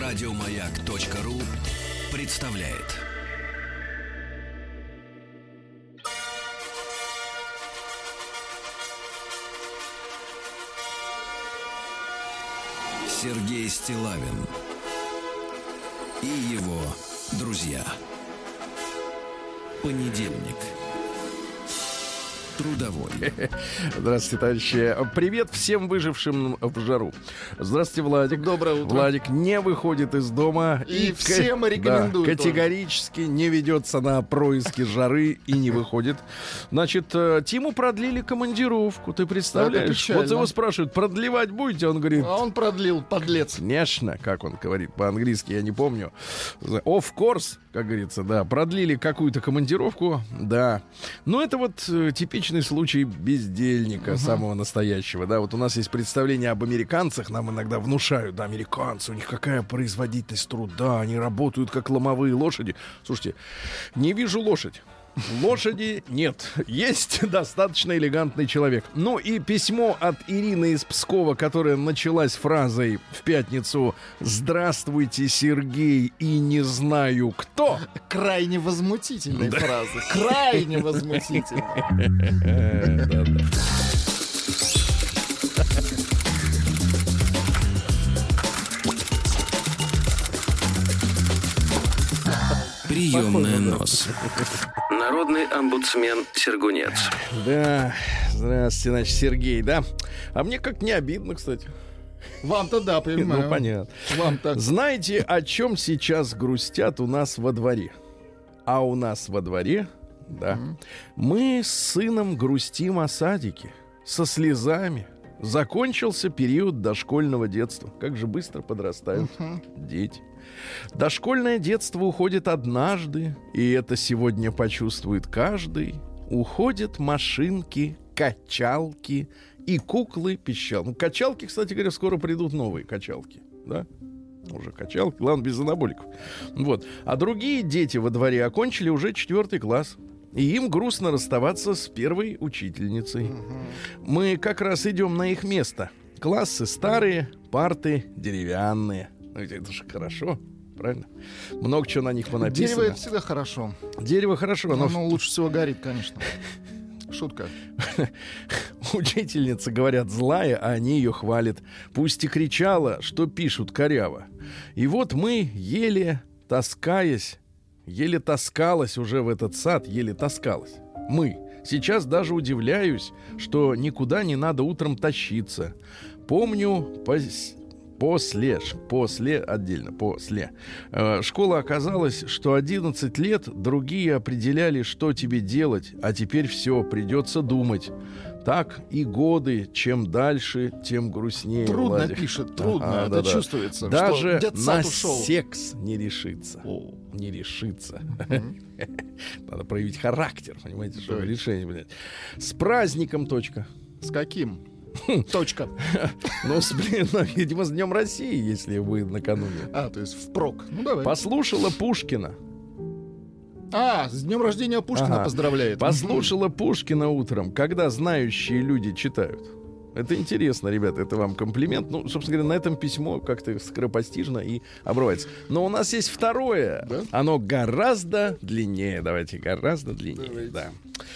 Радиомаяк.ру представляет. Сергей Стиллавин и его друзья. Понедельник. Трудовой. Здравствуйте, товарищи. Привет всем выжившим в жару. Здравствуйте, Владик. Доброе утро. Владик не выходит из дома. И всем рекомендую. Да, категорически не ведется на происки жары и не выходит. Значит, Тиму продлили командировку. Ты представляешь? Вот его спрашивают, продлевать будете? Он говорит... А он продлил, подлец. Конечно, как он говорит по-английски, я не помню. Of course, как говорится, да. Продлили какую-то командировку, да. Но это вот типичный случай бездельника самого настоящего, да. Вот у нас есть представление об американцах, нам иногда внушают, да, американцы, у них какая производительность труда, они работают как ломовые лошади. Слушайте, не вижу лошадь. Лошади нет. Есть достаточно элегантный человек. Ну и письмо от Ирины из Пскова, которая началась фразой в пятницу: «Здравствуйте, Сергей, и не знаю кто». Крайне возмутительная фраза. Крайне возмутительная. Приемная нос. Народный омбудсмен Сергунец. Да, здравствуйте, значит, Сергей, да. А мне как не обидно, кстати. Вам-то да, понимаю. Ну, понятно. Вам-то. Знаете, о чем сейчас грустят у нас во дворе? А у нас во дворе, да, мы с сыном грустим о садике, со слезами. Закончился период дошкольного детства. Как же быстро подрастают дети. Дошкольное детство уходит однажды, и это сегодня почувствует каждый. Уходят машинки, качалки и куклы-пищалки. Ну, качалки, кстати говоря, скоро придут новые качалки, да? Уже качалки, главное, без анаболиков. Вот. А другие дети во дворе окончили уже 4 класс. И им грустно расставаться с первой учительницей. Мы как раз идем на их место. Классы старые, парты деревянные. Ну, это же хорошо, правильно? Много чего на них понаписано. Дерево — это всегда хорошо. Дерево хорошо, но... Оно лучше всего горит, конечно. Шутка. Учительница, говорят, злая, а они ее хвалят. Пусть и кричала, что пишут коряво. И вот мы, еле таскалась уже в этот сад, еле таскалась. Мы. Сейчас даже удивляюсь, что никуда не надо утром тащиться. Помню, после школа оказалась, что 11 лет другие определяли, что тебе делать, а теперь все, придется думать. Так и годы, чем дальше, тем грустнее. Трудно Владик. пишет, трудно, это чувствуется. Даже что на ушел. секс не решится. Не решится. Надо проявить характер, понимаете, чтобы решение, блядь. С праздником, точка. С каким? Точка. Ну, видимо, с Днем России, если вы накануне. То есть впрок. Ну, давай. Послушала Пушкина. С днем рождения Пушкина поздравляет. Послушала Пушкина утром, когда знающие люди читают. Это интересно, ребята, это вам комплимент. Ну, собственно говоря, на этом письмо как-то скоропостижно и обрывается. Но у нас есть второе. Да? Оно гораздо длиннее. Давайте, гораздо длиннее. Да.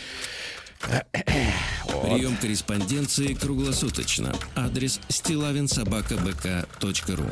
Прием корреспонденции круглосуточно. Адрес stilavinsobakabk.ru.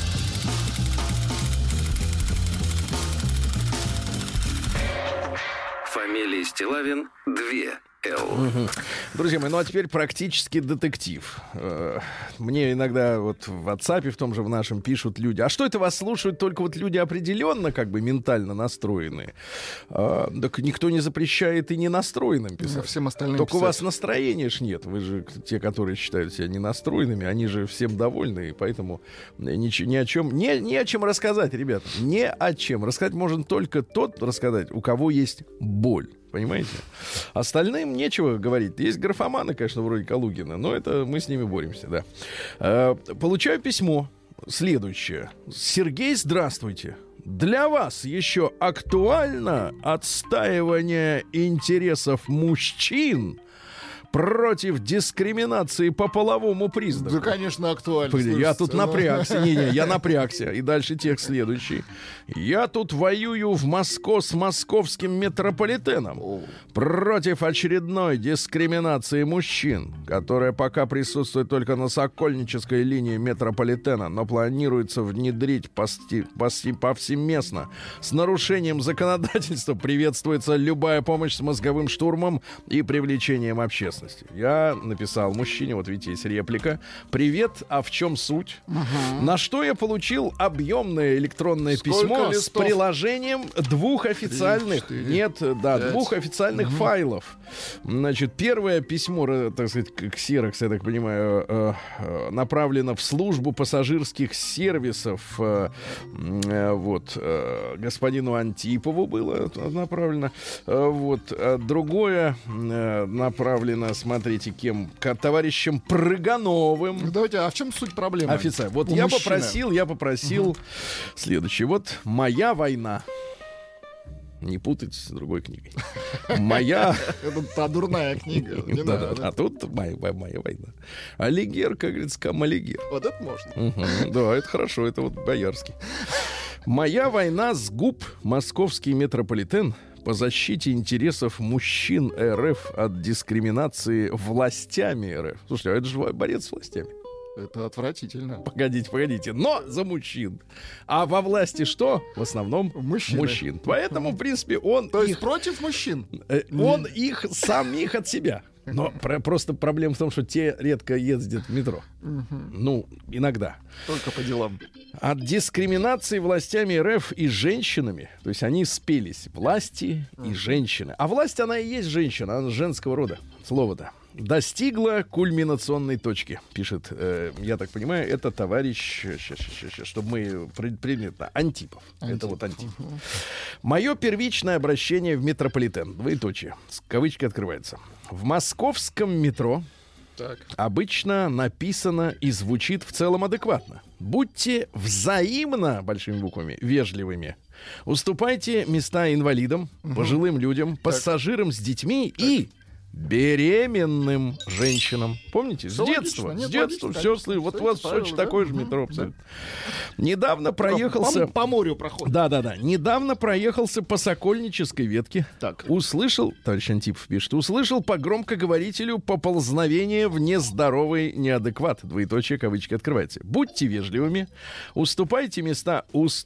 Фамилия Стиллавин 2 Л. Друзья мои, ну а теперь практически детектив. Мне иногда вот в WhatsApp, в том же в нашем, пишут люди: а что это вас слушают только вот люди определенно как бы ментально настроенные? Так никто не запрещает и не настроенным писать. Всем остальным только писать. У вас настроения ж нет. Вы же те, которые считают себя ненастроенными, они же всем довольны, и поэтому ни о чем рассказать, ребят. Ни о чем. Рассказать можно только тот рассказать, у кого есть боль. Понимаете? Остальным нечего говорить. Есть графоманы, конечно, вроде Калугина, но это мы с ними боремся, да. Получаю письмо следующее. Сергей, здравствуйте. Для вас еще актуально отстаивание интересов мужчин против дискриминации по половому признаку. Да, конечно, актуально. Я тут напрягся. Я напрягся. И дальше текст следующий. Я тут воюю с московским метрополитеном против очередной дискриминации мужчин, которая пока присутствует только на Сокольнической линии метрополитена, но планируется внедрить повсеместно. С нарушением законодательства приветствуется любая помощь с мозговым штурмом и привлечением общественности. Я написал мужчине, вот видите, есть реплика. Привет, а в чем суть? На что я получил объемное электронное письмо с приложением двух официальных, двух официальных файлов. Значит, первое письмо, так сказать, ксерокс, я так понимаю, направлено в службу пассажирских сервисов. Господину Антипову было направлено. Другое направлено, смотрите, кем? Товарищем Прыгановым. Давайте, а в чем суть проблемы? Офицер. Вот я попросил следующее. Вот «Моя война». Не путать с другой книгой. Моя... Это та дурная книга. А тут моя война. Алигер, как говорится, камалигер. Вот это можно. Да, это хорошо, это вот боярский. «Моя война с губ московский метрополитен по защите интересов мужчин РФ от дискриминации властями РФ». Слушайте, а это же борец с властями. Это отвратительно. Погодите. Но за мужчин. А во власти что? В основном мужчин. Поэтому, в принципе, он... То есть против мужчин? Он их самих от себя. Но просто проблема в том, что те редко ездят в метро. Ну, иногда. Только по делам. От дискриминации властями РФ и женщинами, то есть они спелись, власти и женщины. А власть, она и есть женщина, она женского рода. Слово-то. Достигла кульминационной точки, пишет, я так понимаю, это товарищ, чтобы мы предметно, Антипов. Это вот Антипов. Мое первичное обращение в метрополитен, двоеточие, кавычки открываются. В московском метро обычно написано и звучит в целом адекватно. Будьте взаимно, большими буквами, вежливыми. Уступайте места инвалидам, пожилым людям, пассажирам с детьми и беременным женщинам. Помните? С детства. С детства все слышу. Вот у вас в Сочи такое же метро абсолютно. Недавно проехался... По морю проходит. Да. Недавно проехался по Сокольнической ветке. Так. Услышал, товарищ Антипов пишет, услышал по громкоговорителю поползновение в нездоровый неадекват. Двоеточие, кавычки открывается. Будьте вежливыми. Уступайте места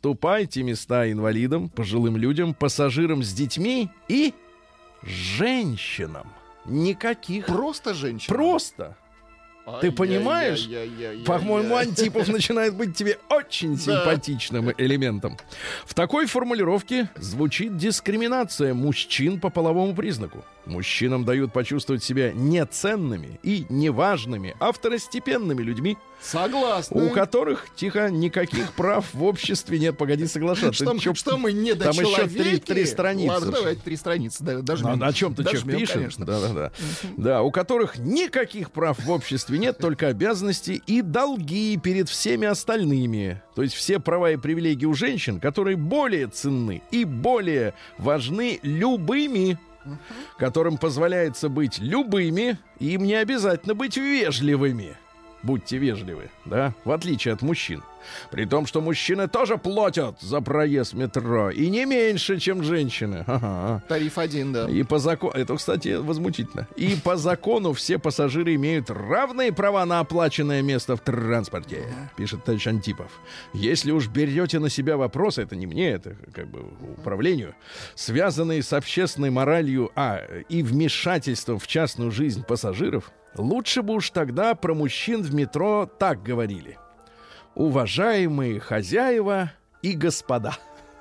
инвалидам, пожилым людям, пассажирам с детьми и женщинам. Никаких. Просто женщина. Просто. Ты понимаешь? По-моему, Антипов начинает быть тебе очень симпатичным элементом. В такой формулировке звучит дискриминация мужчин по половому признаку. Мужчинам дают почувствовать себя неценными и неважными, а второстепенными людьми. Согласны. У которых, никаких прав в обществе нет. Погоди соглашаться. Что мы не там еще три страницы. Ладно, давайте 3 страницы. О чем ты пишешь? Да, у которых никаких прав в обществе нет, только обязанности и долги перед всеми остальными. То есть все права и привилегии у женщин, которые более ценны и более важны любыми, которым позволяется быть любыми, и им не обязательно быть вежливыми. Будьте вежливы, да, в отличие от мужчин. При том, что мужчины тоже платят за проезд в метро, и не меньше, чем женщины. Тариф 1, да. И по закону, это, кстати, возмутительно. И по закону все пассажиры имеют равные права на оплаченное место в транспорте, пишет товарищ Антипов. Если уж берете на себя вопросы, это не мне, это как бы управлению, связанные с общественной моралью, и вмешательством в частную жизнь пассажиров, лучше бы уж тогда про мужчин в метро так говорили. Уважаемые хозяева и господа,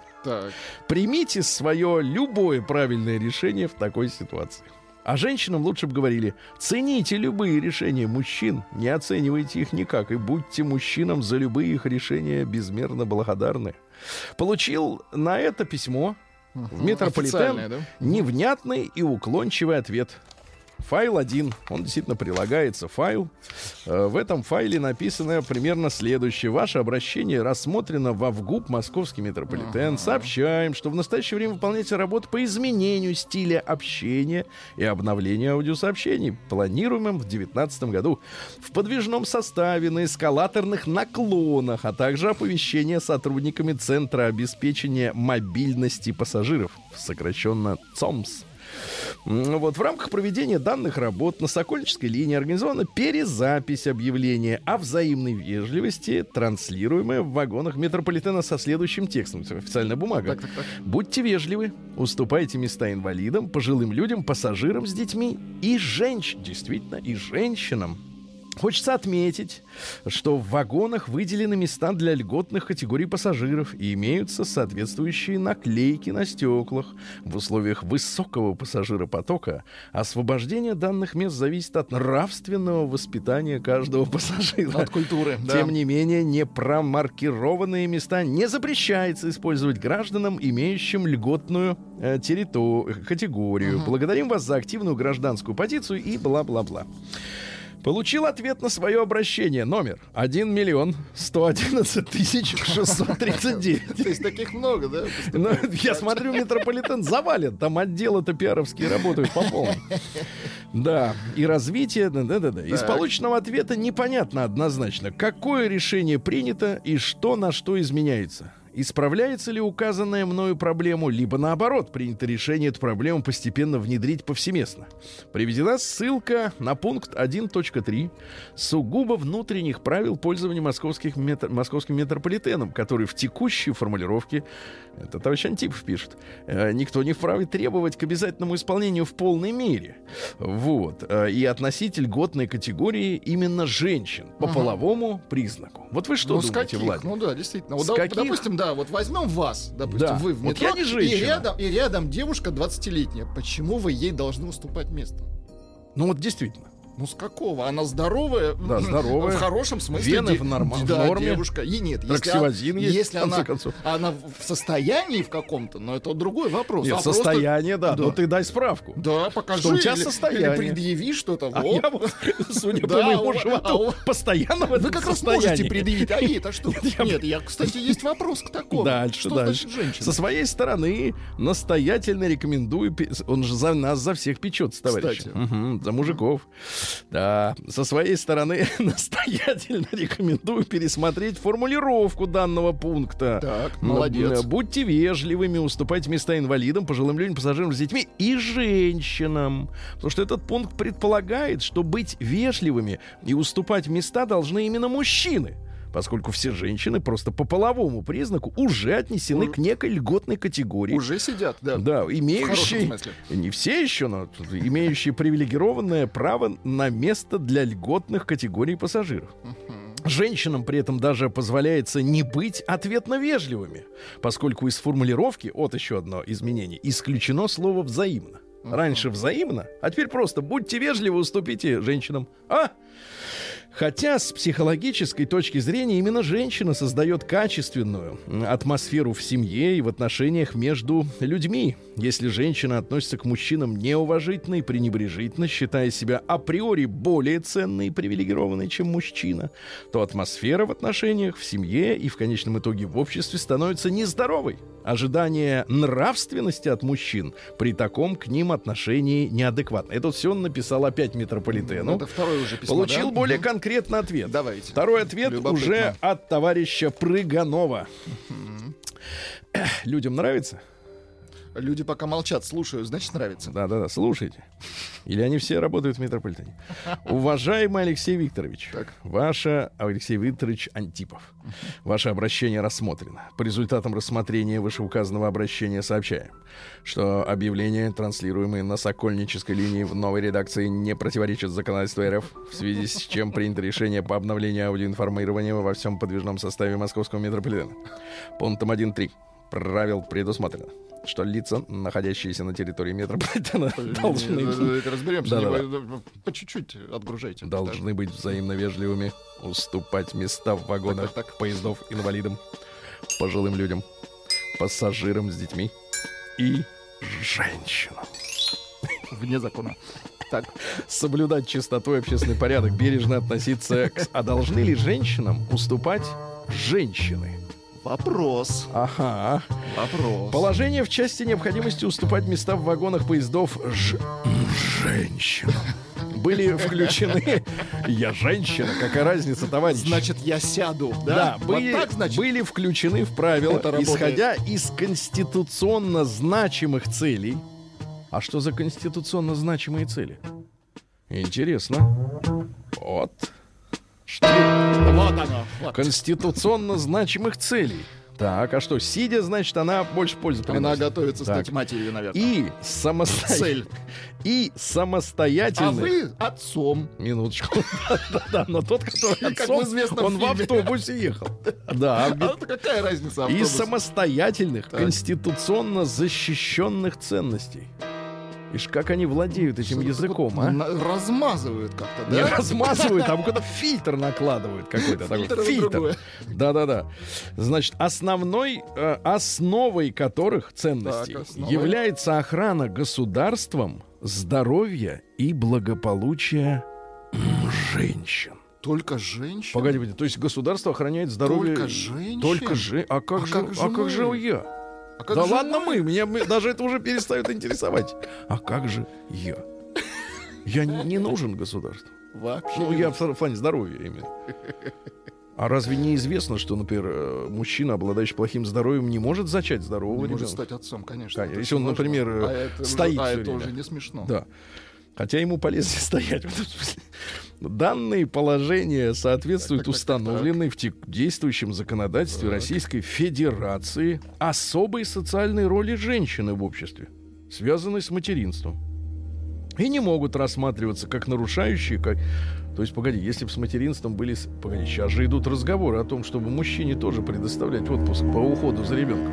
примите свое любое правильное решение в такой ситуации. А женщинам лучше бы говорили: цените любые решения мужчин, не оценивайте их никак, и будьте мужчинам за любые их решения безмерно благодарны. Получил на это письмо в метрополитен невнятный и уклончивый ответ. Файл 1, он действительно прилагается, файл. В этом файле написано примерно следующее. Ваше обращение рассмотрено во ВГУП Московский метрополитен. Сообщаем, что в настоящее время выполняется работа по изменению стиля общения и обновлению аудиосообщений, планируемым в 2019 году в подвижном составе, на эскалаторных наклонах, а также оповещение сотрудниками Центра обеспечения мобильности пассажиров, сокращенно ЦОМС. Вот, в рамках проведения данных работ на Сокольнической линии организована перезапись объявления о взаимной вежливости, транслируемая в вагонах метрополитена со следующим текстом. Официальная бумага. Так. Будьте вежливы, уступайте места инвалидам, пожилым людям, пассажирам с детьми и женщинам. Действительно, и женщинам. Хочется отметить, что в вагонах выделены места для льготных категорий пассажиров и имеются соответствующие наклейки на стеклах. В условиях высокого пассажиропотока освобождение данных мест зависит от нравственного воспитания каждого пассажира. От культуры, да. Тем не менее, непромаркированные места не запрещается использовать гражданам, имеющим льготную категорию. Благодарим вас за активную гражданскую позицию и бла-бла-бла. Получил ответ на свое обращение. Номер 1 111 639. То есть таких много, да? Ну, я смотрю, метрополитен завален. Там отделы-то пиаровские работают по полной. Да, и развитие. Да. Из полученного ответа непонятно однозначно, какое решение принято и что на что изменяется. Исправляется ли указанная мною проблему, либо наоборот, принято решение эту проблему постепенно внедрить повсеместно. Приведена ссылка на пункт 1.3 сугубо внутренних правил пользования московским метрополитеном, который в текущей формулировке, это товарищ Антипов пишет, никто не вправе требовать к обязательному исполнению в полной мере. Вот. И относить льготной категории именно женщин по половому признаку. Вот вы что думаете, Владимир? Ну да, действительно. Вот, допустим, да, вот возьмем вас, допустим, вы в метро, вот я не женщина. и рядом девушка 20-летняя. Почему вы ей должны уступать место? Ну вот действительно. Ну с какого? Она здоровая, да, здоровая, в хорошем смысле. Вены в норме. Девушка. И нет, если она в состоянии в каком-то, но это другой вопрос. Нет, состояние, да. Но ты дай справку. Да, покажи. Что у тебя состояние. Или предъяви что-то. А я вот, судя по моему животу, постоянно в этом Вы как раз можете предъявить. А ей-то что? Нет, кстати, есть вопрос к такому. Дальше. Значит женщина? Со своей стороны настоятельно рекомендую, он же за нас, за всех печется, товарищи. За мужиков. Да, со своей стороны настоятельно рекомендую пересмотреть формулировку данного пункта. Так, молодец. Будьте вежливыми, уступайте места инвалидам, пожилым людям, пассажирам с детьми и женщинам. Потому что этот пункт предполагает, что быть вежливыми и уступать места должны именно мужчины, поскольку все женщины просто по половому признаку уже отнесены к некой льготной категории. Уже сидят, да. Да, имеющие, не все еще, но имеющие привилегированное право на место для льготных категорий пассажиров. Женщинам при этом даже позволяется не быть ответно вежливыми, поскольку из формулировки, вот еще одно изменение, исключено слово «взаимно». Раньше взаимно, а теперь просто будьте вежливы, уступите женщинам. Хотя с психологической точки зрения именно женщина создает качественную атмосферу в семье и в отношениях между людьми. Если женщина относится к мужчинам неуважительно и пренебрежительно, считая себя априори более ценной и привилегированной, чем мужчина, то атмосфера в отношениях, в семье и в конечном итоге в обществе становится нездоровой. Ожидание нравственности от мужчин при таком к ним отношении неадекватно. Это все он написал опять метрополитену. Это второй уже письмо, получил более конкретный ответ. Давайте. Второй ответ уже от товарища Прыганова. Людям нравится? Люди пока молчат, слушаю, значит, нравится. Да, слушайте. Или они все работают в метрополитене. Уважаемый Алексей Викторович, Алексей Викторович Антипов, ваше обращение рассмотрено. По результатам рассмотрения вышеуказанного обращения сообщаем, что объявления, транслируемые на Сокольнической линии в новой редакции, не противоречат законодательству РФ, в связи с чем принято решение по обновлению аудиоинформирования во всем подвижном составе московского метрополитена. Пунктом 1.3 правил предусмотрено, что лица, находящиеся на территории метрополитена, должны... Разберемся, по чуть-чуть отгружайте. Должны быть взаимно вежливыми, уступать места в вагонах поездов инвалидам, пожилым людям, пассажирам с детьми и женщинам. Вне закона. Так. Соблюдать чистоту и общественный порядок, бережно относиться к... А должны ли женщинам уступать женщины? Вопрос. Ага. Вопрос. Положение в части необходимости уступать места в вагонах поездов женщинам были включены. Я женщина, какая разница, товарищ? Значит, я сяду, да? Да, вот так, значит? были включены в правила, исходя из конституционно значимых целей. А что за конституционно значимые цели? Интересно. Вот. Вот оно. Вот. Конституционно значимых целей. Так, а что, сидя, значит, она больше пользы приносит. Она готовится стать матерью, наверное. И самостоятельно. А вы отцом. Минуточку. Да, но тот, который отцом, он в автобусе ехал. Да. А какая разница автобус? И самостоятельных, конституционно защищенных ценностей. Ишь, как они владеют этим языком, а? Размазывают как-то, да? Не размазывают, там какой-то фильтр накладывают какой-то. Фильтр. Да-да-да. Значит, основной, основой которых ценностей является охрана государством здоровья и благополучия женщин. Только женщин? Погоди, то есть государство охраняет здоровье... Только женщин? Только женщин. А как же я? Да ладно меня даже это уже перестает интересовать. А как же я? Я не нужен государству. Вообще. Ну, я в плане здоровья именно. А разве не известно, что, например, мужчина, обладающий плохим здоровьем, не может зачать здорового ребенка? Может стать отцом, конечно. Если он, например, стоит. А это уже не смешно. Да. Хотя ему полезнее стоять. Данные положения соответствуют установленной в действующем законодательстве Российской Федерации особой социальной роли женщины в обществе, связанной с материнством. И не могут рассматриваться как нарушающие, как... То есть, погоди, если бы с материнством были... Погоди, сейчас же идут разговоры о том, чтобы мужчине тоже предоставлять отпуск по уходу за ребенком.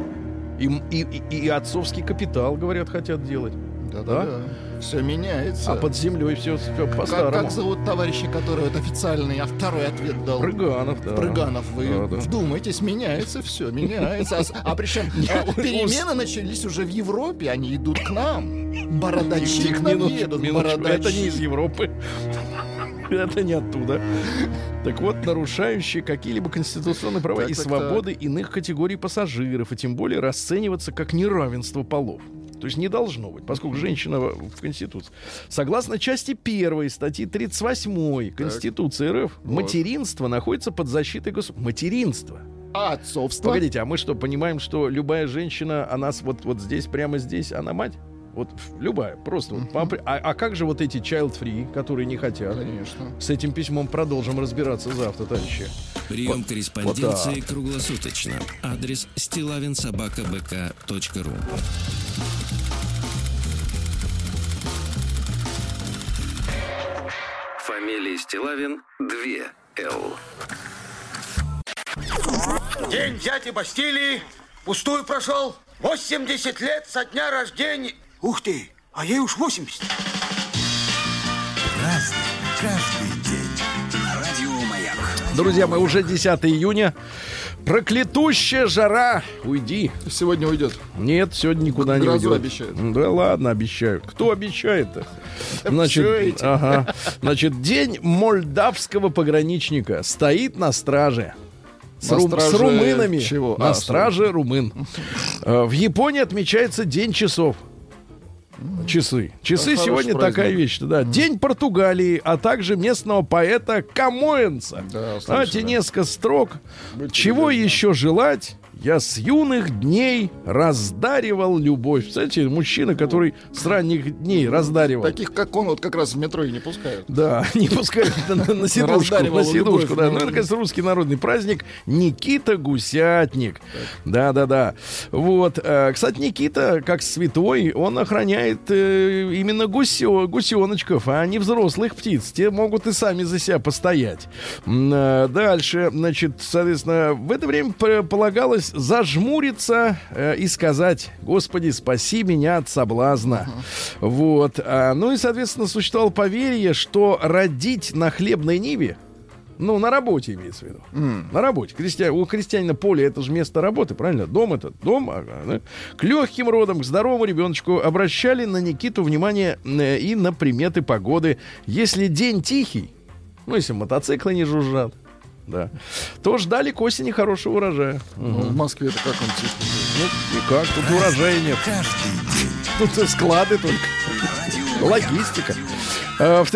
И отцовский капитал, говорят, хотят делать. Да? Все меняется. А под землей все по-старому. Как зовут товарища, который вот официальный, второй ответ дал? Прыганов, да. Прыганов, вы вдумайтесь, меняется все, меняется. А причем перемены начались уже в Европе, они идут к нам. Бородачи к нам едут. Это не из Европы. Это не оттуда. Так вот, нарушающие какие-либо конституционные права и свободы иных категорий пассажиров, и тем более расцениваться как неравенство полов. То есть не должно быть, поскольку женщина в Конституции. Согласно части 1 статьи 38 Конституции РФ, материнство находится под защитой государства. Материнство. А отцовство? Погодите, а мы что, понимаем, что любая женщина, она вот здесь, прямо здесь, она мать? Вот любая, просто. А как же вот эти child-free, которые не хотят? Конечно. С этим письмом продолжим разбираться завтра, товарищи. Прием корреспонденции круглосуточно. Адрес stilavinsobakabk.ru. Фамилия Стилавин 2Л. День дяди Бастилии пустую прошел. 80 лет со дня рождения. Ух ты, а ей уж 80. Разный, каждый день. На радио Маяк. Друзья мои, уже 10 июня. Проклятущая жара. Уйди. Сегодня уйдет. Нет, сегодня никуда не уйдет. Обещают. Да ладно, обещают. Кто обещает-то? Значит, день молдавского пограничника стоит на страже. С румынами. Чего? На страже румын. В Японии отмечается День часов. Часы сегодня такая вещь. Да. День Португалии, а также местного поэта Камоэнса. Знаете, несколько строк. Чего еще желать? Я с юных дней раздаривал любовь. Кстати, мужчина, который с ранних дней раздаривал. Таких, как он, вот как раз в метро и не пускают. Да, не пускают на сидушку. Да. Ну, это, конечно, русский народный праздник. Никита Гусятник. Да. Вот. Кстати, Никита, как святой, он охраняет именно гусеночков, а не взрослых птиц. Те могут и сами за себя постоять. Дальше, значит, соответственно, в это время полагалось зажмуриться и сказать: «Господи, спаси меня от соблазна». Вот. Ну и, соответственно, существовало поверье, что родить на хлебной ниве Ну, на работе имеется в виду. На работе. У крестьянина поле — это же место работы, правильно? Дом — это дом. Ага, да? К легким родам, к здоровому ребеночку обращали на Никиту внимание и на приметы погоды. Если день тихий, ну, если мотоциклы не жужжат, да, то ждали к осени хорошего урожая. Ну, в Москве это как он тихий? Ну, и как? Тут урожая нет. Тут склады только. Логистика. В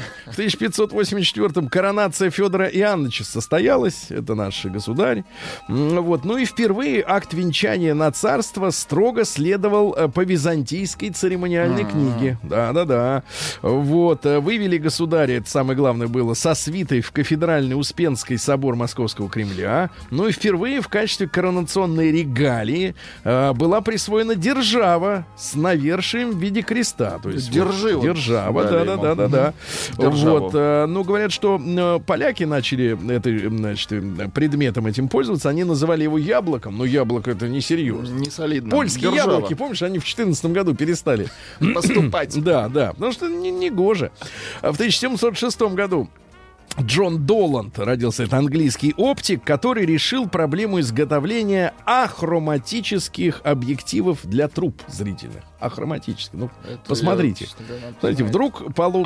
1584-м коронация Федора Иоанновича состоялась. Это наш государь. Вот. Ну и впервые акт венчания на царство строго следовал по византийской церемониальной книге. Да-да-да. Вот. Вывели государя, это самое главное было, со свитой в кафедральный Успенский собор Московского Кремля. Ну и впервые в качестве коронационной регалии была присвоена держава с навершием в виде креста. То есть держава, да-да-да. Вот, ну, говорят, что поляки начали предметом этим пользоваться. Они называли его яблоком. Но яблоко — это несерьезно. Не солидно. Польские яблоки, помнишь, они в 2014 году перестали поступать. Да, потому что не гоже. В 1706 году Джон Доланд родился. Это английский оптик, который решил проблему изготовления ахроматических объективов для труб зрительных. Ахроматических. Ну, это посмотрите. Знаете, вдруг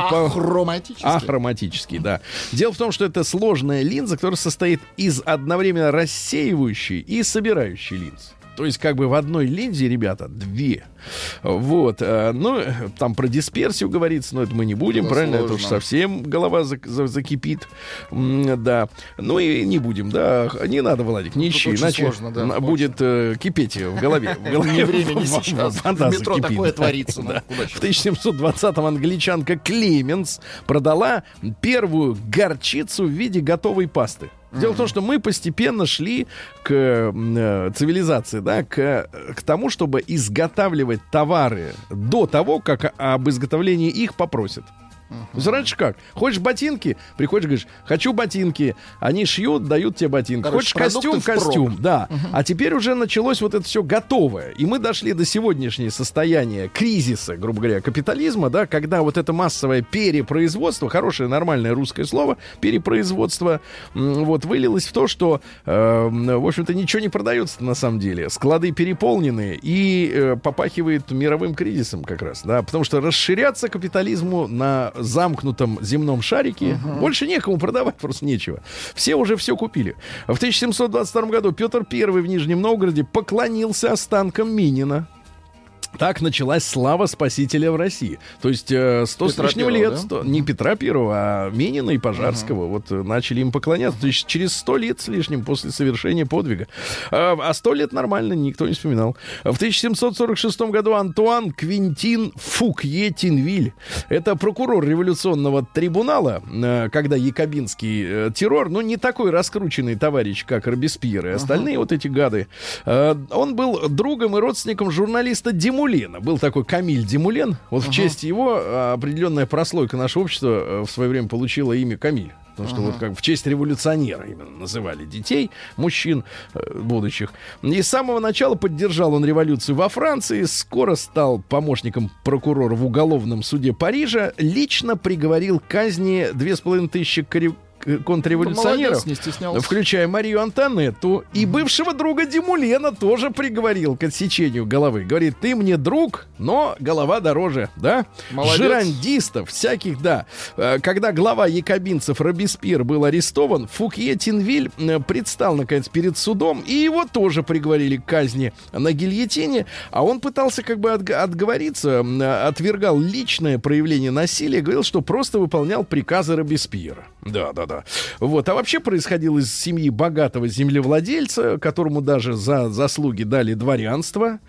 ахроматический, да. Дело в том, что это сложная линза, которая состоит из одновременно рассеивающей и собирающей линз. То есть как бы в одной линзе, ребята, две. Вот. Ну, там про дисперсию говорится, но это мы не будем, это правильно? Сложно. Это уж совсем голова закипит. Да. Ну и не будем, да. Не надо, Владик, не ищи, иначе сложно, да, будет кипеть в голове. Не время, не сейчас. В метро такое творится. В 1720-м англичанка Клеменс продала первую горчицу в виде готовой пасты. Дело в том, что мы постепенно шли к цивилизации, да, к тому, чтобы изготавливать товары до того, как об изготовлении их попросят. То есть раньше как? Хочешь ботинки? Приходишь, говоришь, хочу ботинки. Они шьют, дают тебе ботинки. Хочешь костюм? Да. А теперь уже началось вот это все готовое. И мы дошли до сегодняшнего состояния кризиса, грубо говоря, капитализма, да, когда вот это массовое перепроизводство, хорошее нормальное русское слово, перепроизводство, вот, вылилось в то, что, в общем-то, ничего не продается на самом деле. Склады переполнены и попахивает мировым кризисом как раз, да, потому что расширяться капитализму на замкнутом земном шарике больше некому продавать, просто нечего. Все уже все купили. В 1722 году Петр I в Нижнем Новгороде поклонился останкам Минина. Так началась слава Спасителя в России. То есть 100 с лишним лет, да? Не Петра Первого, а Минина и Пожарского. Вот начали им поклоняться. То есть через 100 лет с лишним после совершения подвига. А 100 лет нормально, никто не вспоминал. В 1746 году Антуан Квинтин Фукье-Тинвиль, это прокурор революционного трибунала, когда якобинский террор, ну не такой раскрученный товарищ, как Робеспьер и остальные вот эти гады, он был другом и родственником журналиста Демулена. Был такой Камиль Демулен. Вот в честь его определенная прослойка нашего общества в свое время получила имя Камиль. Потому что вот как в честь революционера именно называли детей, мужчин будущих. И с самого начала поддержал он революцию во Франции. Скоро стал помощником прокурора в уголовном суде Парижа. Лично приговорил к казни 2500 контрреволюционеров, включая Марию Антуанетту, и бывшего друга Демулена тоже приговорил к отсечению головы. Говорит, ты мне друг, но голова дороже, да? Молодец. Жерандистов всяких, да. Когда глава якобинцев Робеспьер был арестован, Фукье-Тинвиль предстал, наконец, перед судом, и его тоже приговорили к казни на гильотине, а он пытался как бы отговориться, отвергал личное проявление насилия, говорил, что просто выполнял приказы Робеспьера. Да. Вот. А вообще происходил из семьи богатого землевладельца, которому даже за заслуги дали дворянство.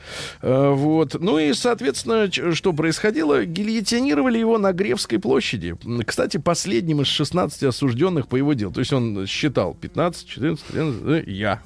Вот. Ну и, соответственно, что происходило? Гильотинировали его на Гревской площади. Кстати, последним из 16 осужденных по его делу. То есть он считал 15, 14, 13, я.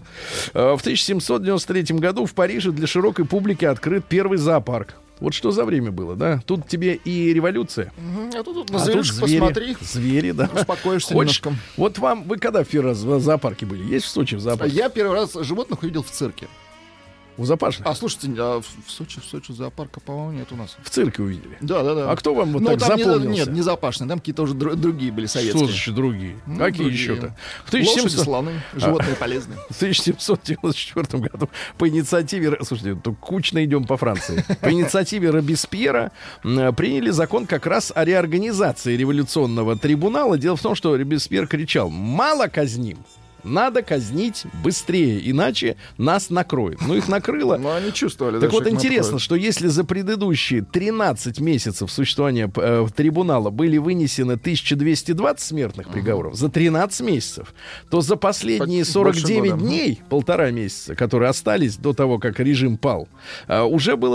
В 1793 году в Париже для широкой публики открыт первый зоопарк. Вот что за время было, да? Тут тебе и революция. А тут на зверюшек посмотри. Звери, да. Успокоишься немножко. Вот вы когда в первый раз в зоопарке были? Есть в Сочи в зоопарке? Я первый раз животных увидел в цирке. У Запашных. А слушайте, в Сочи зоопарка, по-моему, нет у нас. В цирке увидели. Да. А кто вам вот так запомнился? Нет, не Запашные, там какие-то уже другие были советские. Что значит другие? Какие другие. еще-то? Лошади слоны, животные полезные. В 1794 году по инициативе... Слушайте, тут кучно идем по Франции. По инициативе Робеспьера приняли закон как раз о реорганизации революционного трибунала. Дело в том, что Робеспьер кричал: «Мало казним! Надо казнить быстрее, иначе нас накроет». Ну, их накрыло. Ну, они чувствовали. Так вот, интересно, что если за предыдущие 13 месяцев существования трибунала были вынесены 1220 смертных приговоров, за 13 месяцев, то за последние 49 дней, полтора месяца, которые остались до того, как режим пал, уже было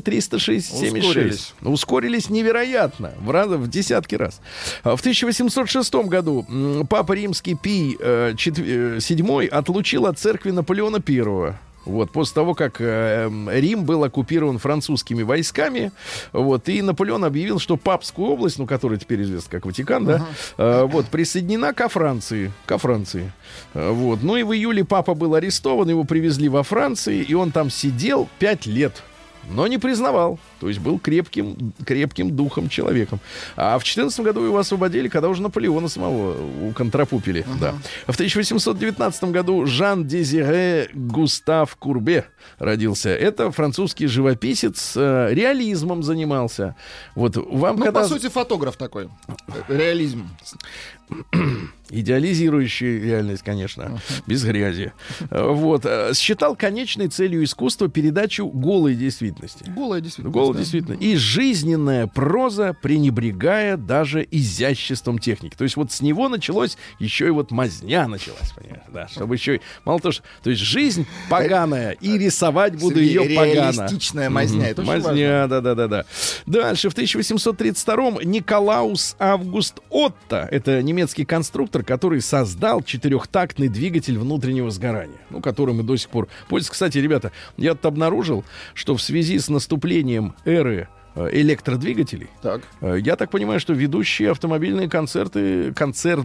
1376. Ускорились невероятно, в десятки раз. В 1806 году Папа Римский Пий VII отлучил от церкви Наполеона I. Вот, после того, как Рим был оккупирован французскими войсками, вот, и Наполеон объявил, что Папскую область, ну, которая теперь известна как Ватикан, да, вот, присоединена ко Франции. Вот. Ну и в июле Папа был арестован, его привезли во Францию, и он там сидел 5 лет. Но не признавал, то есть был крепким духом человеком. А в 14 году его освободили, когда уже Наполеона самого уконтрапупили. Да. В 1819 году Жан-Дезире Густав Курбе родился. Это французский живописец, реализмом занимался. Вот вам по сути, фотограф такой. Реализм. Идеализирующий реальность, конечно, без грязи. Вот. Считал конечной целью искусства передачу голой действительности. Голая действительность. И жизненная проза, пренебрегая даже изяществом техники. То есть вот с него началось, еще и вот мазня началась, понимаешь, да, чтобы еще и... Мало того, что... То есть жизнь поганая, и рисовать буду ее погано. Реалистичная мазня. Это мазня, да. Дальше, в 1832-м Николаус Август Отто, это немецкий конструктор, который создал 4-тактный двигатель внутреннего сгорания, ну, которым мы до сих пор пользуемся. Кстати, ребята, я тут обнаружил, что в связи с наступлением эры электродвигателей. Я так понимаю, что ведущие автомобильные концерны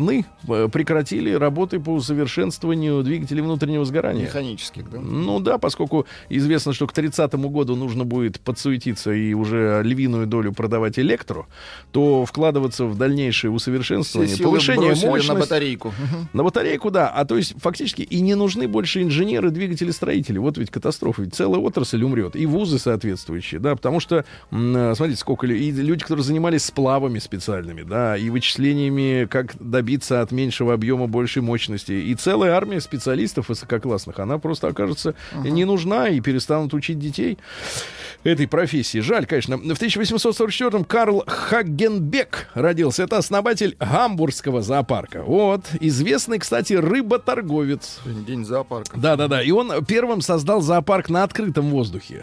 прекратили работы по усовершенствованию двигателей внутреннего сгорания. Механических, да? Ну да, поскольку известно, что к 30-му году нужно будет подсуетиться и уже львиную долю продавать электро, то вкладываться в дальнейшее усовершенствование, повышение мощности. На батарейку. На батарейку, да. А то есть фактически и не нужны больше инженеры, двигатели-строители. Вот ведь катастрофа. Ведь целая отрасль умрет. И вузы соответствующие, да, потому что смотрите, сколько и люди, которые занимались сплавами специальными, да, и вычислениями, как добиться от меньшего объема большей мощности. И целая армия специалистов высококлассных, она просто окажется не нужна, и перестанут учить детей этой профессии. Жаль, конечно. В 1844-м Карл Хагенбек родился. Это основатель Гамбургского зоопарка. Вот. Известный, кстати, рыботорговец. День зоопарка. Да. И он первым создал зоопарк на открытом воздухе,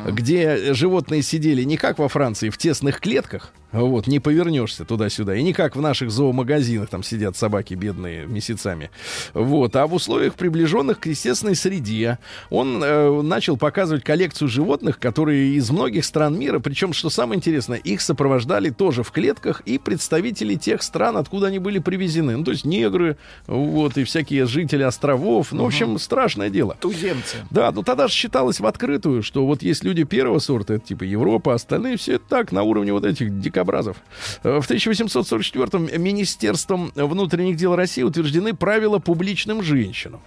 где животные сидели не как во Франции в тесных клетках, вот, не повернешься туда-сюда, и не как в наших зоомагазинах, там сидят собаки бедные месяцами, вот, а в условиях, приближенных к естественной среде. Он начал показывать коллекцию животных, которые из многих стран мира, причем, что самое интересное, их сопровождали тоже в клетках и представители тех стран, откуда они были привезены. Ну, то есть негры, вот, и всякие жители островов. Ну, в общем, страшное дело. Туземцы. Да, но тогда же считалось в открытую, что вот есть люди первого сорта, это типа Европа, остальные все это так, на уровне вот этих дикобразов. В 1844-м Министерством внутренних дел России утверждены правила публичным женщинам.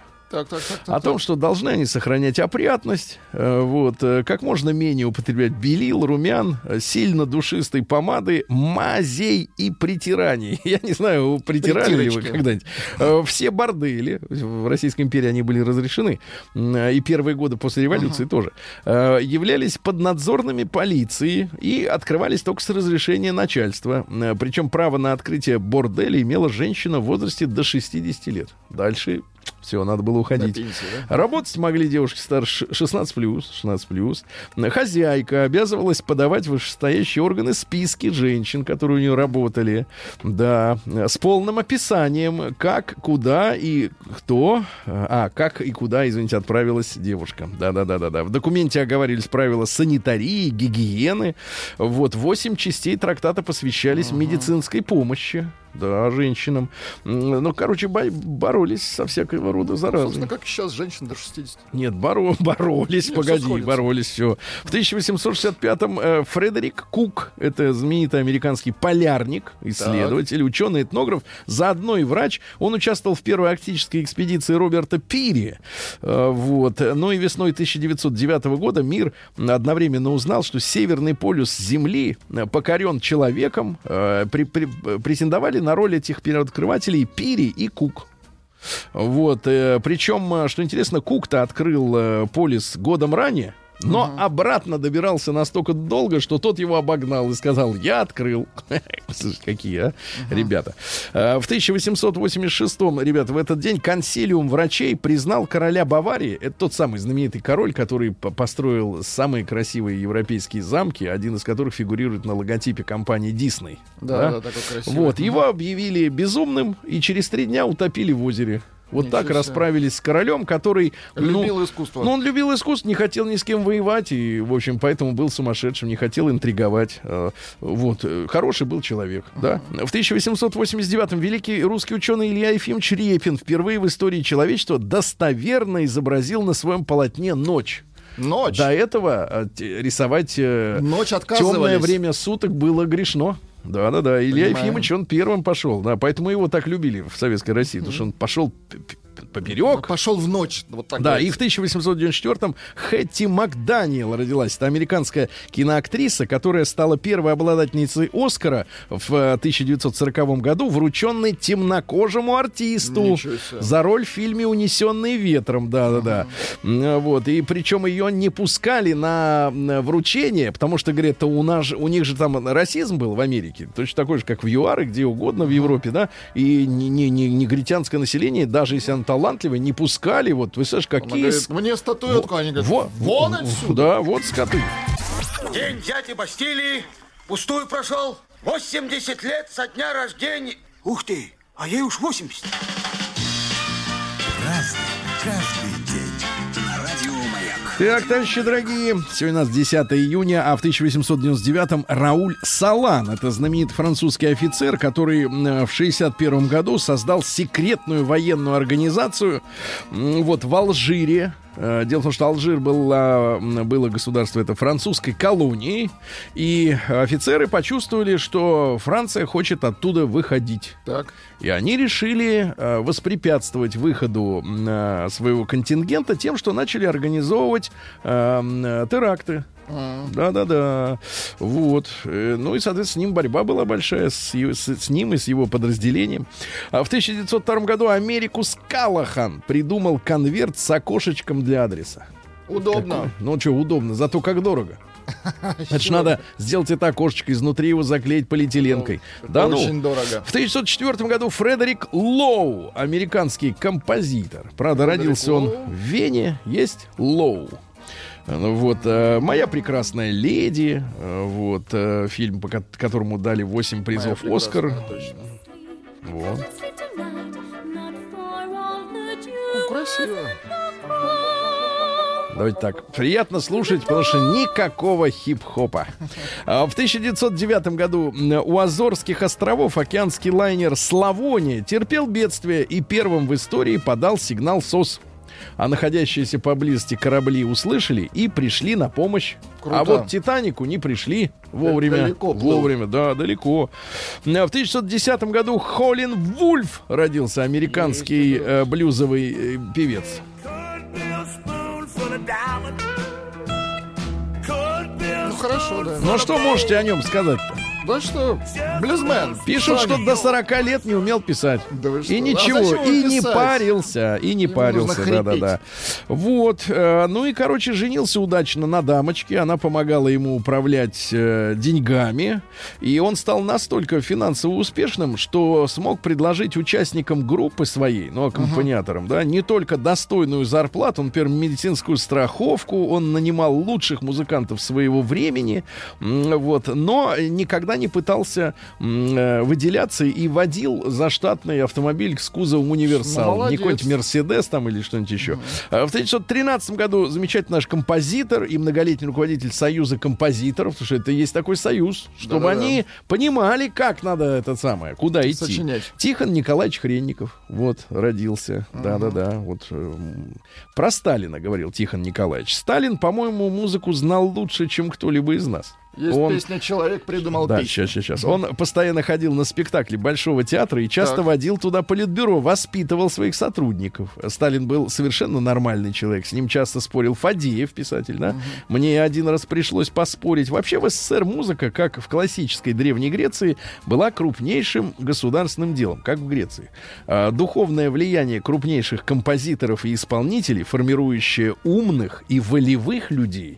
О том, что должны они сохранять опрятность, вот, как можно менее употреблять белил, румян, сильно душистой помады, мазей и притираний. Я не знаю, притирали ли вы когда-нибудь. Все бордели в Российской империи, они были разрешены, и первые годы после революции тоже, являлись поднадзорными полиции и открывались только с разрешения начальства. Причем право на открытие борделя имела женщина в возрасте до 60 лет. Дальше все, надо было уходить. Пенсии, да? Работать могли девушки старше 16+. Хозяйка обязывалась подавать в вышестоящие органы списки женщин, которые у нее работали. Да, с полным описанием, как, куда и кто... как и куда, извините, отправилась девушка. Да. В документе оговаривались правила санитарии, гигиены. Вот, 8 частей трактата посвящались медицинской помощи. да, женщинам. Ну, короче, боролись со всякого рода заразой. Собственно, как и сейчас, женщин до 60. Нет, боролись, Нет, погоди, боролись, все. В 1865-м Фредерик Кук, это знаменитый американский полярник, исследователь, ученый, этнограф, заодно и врач. Он участвовал в первой арктической экспедиции Роберта Пири. Вот. Ну и весной 1909 года мир одновременно узнал, что Северный полюс Земли покорен человеком. Претендовали на роль этих первооткрывателей Пири и Кук. Вот. Причем, что интересно, Кук-то открыл полюс годом ранее, но обратно добирался настолько долго, что тот его обогнал и сказал: я открыл. Слушай, какие, ребята. В 1886-м, ребята, в этот день консилиум врачей признал короля Баварии. Это тот самый знаменитый король, который построил самые красивые европейские замки, один из которых фигурирует на логотипе компании Disney. Да, такой красивый. Вот, его объявили безумным и через 3 дня утопили в озере. Вот ничего так себе. Расправились с королем, который... Любил искусство. Ну, он любил искусство, не хотел ни с кем воевать, и, в общем, поэтому был сумасшедшим, не хотел интриговать. Вот. Хороший был человек, да. В 1889-м великий русский ученый Илья Ефимович Репин впервые в истории человечества достоверно изобразил на своем полотне ночь. Ночь? До этого рисовать темное время суток было грешно. Да. Илья Ефимович, он первым пошел. Да, поэтому его так любили в Советской России, потому что он пошел поперек. Пошел в ночь. Вот так да, говорится. И в 1894-м Хэтти Макданиел родилась. Это американская киноактриса, которая стала первой обладательницей Оскара в 1940 году, врученной темнокожему артисту за роль в фильме «Унесенные ветром». Да. Вот. И причем ее не пускали на вручение, потому что, говорят, у них же там расизм был в Америке, точно такой же, как в ЮАР и где угодно в Европе, да, и негритянское население, даже если оно талантливое, не пускали. Вот, вы слышишь, какие... Говорит, мне статуэтку, они говорят, вон отсюда. Да, вот скоты. День дяди Бастилии пустую прошел. 80 лет со дня рождения. Ух ты, а ей уж 80. Разный, каждый день. На радио «Маяк». Так, товарищи дорогие, сегодня у нас 10 июня, а в 1899-м Рауль Салан, это знаменитый французский офицер, который в 61 году создал секретную военную организацию вот в Алжире. Дело в том, что Алжир было государство это французской колонией, и офицеры почувствовали, что Франция хочет оттуда выходить. Так. И они решили воспрепятствовать выходу своего контингента тем, что начали организовывать теракты. Да. Вот. Ну и, соответственно, с ним борьба была большая, с ним и с его подразделением. А в 1902 году Америкус Калахан придумал конверт с окошечком для адреса. Удобно. Какой? Ну что, удобно, зато как дорого. Это ж надо сделать это окошечко, изнутри его заклеить полиэтиленкой. Да, очень дорого. В 1904 году Фредерик Лоу, американский композитор. Правда, родился он в Вене, есть Лоу. Вот, «Моя прекрасная леди», вот, фильм, по которому дали 8 призов «Оскар». Вот. Красиво. Давайте так. Приятно слушать, потому что никакого хип-хопа. В 1909 году у Азорских островов океанский лайнер «Славония» терпел бедствие и первым в истории подал сигнал СОС. А находящиеся поблизости корабли услышали и пришли на помощь. Круто. А вот «Титанику» не пришли вовремя. Вовремя, да, далеко. В 1910 году Холлин Вульф родился, американский блюзовый певец. Ну хорошо, да. Ну что можете о нем сказать-то? Да что, блюзмен. Пишут, что до 40 лет не умел писать. Да вы что? И ничего, и не парился, и не парился. Да. Вот. Ну и, короче, женился удачно на дамочке. Она помогала ему управлять деньгами. И он стал настолько финансово успешным, что смог предложить участникам группы своей, ну, аккомпаниаторам, да, не только достойную зарплату, например, медицинскую страховку. Он нанимал лучших музыкантов своего времени. Вот. Но никогда никогда не пытался выделяться и водил заштатный автомобиль с кузовом универсал. Не какой-нибудь Мерседес там или что-нибудь еще. В 1913 году замечательный наш композитор и многолетний руководитель Союза композиторов, потому что это есть такой союз, чтобы они понимали, как надо куда идти. Сочинять. Тихон Николаевич Хренников, вот, родился. Да-да-да. Вот про Сталина говорил Тихон Николаевич. Сталин, по-моему, музыку знал лучше, чем кто-либо из нас. Есть песня «Человек придумал песню». Сейчас. Он постоянно ходил на спектакли Большого театра и часто водил туда политбюро, воспитывал своих сотрудников. Сталин был совершенно нормальный человек. С ним часто спорил Фадеев, писатель, да? Мне один раз пришлось поспорить. Вообще в СССР музыка, как в классической Древней Греции, была крупнейшим государственным делом, как в Греции. Духовное влияние крупнейших композиторов и исполнителей, формирующее умных и волевых людей,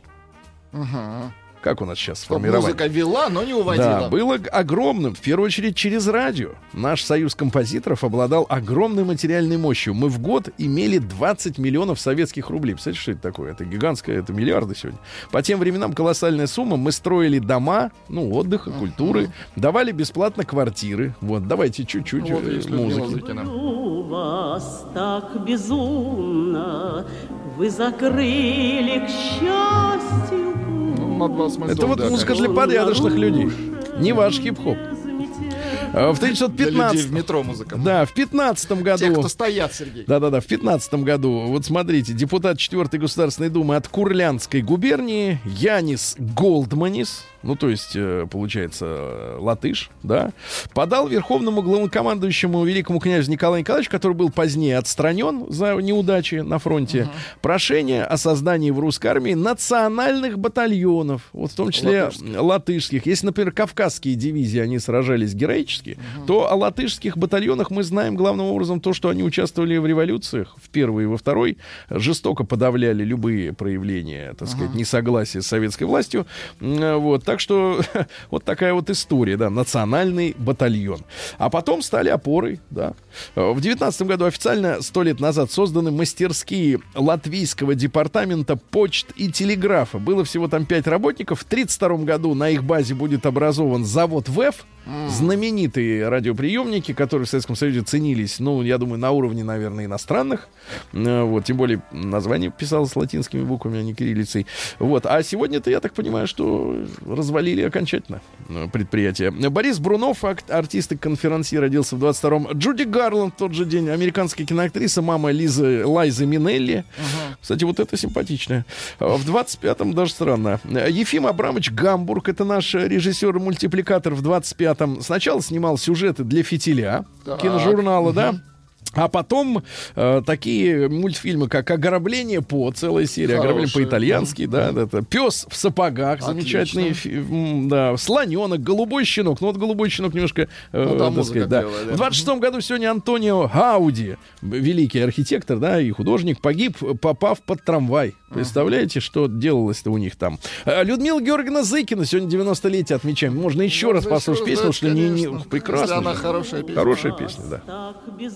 как у нас сейчас сформирование? Музыка вела, но не уводила. Да, было огромным, в первую очередь через радио. Наш союз композиторов обладал огромной материальной мощью. Мы в год имели 20 миллионов советских рублей. Представляете, что это такое? Это гигантское, это миллиарды сегодня. По тем временам колоссальная сумма. Мы строили дома, отдыха, культуры, давали бесплатно квартиры. Вот, давайте чуть-чуть музыки. Вас так безумно вы закрыли, к счастью. Это вот музыка для порядочных людей. Не ваш хип-хоп. В 1915... в метро музыка. Да, в 15 году... Те, кто стоят, Сергей. Да-да-да, в 15 году, вот смотрите, депутат 4-й Государственной Думы от Курляндской губернии Янис Голдманис, то есть, получается, латыш, да, подал верховному главнокомандующему великому князю Николаю Николаевичу, который был позднее отстранен за неудачи на фронте, прошение о создании в русской армии национальных батальонов, вот в том числе латышских. Если, например, кавказские дивизии, они сражались героически, то о латышских батальонах мы знаем главным образом то, что они участвовали в революциях, в первой и во второй, жестоко подавляли любые проявления, так сказать, несогласия с советской властью. Вот, так что вот такая вот история, да, национальный батальон. А потом стали опорой, да. В 19 году официально 100 лет назад созданы мастерские Латвийского департамента почт и телеграфа. Было всего там 5 работников. В 1932 году на их базе будет образован завод ВЭФ. Знаменитые радиоприемники, которые в Советском Союзе ценились, я думаю, на уровне, наверное, иностранных. Вот, тем более название писалось латинскими буквами, а не кириллицей. Вот. А сегодня-то, я так понимаю, что развалили окончательно предприятие. Борис Брунов, артист и конферансье, родился в 22-м. Джуди Гарланд в тот же день, американская киноактриса, мама Лайзы Минелли. Кстати, вот это симпатичная. В 25-м даже странно. Ефим Абрамович Гамбург, это наш режиссер-мультипликатор. В 25-м сначала снимал сюжеты для «Фитиля», киножурнала, да? А потом такие мультфильмы, как «Ограбление по», целая серия, «Ограбление по-итальянски», да, это «Пес в сапогах», замечательный, да, «Слоненок», «Голубой щенок». Вот «Голубой щенок» немножко, так сказать, да. В 26-м году сегодня Антонио Гауди, великий архитектор, да, и художник, погиб, попав под трамвай. Представляете, что делалось-то у них там? Людмила Георгиевна Зыкина, сегодня 90-летие отмечаем. Можно еще раз послушать песню, потому что не прекрасно. Она хорошая песня. Хорошая песня, да.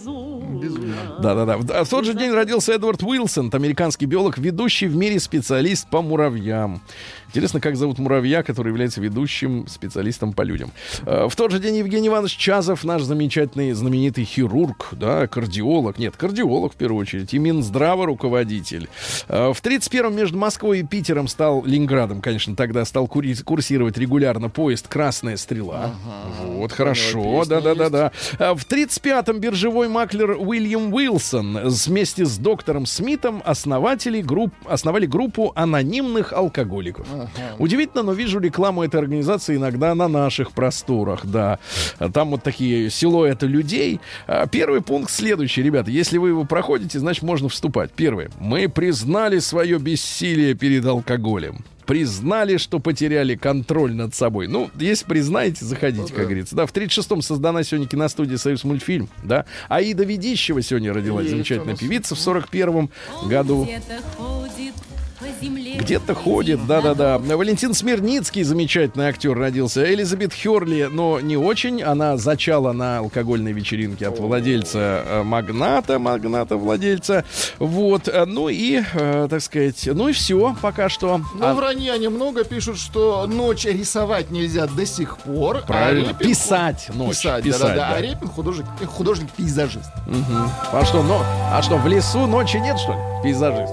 Да-да-да. В тот же день родился Эдвард Уилсон, американский биолог, ведущий в мире специалист по муравьям. Интересно, как зовут муравья, который является ведущим специалистом по людям. В тот же день Евгений Иванович Чазов, наш замечательный, знаменитый хирург, да, кардиолог. Нет, кардиолог в первую очередь. И Минздрава руководитель. В 31-м между Москвой и Питером Ленинградом, конечно, тогда стал курсировать регулярно поезд «Красная стрела». Вот, хорошо, да-да-да-да. В 35-м биржевой маклер Уильям Уилсон вместе с доктором Смитом основали группу анонимных алкоголиков. Удивительно, но вижу рекламу этой организации иногда на наших просторах, да. Там вот такие силуэты людей. Первый пункт следующий, ребята. Если вы его проходите, значит, можно вступать. Первое. Мы признали свое бессилие перед алкоголем. Признали, что потеряли контроль над собой. Если признаете, заходите, как говорится. Да, в 36-м создана сегодня киностудия «Союз мультфильм». Да. Аида Ведищева сегодня родилась, замечательная певица, в 41-м году. Где-то ходит, да-да-да. Валентин Смирницкий, замечательный актер, родился. Элизабет Хёрли, но не очень. Она зачала на алкогольной вечеринке от владельца магната-владельца. Вот. Ну и, так сказать, ну и все пока что. Но вранья немного, пишут, что ночь рисовать нельзя до сих пор. Правильно. А Репин Писать ночь. Писать, да. А Репин художник-пейзажист. Угу. А что, в лесу ночи нет, что ли? Пейзажист.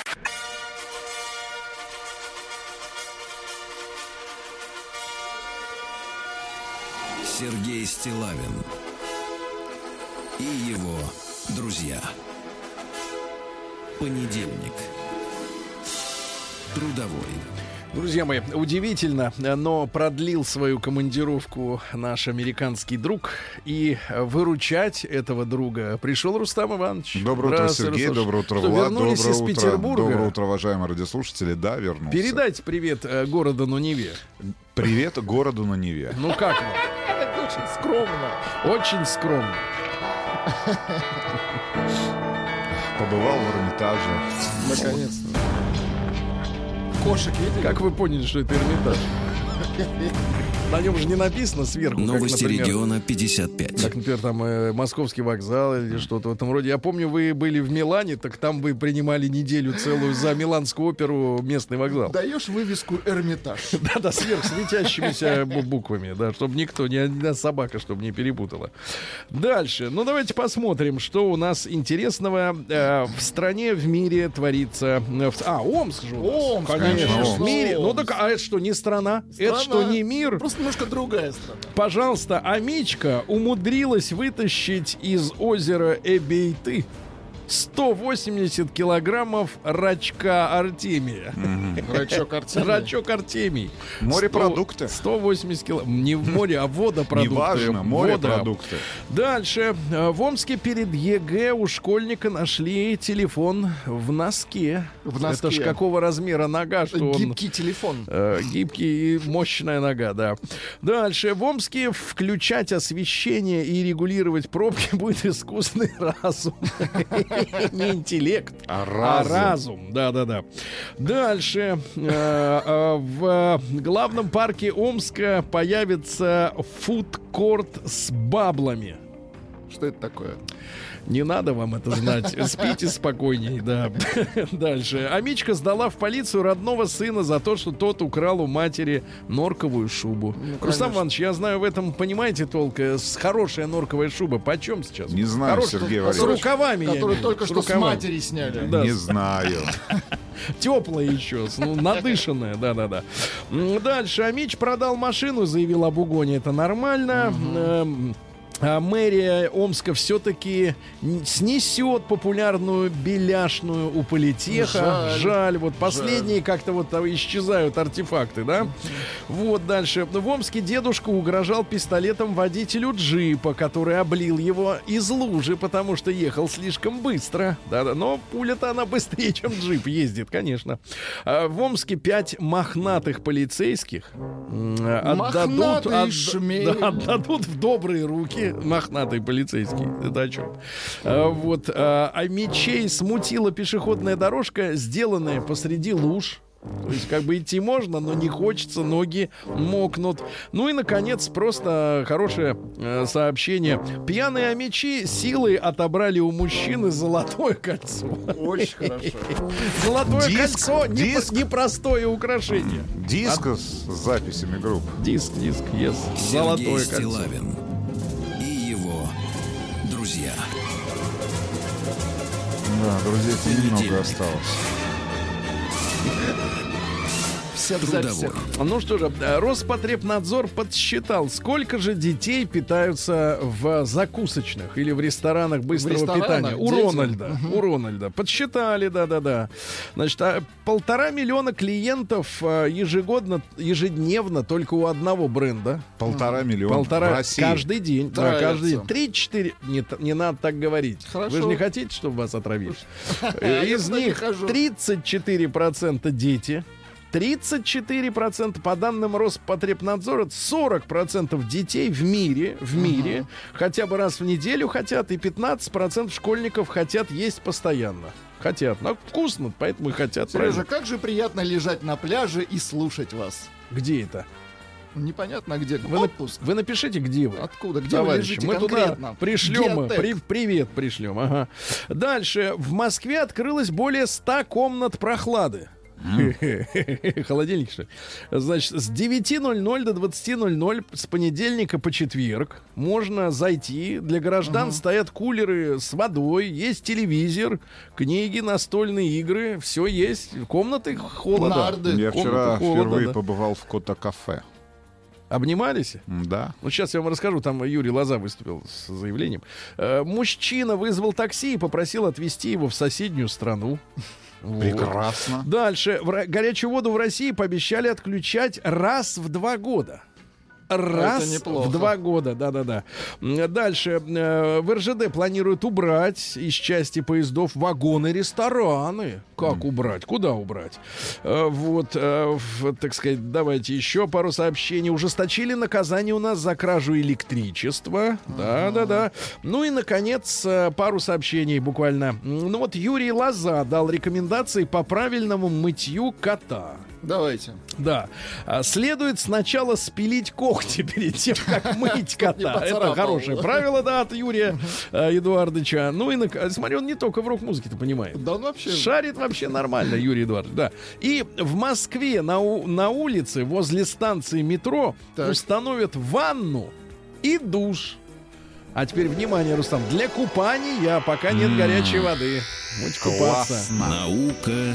Сергей Стиллавин и его друзья. Понедельник. Трудовой. Друзья мои, удивительно, но продлил свою командировку наш американский друг. И выручать этого друга пришел Рустам Иванович. Доброе утро, Сергей. Доброе утро, Влад. Вернулись из Петербурга. Доброе утро, уважаемые радиослушатели. Да, вернулся. Передайте привет городу на Неве. Привет городу на Неве. Ну как вам? Это очень скромно. Очень скромно. Побывал в Эрмитаже. Наконец-то. Кошек видели? Как вы поняли, что это Эрмитаж? На нем же не написано сверху. Новости как, например, региона 55. Как, например, там Московский вокзал или что-то в этом роде. Я помню, вы были в Милане, так там вы принимали неделю целую за Миланскую оперу местный вокзал. Даешь вывеску «Эрмитаж». Да-да, сверх светящимися буквами, да, чтобы никто, ни одна собака, чтобы не перепутала. Дальше. Ну, давайте посмотрим, что у нас интересного в стране, в мире творится. Омск же у нас. Омск, конечно. Омск. В мире. Ну, так, а это что, не страна? Это что, не мир? Просто немножко другая страна. Пожалуйста, амичка умудрилась вытащить из озера Эбейты 180 килограммов рачка Артемия. Рачок Артемий. Рачок Артемий. Морепродукты. 180 килограммов. Не в море, а водопродукты. Неважно, морепродукты. Дальше. В Омске перед ЕГЭ у школьника нашли телефон в носке. В носке. Это ж какого размера нога, что он... Гибкий телефон. Гибкий и мощная нога, да. Дальше. В Омске включать освещение и регулировать пробки будет искусственный разум. Не интеллект, а разум. Да-да-да. Дальше. В главном парке Омска появится фудкорт с баблами. Что это такое? Не надо вам это знать. Спите спокойней, да. Дальше. Амичка сдала в полицию родного сына за то, что тот украл у матери норковую шубу. Рустам Иванович, я знаю, в этом понимаете толк. Хорошая норковая шуба. Почем сейчас? Не знаю, Сергей С Валерьевич. рукавами. Которую только что с матери сняли. Да. Не знаю. Теплая еще, надышанная, да-да-да. Дальше. Амич продал машину, заявил об угоне. Это нормально. Мэрия Омска все-таки снесет популярную беляшную у политеха. Жаль. Вот последние как-то вот исчезают артефакты, да? Вот дальше. В Омске дедушка угрожал пистолетом водителю джипа, который облил его из лужи, потому что ехал слишком быстро. Да-да. Но пуля-то она быстрее, чем джип ездит, конечно. В Омске 5 мохнатых полицейских отдадут в добрые руки. Мохнатый полицейский. Это о чем? Вот. А мечей смутила пешеходная дорожка, сделанная посреди луж. То есть как бы идти можно, но не хочется, ноги мокнут. Ну и, наконец, просто хорошее сообщение. Пьяные амичи силой отобрали у мужчины золотое кольцо. Очень хорошо. Золотое кольцо — непростое украшение. Диск с записями групп. Диск, yes. Золотое Сергей кольцо. Стиллавин и его друзья. Да, друзей немного осталось. Всем за всех. Ну что же, Роспотребнадзор подсчитал, сколько же детей питаются в закусочных или в ресторанах быстрого питания. У Рональда. У Рональда. Подсчитали, да-да-да. Значит, 1,5 миллиона клиентов ежедневно только у одного бренда. 1,5 миллиона в России. Каждый день. Да, каждый день. 3-4. Не надо так говорить. Хорошо. Вы же не хотите, чтобы вас отравили? Из них 34% дети. 34%, по данным Роспотребнадзора, 40% детей в мире хотя бы раз в неделю хотят, и 15% школьников хотят есть постоянно. Хотят, но вкусно, поэтому и хотят. Сережа, как же приятно лежать на пляже и слушать вас. Где это? Непонятно где. Отпуск. Вы напишите, где вы. Откуда? Где товарищи, вы лежите мы конкретно? туда пришлем, Геотек. привет пришлем. Ага. Дальше. В Москве открылось более 100 комнат прохлады. Холодильник, что ли? Значит, с 9:00 до 20:00 с понедельника по четверг можно зайти. Для граждан стоят кулеры с водой, есть телевизор, книги, настольные игры. Все есть. Комнаты холода. Нарды. Я вчера впервые да. побывал в Кота-кафе. Обнимались? Да. Ну, сейчас я вам расскажу. Там Юрий Лоза выступил с заявлением. Мужчина вызвал такси и попросил отвезти его в соседнюю страну. Прекрасно. Вот. Дальше. Горячую воду в России пообещали отключать раз в 2 года. Раз в 2 года, да-да-да. Дальше. В РЖД планируют убрать из части поездов вагоны-рестораны. Как убрать? Куда убрать? Вот, так сказать, давайте еще пару сообщений. Ужесточили наказание у нас за кражу электричества. Да-да-да. Ну и, наконец, пару сообщений буквально. Ну вот Юрий Лоза дал рекомендации по правильному мытью кота. Давайте. Да. Следует сначала спилить когти перед тем, как мыть кота. Это хорошее правило, да, от Юрия Эдуардовича. Ну и, смотри, он не только в рок-музыке-то понимает. Да он вообще... Шарит вообще нормально, Юрий Эдуардович, да. И в Москве на улице возле станции метро установят ванну и душ. А теперь, внимание, Рустам, для купания пока нет горячей воды. Будете купаться. Наука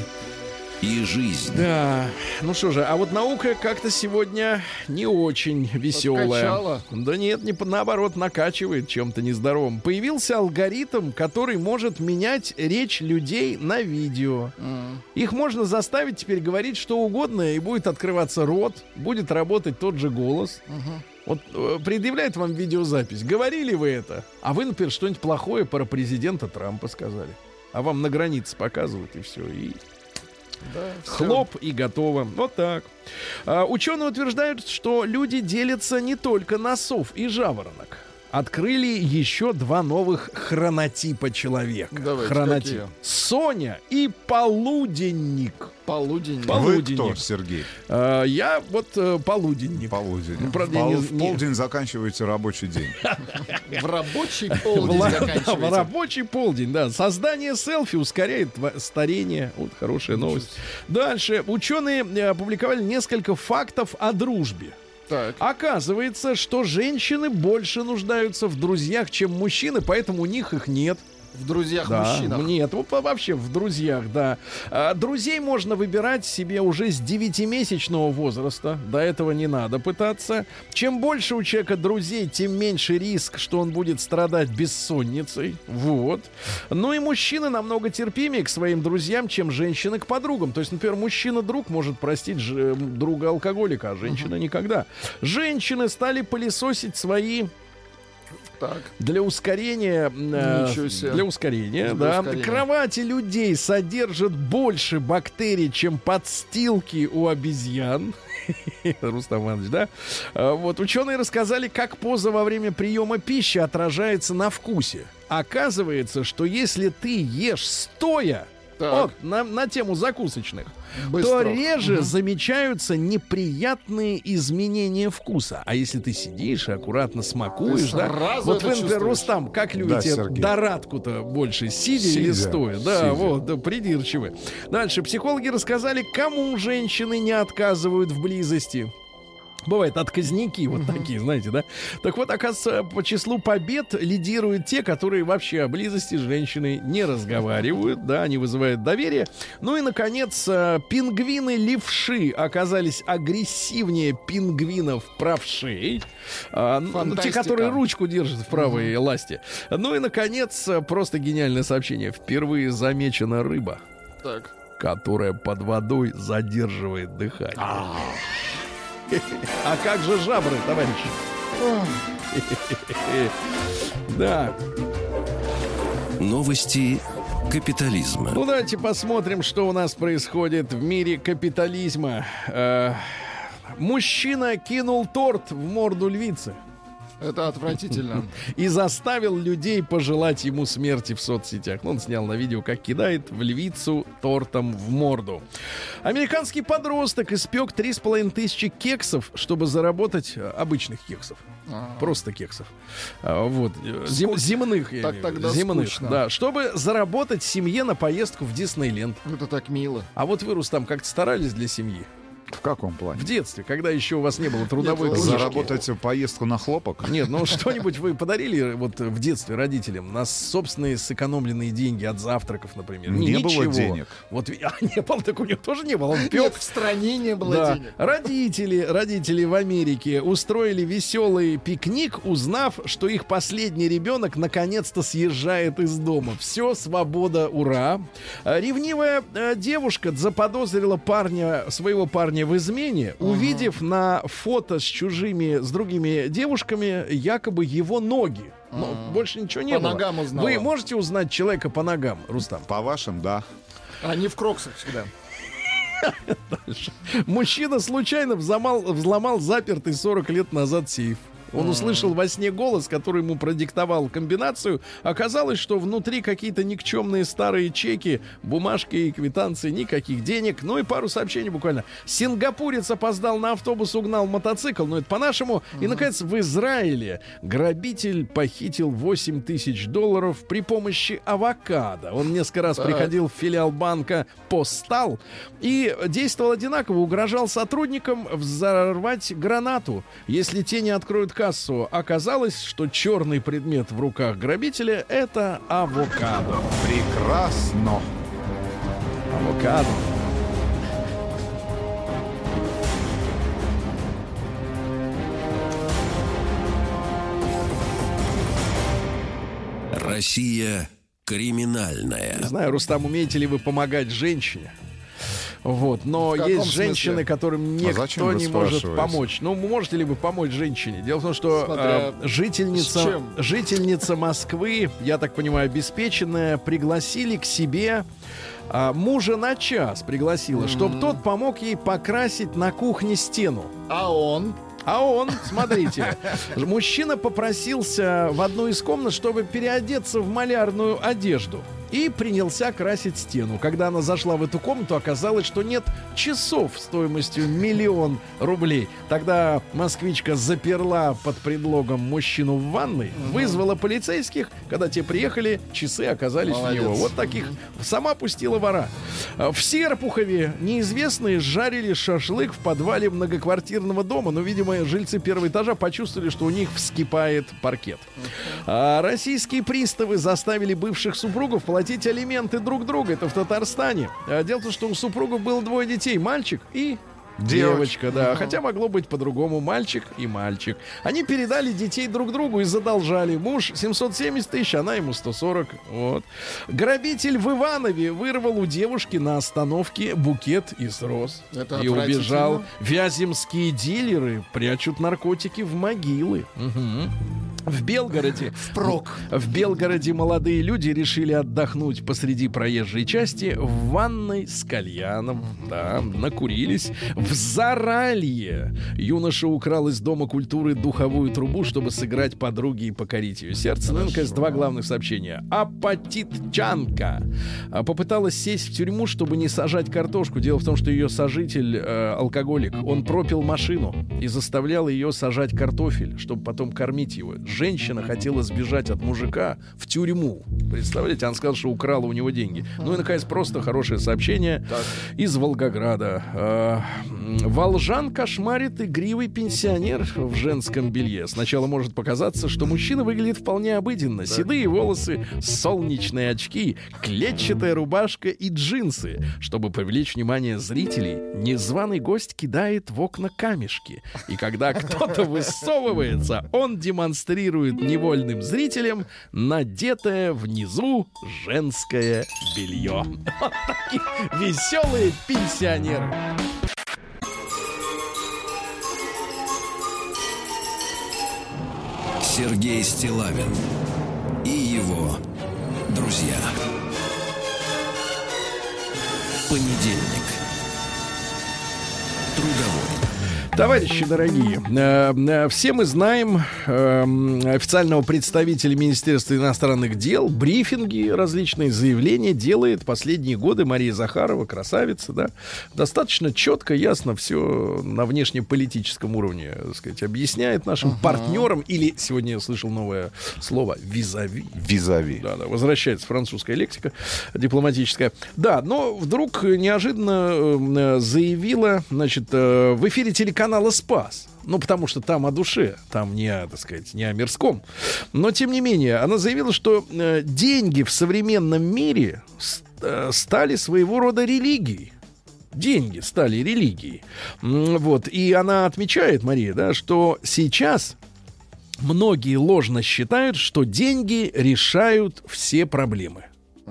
и жизнь. Да, ну что же, а вот наука как-то сегодня не очень веселая. Подкачала? Да нет, наоборот, накачивает чем-то нездоровым. Появился алгоритм, который может менять речь людей на видео. Их можно заставить теперь говорить что угодно, и будет открываться рот, будет работать тот же голос. Вот предъявляет вам видеозапись. Говорили вы это? А вы, например, что-нибудь плохое про президента Трампа сказали. А вам на границе показывают, и все, и... Да, хлоп и готово. Вот так. Ученые утверждают, что люди делятся не только на сов и жаворонок. Открыли еще 2 новых хронотипа человека. Давайте, Хронотип. какие? Соня и полуденник. Полуденник. Вы кто, Сергей? Я вот полуденник. Полудень. Ну, правда, я В полдень заканчиваете рабочий день. В рабочий полдень заканчивается. В рабочий полдень, да. Создание селфи ускоряет старение. Вот хорошая новость. Дальше. Ученые опубликовали несколько фактов о дружбе. Так. Оказывается, что женщины больше нуждаются в друзьях, чем мужчины, поэтому у них их нет. В друзьях-мужчинах. Нет, вообще в друзьях, да. Друзей можно выбирать себе уже с 9-месячного возраста. До этого не надо пытаться. Чем больше у человека друзей, тем меньше риск, что он будет страдать бессонницей. Вот. Ну и мужчины намного терпимее к своим друзьям, чем женщины к подругам. То есть, например, мужчина-друг может простить друга-алкоголика, а женщина никогда. Женщины стали пылесосить свои... Так. Для ускорения, кровати людей содержат больше бактерий, чем подстилки у обезьян. Рустам Иванович, да? Вот ученые рассказали, как поза во время приема пищи отражается на вкусе. Оказывается, что если ты ешь стоя, вот, на тему закусочных, то реже замечаются неприятные изменения вкуса. А если ты сидишь и аккуратно смакуешь, да? Вот вы, например, Рустам, как любите дорадку-то больше, сидя или стоя? Да, сидя. Вот, да, придирчивы. Дальше. Психологи рассказали, кому женщины не отказывают в близости. Бывают отказники вот такие, знаете, да? Так вот, оказывается, по числу побед лидируют те, которые вообще о близости с женщиной не разговаривают, да, они вызывают доверие. Ну и, наконец, пингвины-левши оказались агрессивнее пингвинов-правшей. Те, которые ручку держат в правой ласте. Ну и, наконец, просто гениальное сообщение. Впервые замечена рыба, которая под водой задерживает дыхание. А как же жабры, товарищи? Да. Новости капитализма. Ну, давайте посмотрим, что у нас происходит в мире капитализма. Мужчина кинул торт в морду львицы. Это отвратительно. И заставил людей пожелать ему смерти в соцсетях. Он снял на видео, как кидает в львицу тортом в морду. Американский подросток испек 3500 кексов, чтобы заработать обычных кексов. Просто кексов. Вот. Земных. Тогда земных, скучно. да. Чтобы заработать семье на поездку в Диснейленд. Это так мило. А вот вы, Рустам, как-то старались для семьи? В каком плане? В детстве, когда еще у вас не было трудовой Нет, книжки. Заработать поездку на хлопок? Нет, ну что-нибудь вы подарили вот в детстве родителям на собственные сэкономленные деньги от завтраков, например? Не Ничего. было денег. Вот, не было, так у него тоже не было. Он пек. Нет, в стране не было Да. денег. Родители в Америке устроили веселый пикник, узнав, что их последний ребенок наконец-то съезжает из дома. Все, свобода, ура. Ревнивая девушка заподозрила своего парня в измене, увидев на фото с другими девушками якобы его ноги. Но больше ничего не По было. ногам узнала. Вы можете узнать человека по ногам, Рустам? По вашим, да. Они в кроксах всегда. Мужчина случайно взломал запертый 40 лет назад сейф. Он услышал во сне голос, который ему продиктовал комбинацию. Оказалось, что внутри какие-то никчемные старые чеки, бумажки и квитанции, никаких денег. Ну и пару сообщений буквально. Сингапурец опоздал на автобус, угнал мотоцикл. Ну это по-нашему. И, наконец, в Израиле грабитель похитил $8000 при помощи авокадо. Он несколько раз приходил в филиал банка Постал и действовал одинаково. Угрожал сотрудникам взорвать гранату, если те не откроют кассу. Оказалось, что черный предмет в руках грабителя — это авокадо. Прекрасно. Авокадо. Россия криминальная. Не знаю, Рустам, умеете ли вы помогать женщине? Вот, но В каком есть женщины, смысле? которым зачем никто вы не может спрашиваете? помочь. Ну, можете ли вы помочь женщине? Дело в том, что Смотря с чем. жительница Москвы, я так понимаю, обеспеченная, пригласили к себе мужа на час, пригласила, чтобы тот помог ей покрасить на кухне стену. А он? А он, смотрите, мужчина попросился в одну из комнат, чтобы переодеться в малярную одежду. И принялся красить стену. Когда она зашла в эту комнату, оказалось, что нет часов стоимостью 1 000 000 рублей. Тогда москвичка заперла под предлогом мужчину в ванной, вызвала полицейских. Когда те приехали, часы оказались у него. Вот таких сама пустила вора. В Серпухове неизвестные жарили шашлык в подвале многоквартирного дома. Но, видимо, жильцы первого этажа почувствовали, что у них вскипает паркет. Российские приставы заставили бывших супругов платить алименты друг друга. Это в Татарстане. Дело в том, что у супругов было 2 детей. Мальчик и девочка, да. Хотя могло быть по-другому. Мальчик и мальчик. Они передали детей друг другу и задолжали. Муж 770 тысяч, она ему 140. Вот. Грабитель в Иванове вырвал у девушки на остановке букет из роз. Это и убежал. отвратительно. Вяземские дилеры прячут наркотики в могилы. В Белгороде в Белгороде молодые люди решили отдохнуть посреди проезжей части в ванной с кальяном. Да, накурились. В Заралье юноша украл из Дома культуры духовую трубу, чтобы сыграть подруге и покорить ее сердце. Ну, наконец, 2 главных сообщения. Апатитчанка попыталась сесть в тюрьму, чтобы не сажать картошку. Дело в том, что ее сожитель алкоголик. Он пропил машину и заставлял ее сажать картофель, чтобы потом кормить его. Женщина хотела сбежать от мужика в тюрьму. Представляете, он сказал, что украла у него деньги. Ну и, наконец, просто хорошее сообщение из Волгограда. Волжан кошмарит игривый пенсионер в женском белье. Сначала может показаться, что мужчина выглядит вполне обыденно. Седые волосы, солнечные очки, клетчатая рубашка и джинсы. Чтобы привлечь внимание зрителей, незваный гость кидает в окна камешки. И когда кто-то высовывается, он демонстрирует невольным зрителям надетое внизу женское белье. Вот такие веселые пенсионеры. Сергей Стиллавин и его друзья. Понедельник. Трудовой. Товарищи дорогие, все мы знаем официального представителя Министерства иностранных дел, брифинги, различные заявления делает последние годы Мария Захарова, красавица, да, достаточно четко, ясно все на внешнеполитическом уровне, так сказать, объясняет нашим партнерам, или сегодня я слышал новое слово «визави». Визави. Да, возвращается французская лексика дипломатическая. Да, но вдруг неожиданно заявила, значит, в эфире телеканала «Спас». Ну, потому что там о душе, там не о, так сказать, не о мирском. Но, тем не менее, она заявила, что деньги в современном мире стали своего рода религией. Деньги стали религией. Вот. И она отмечает, Мария, да, что сейчас многие ложно считают, что деньги решают все проблемы.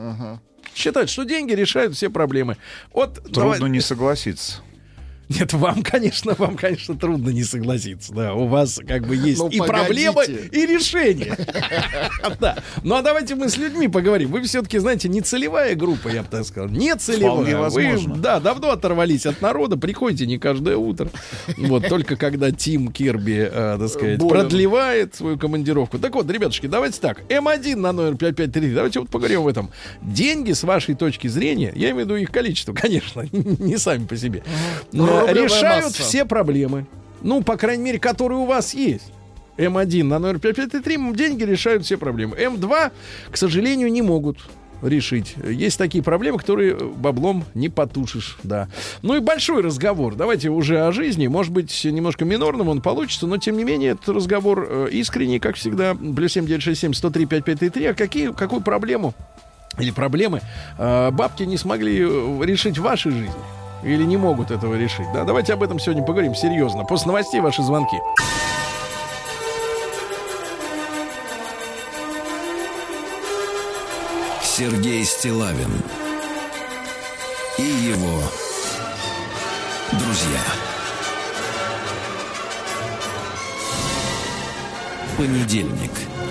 Считают, что деньги решают все проблемы. Вот, Трудно не согласиться. Нет, вам, конечно, трудно не согласиться. Да, у вас как бы есть и погодите. проблемы, и решения. Да. Ну, а давайте мы с людьми поговорим. Вы все-таки, знаете, не целевая группа, я бы так сказал. Не целевая. Вполне возможно. Вы, да, давно оторвались от народа, приходите не каждое утро. Вот, только когда Тим Кирби, так сказать, продлевает свою командировку. Так вот, ребятушки, давайте так. М1 на номер 5533. Давайте вот поговорим об этом. Деньги, с вашей точки зрения, я имею в виду их количество, конечно, не сами по себе, решают масса. все проблемы. Ну, по крайней мере, которые у вас есть. М1 на номер 5533 деньги решают все проблемы. М2, к сожалению, не могут решить. Есть такие проблемы, которые баблом не потушишь, да. Ну и большой разговор. Давайте уже о жизни. Может быть, немножко минорным он получится, но тем не менее, этот разговор искренний, как всегда. Плюс 7967 103 5533. А какую проблему или проблемы бабки не смогли решить в вашей жизни? Или не могут этого решить? Да, давайте об этом сегодня поговорим серьезно. После новостей ваши звонки. Сергей Стиллавин и его друзья. Понедельник.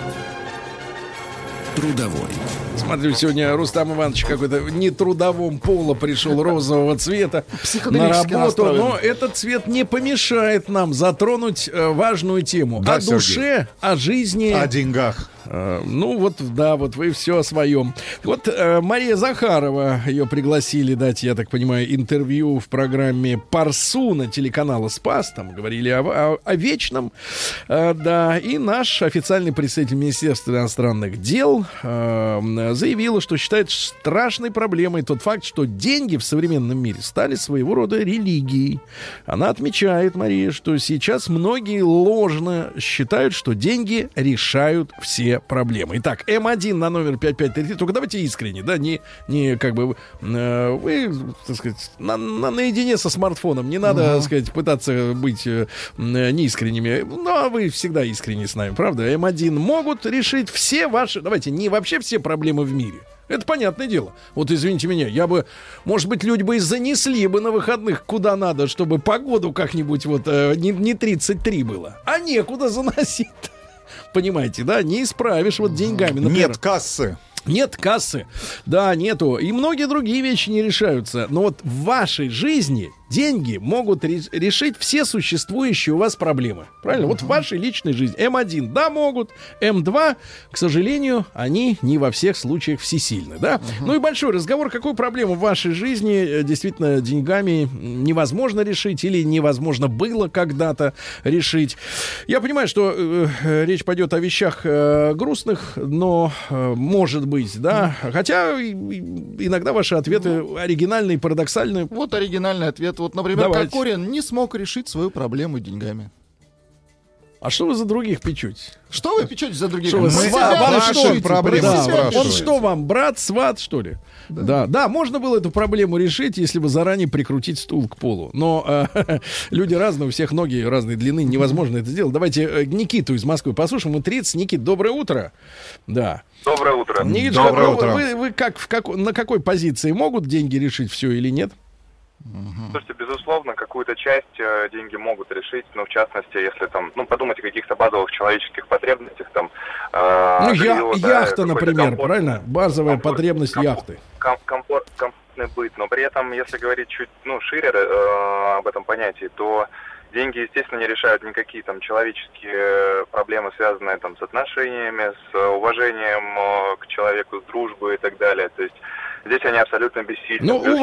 Трудовой. Смотрю, сегодня Рустам Иванович какой-то нетрудовом пола пришел, розового цвета на работу. настроен. Но этот цвет не помешает нам затронуть важную тему. Да, о душе, о жизни. О деньгах. Ну вот, да, вот вы все о своем. Вот Мария Захарова, ее пригласили дать, я так понимаю, интервью в программе «Парсуна» телеканала «Спас». Там говорили о вечном. Да, и наш официальный представитель Министерства иностранных дел заявила, что считает страшной проблемой тот факт, что деньги в современном мире стали своего рода религией. Она отмечает, Мария, что сейчас многие ложно считают, что деньги решают все проблемы. Итак, М1 на номер 5533. Только давайте искренне, да, не как бы вы, так сказать, наедине со смартфоном. Не надо, так сказать, пытаться быть неискренними. Ну, а вы всегда искренне с нами, правда? М1 могут решить все ваши, давайте, не вообще все проблемы в мире. Это понятное дело. Вот извините меня, я бы, может быть, люди бы и занесли бы на выходных куда надо, чтобы погоду как-нибудь вот не 33 было. А некуда заносить. Понимаете, да? Не исправишь вот деньгами, например. Нет кассы. Нет кассы. Да, нету. И многие другие вещи не решаются. Но вот в вашей жизни деньги могут решить все существующие у вас проблемы. Правильно? Вот в вашей личной жизни. М1, да, могут. М2, к сожалению, они не во всех случаях всесильны, да? Ну и большой разговор, какую проблему в вашей жизни действительно деньгами невозможно решить или невозможно было когда-то решить. Я понимаю, что речь пойдет о вещах грустных, но может быть, да? Хотя иногда ваши ответы оригинальные, парадоксальные. Вот оригинальный ответ. Вот, например, Давайте. Кокорин не смог решить свою проблему деньгами. А что вы за других печете? Что вы печетесь за других? Что вы, Вы сват, себя вам решите, что, вы проблемы себя спрашиваете? Он решите. что вам, брат, сват, что ли? Да, можно было эту проблему решить, если бы заранее прикрутить стул к полу. Но люди разные, у всех ноги разной длины, невозможно это сделать. Давайте Никиту из Москвы послушаем. Мы 30. Никит, доброе утро. Да. Доброе утро. Никитушка, Доброе ну, утро. вы на какой позиции? Могут деньги решить все или нет? Слушайте, безусловно, какую-то часть деньги могут решить, но в частности, если там, подумать о каких-то базовых человеческих потребностях, там... Ну, жилье, да, яхта, какой-то например, комфорт, правильно? Базовая потребность яхты. Комфорт, комфортный быт, но при этом, если говорить чуть шире об этом понятии, то деньги, естественно, не решают никакие там человеческие проблемы, связанные там с отношениями, с уважением к человеку, с дружбой и так далее. То есть здесь они абсолютно бессильны. Ну, Плюс,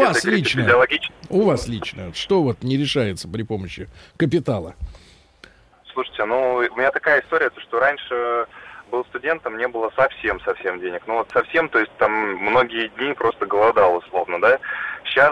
у вас лично, что вот не решается при помощи капитала? Слушайте, у меня такая история, что раньше был студентом, не было совсем денег. Ну вот совсем, то есть там многие дни просто голодал условно, да. Сейчас,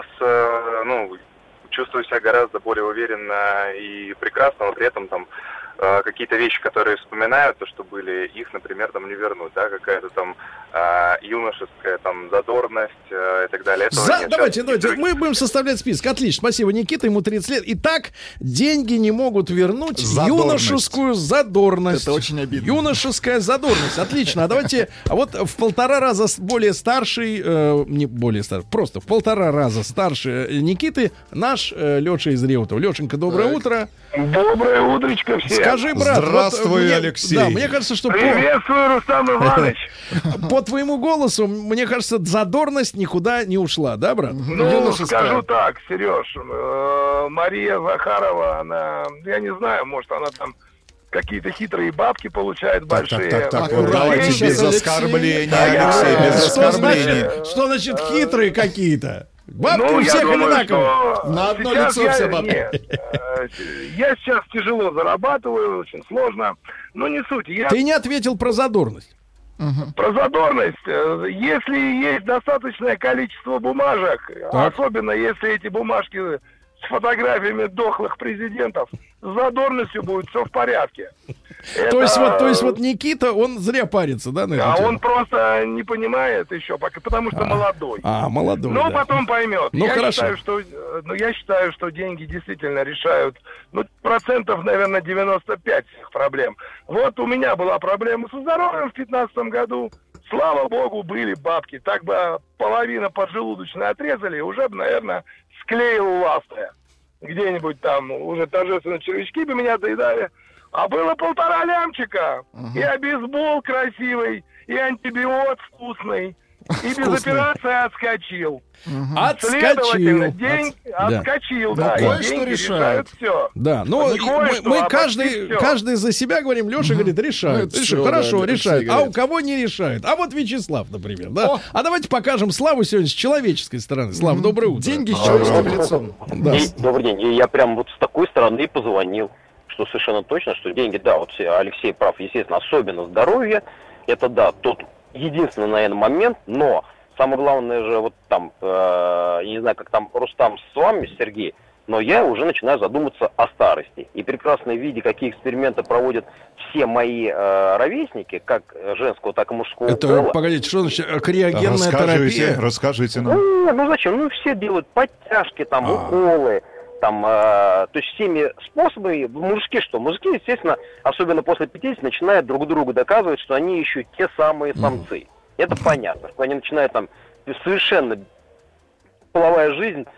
чувствую себя гораздо более уверенно и прекрасно, но при этом там какие-то вещи, которые вспоминаю, то, что были, их, например, там не вернуть, да, какая-то там юношеская там задорность и так далее. Давайте, мы будем составлять список. Отлично, спасибо, Никита, ему 30 лет. Итак, деньги не могут вернуть юношескую задорность. Это очень обидно. Юношеская задорность, отлично. А давайте, вот в 1,5 раза более старший, не более старший, просто в 1,5 раза старше Никиты, наш Леша из Реутова. Лешенька, доброе утро. Доброе утречко всем. Скажи, брат, здравствуй, Алексей. Да, мне кажется, что приветствую, Рустам Иванович. По твоему голосу, мне кажется, задорность никуда не ушла, да, брат? Скажу так, Сереж, Мария Захарова, она, я не знаю, может, она там какие-то хитрые бабки получает большие. Так, давайте без оскорблений, Алексей, без оскорблений. Что значит хитрые какие-то? Бабки у всех одинаковые. На одно лицо все бабки. Я сейчас тяжело зарабатываю, очень сложно, но не суть. Ты не ответил про задорность. Про задорность. Если есть достаточное количество бумажек, особенно если эти бумажки с фотографиями дохлых президентов, с задорностью будет все в порядке. То есть вот Никита, он зря парится, да, на эту тему? Он просто не понимает еще, потому что молодой. Молодой, Но потом поймет. Я считаю, что деньги действительно решают, процентов, наверное, 95 всех проблем. Вот у меня была проблема со здоровьем в 2015 году. Слава богу, были бабки. Так бы половина поджелудочной отрезали, уже бы, наверное, склеил ласты. Где-нибудь там уже торжественно червячки бы меня доедали. А было 1,5 лямчика. И обезбол красивый, и антибиот вкусный. И без операции отскочил. Следовательно, отскочил, да. И деньги решают все. Да, но мы каждый за себя говорим. Леша говорит, решают. Хорошо, решают. А у кого не решают? А вот Вячеслав, например, да. А давайте покажем Славу сегодня с человеческой стороны. Слав, доброе утро. Деньги с человеческим лицом. Добрый день. Я прям вот с такой стороны и позвонил, что совершенно точно, что деньги, да, вот Алексей прав, естественно, особенно здоровье, это да, тот единственный, наверное, момент, но самое главное же вот там, я не знаю, как там Рустам с вами, Сергей, но я уже начинаю задуматься о старости. И прекрасно видя, какие эксперименты проводят все мои ровесники, как женского, так и мужского пола. Погодите, что значит криогенная терапия? Расскажите нам. Ну зачем? Все делают подтяжки, там, уколы. Там, то есть всеми способами, мужики, естественно, особенно после 50, начинают друг другу доказывать, что они еще те самые самцы. Это понятно, что они начинают там совершенно половая жизнь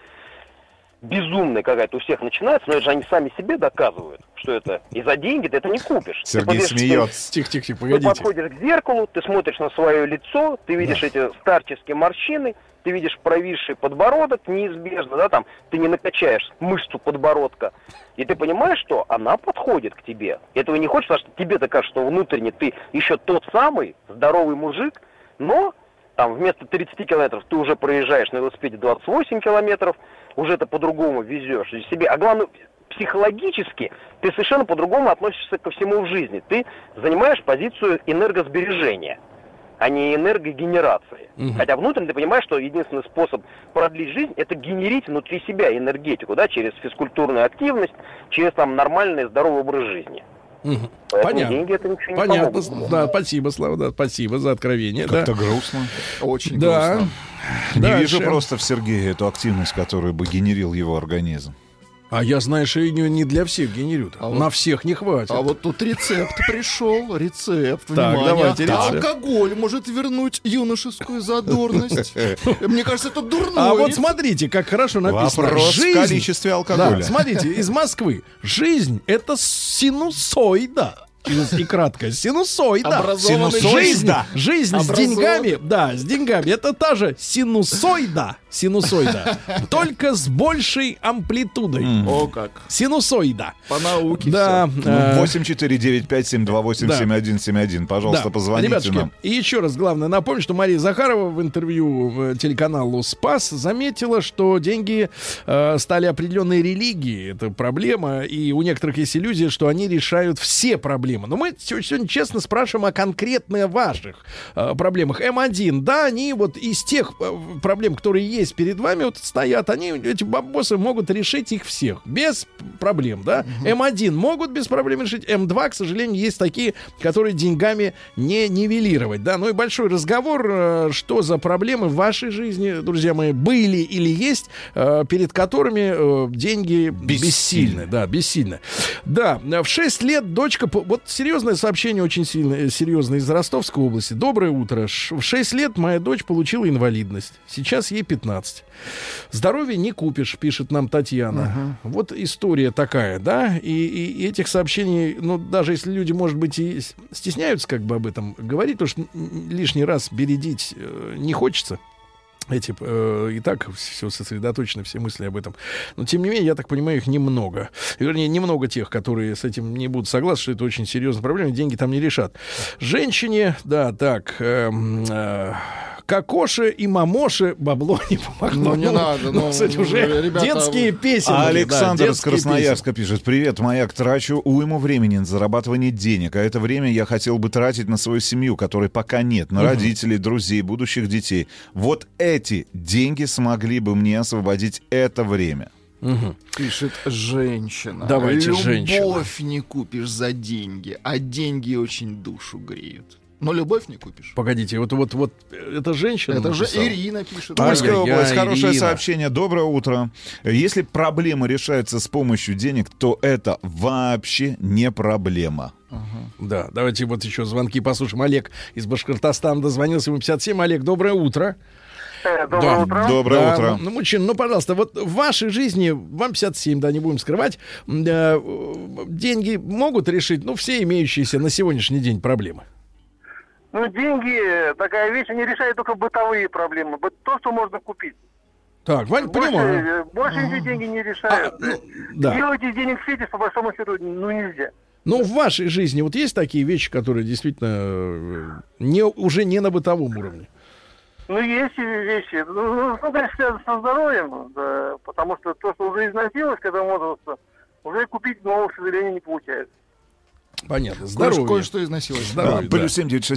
безумная какая-то у всех начинается, но это же они сами себе доказывают, что это и за деньги ты это не купишь. Сергей смеется. Тихо, погодите. Ты подходишь к зеркалу, ты смотришь на свое лицо, ты видишь эти старческие морщины, ты видишь провисший подбородок неизбежно, да, там, ты не накачаешь мышцу подбородка, и ты понимаешь, что она подходит к тебе. Этого не хочешь, потому что тебе-то кажется, что внутренне ты еще тот самый здоровый мужик, но там вместо 30 километров ты уже проезжаешь на велосипеде 28 километров, уже это по-другому везешь себе. А главное, психологически ты совершенно по-другому относишься ко всему в жизни. Ты занимаешь позицию энергосбережения, а не энергогенерации. Хотя внутренне ты понимаешь, что единственный способ продлить жизнь — это генерить внутри себя энергетику, да, через физкультурную активность, через там нормальный здоровый образ жизни. Понятно. Деньги это ничего не Понятно. помогут. Да, спасибо, Слава, да, спасибо за откровение. Как-то да. грустно. Очень грустно. Не вижу просто в Сергее эту активность, которую бы генерил его организм. А я, знаешь, ее не для всех генерют. На всех не хватит. А вот тут рецепт пришел. Рецепт. Так, внимание. давайте рецепт. Алкоголь может вернуть юношескую задорность. Мне кажется, это дурной. А вот смотрите, как хорошо написано. Вопрос в количестве алкоголя. Да, смотрите, из Москвы. Жизнь — это синусоида. через и кратко. Синусоида. Синусоида. Жизнь с деньгами, да, с деньгами. Это та же синусоида. Только с большей амплитудой. О, как. Синусоида. По науке. Да. 8495-728-7171. Пожалуйста, позвоните Ребятушки, нам. и еще раз главное напомнить, что Мария Захарова в интервью телеканалу «Спас» заметила, что деньги стали определенной религией. Это проблема. И у некоторых есть иллюзия, что они решают все проблемы. Но мы сегодня честно спрашиваем о конкретно ваших проблемах. М1, да, они вот из тех проблем, которые есть перед вами, вот стоят, они, эти бабосы, могут решить их всех. Без проблем, да. М1 могут без проблем решить. М2, к сожалению, есть такие, которые деньгами не нивелировать, да. Ну и большой разговор, что за проблемы в вашей жизни, друзья мои, были или есть, перед которыми деньги бессильны. Да, бессильны. Да, в 6 лет дочка... Вот серьезное сообщение, очень серьезное, из Ростовской области. Доброе утро. В 6 лет моя дочь получила инвалидность. Сейчас ей 15. Здоровье не купишь, пишет нам Татьяна. Вот история такая, да. И этих сообщений, ну, даже если люди, может быть, и стесняются как бы об этом говорить, потому что лишний раз бередить не хочется. Эти и так все сосредоточены, все мысли об этом. Но, тем не менее, я так понимаю, их немного. Вернее, немного тех, которые с этим не будут согласны, что это очень серьезная проблема, деньги там не решат. Женщине, да, так... Кокоши и мамоши бабло не помогло. Ну, не надо. Ну, кстати, уже ребята, детские песенки. Александр из Красноярска пишет. Привет, маяк, трачу уйму времени на зарабатывание денег, а это время я хотел бы тратить на свою семью, которой пока нет, на родителей, друзей, будущих детей. Вот эти деньги смогли бы мне освободить это время. Пишет женщина. Давайте, любовь женщина. не купишь за деньги, а деньги очень душу греют. Но любовь не купишь. Погодите, вот это женщина. Это же Ирина пишет. Тульская область, хорошее Ирина. сообщение. Доброе утро. Если проблема решается с помощью денег, то это вообще не проблема. Да, давайте вот еще звонки послушаем. Олег из Башкортостана дозвонился, ему 57. Олег, доброе утро. Доброе утро. Доброе утро. Ну, мужчина, ну, пожалуйста, вот в вашей жизни, вам 57, да, не будем скрывать, деньги могут решить, ну, все имеющиеся на сегодняшний день проблемы? Ну, деньги, такая вещь, они решают только бытовые проблемы. То, что можно купить. Так, Вань, понимаю. Больше эти деньги не решают. Да. Делать из денег фетиш, по большому счету, ну, нельзя. Ну, в вашей жизни вот есть такие вещи, которые действительно уже не на бытовом уровне? Ну, есть вещи. Ну, смотри, связано со здоровьем, да, потому что то, что уже износилось к этому возрасту, уже купить нового, к сожалению, не получается. Понятно. Здоровье. Кое-что износилось. Здоровье, Плюс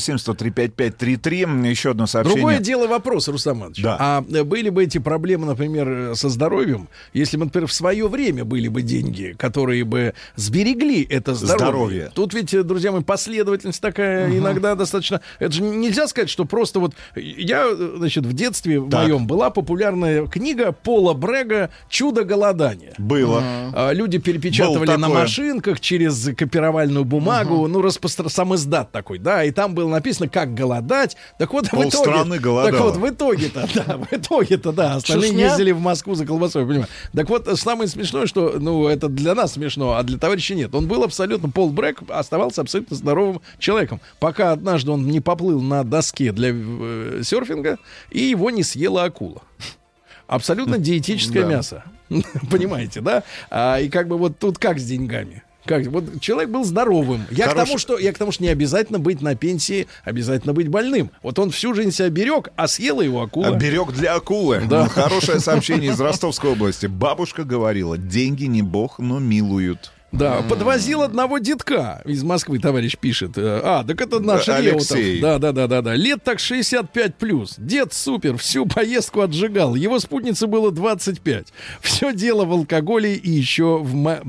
7967-103-5533. Еще одно сообщение. Другое дело вопрос, Рустам Иванович. Да. А были бы эти проблемы, например, со здоровьем, если бы, например, в свое время были бы деньги, которые бы сберегли это здоровье. Тут ведь, друзья мои, последовательность такая иногда достаточно... Это же нельзя сказать, что просто вот... Я, значит, в детстве моем была популярная книга Пола Брега «Чудо голодания». Было. Люди перепечатывали на машинках через копировальную бумагу, ну, сам издат такой, да, и там было написано, как голодать. Так вот, в итоге... голодало. Так вот, в итоге-то, да, остальные ездили в Москву за колбасой, понимаю. Так вот, самое смешное, что, ну, это для нас смешно, а для товарища нет. Он был абсолютно, Пол Брег оставался абсолютно здоровым человеком, пока однажды он не поплыл на доске для серфинга, и его не съела акула. Абсолютно диетическое мясо. Понимаете, да? И как бы вот тут как с деньгами? Вот человек был здоровым. Я к тому, что не обязательно быть на пенсии, обязательно быть больным. Вот он всю жизнь себя берег, а съела его акула. Берег для акулы. Да. Хорошее сообщение из Ростовской области. Бабушка говорила, деньги не бог, но милуют. Да, подвозил одного детка из Москвы, товарищ пишет. Так это наш Алексей. Да. Лет так 65+. Дед супер, всю поездку отжигал. Его спутнице было 25. Все дело в алкоголе и еще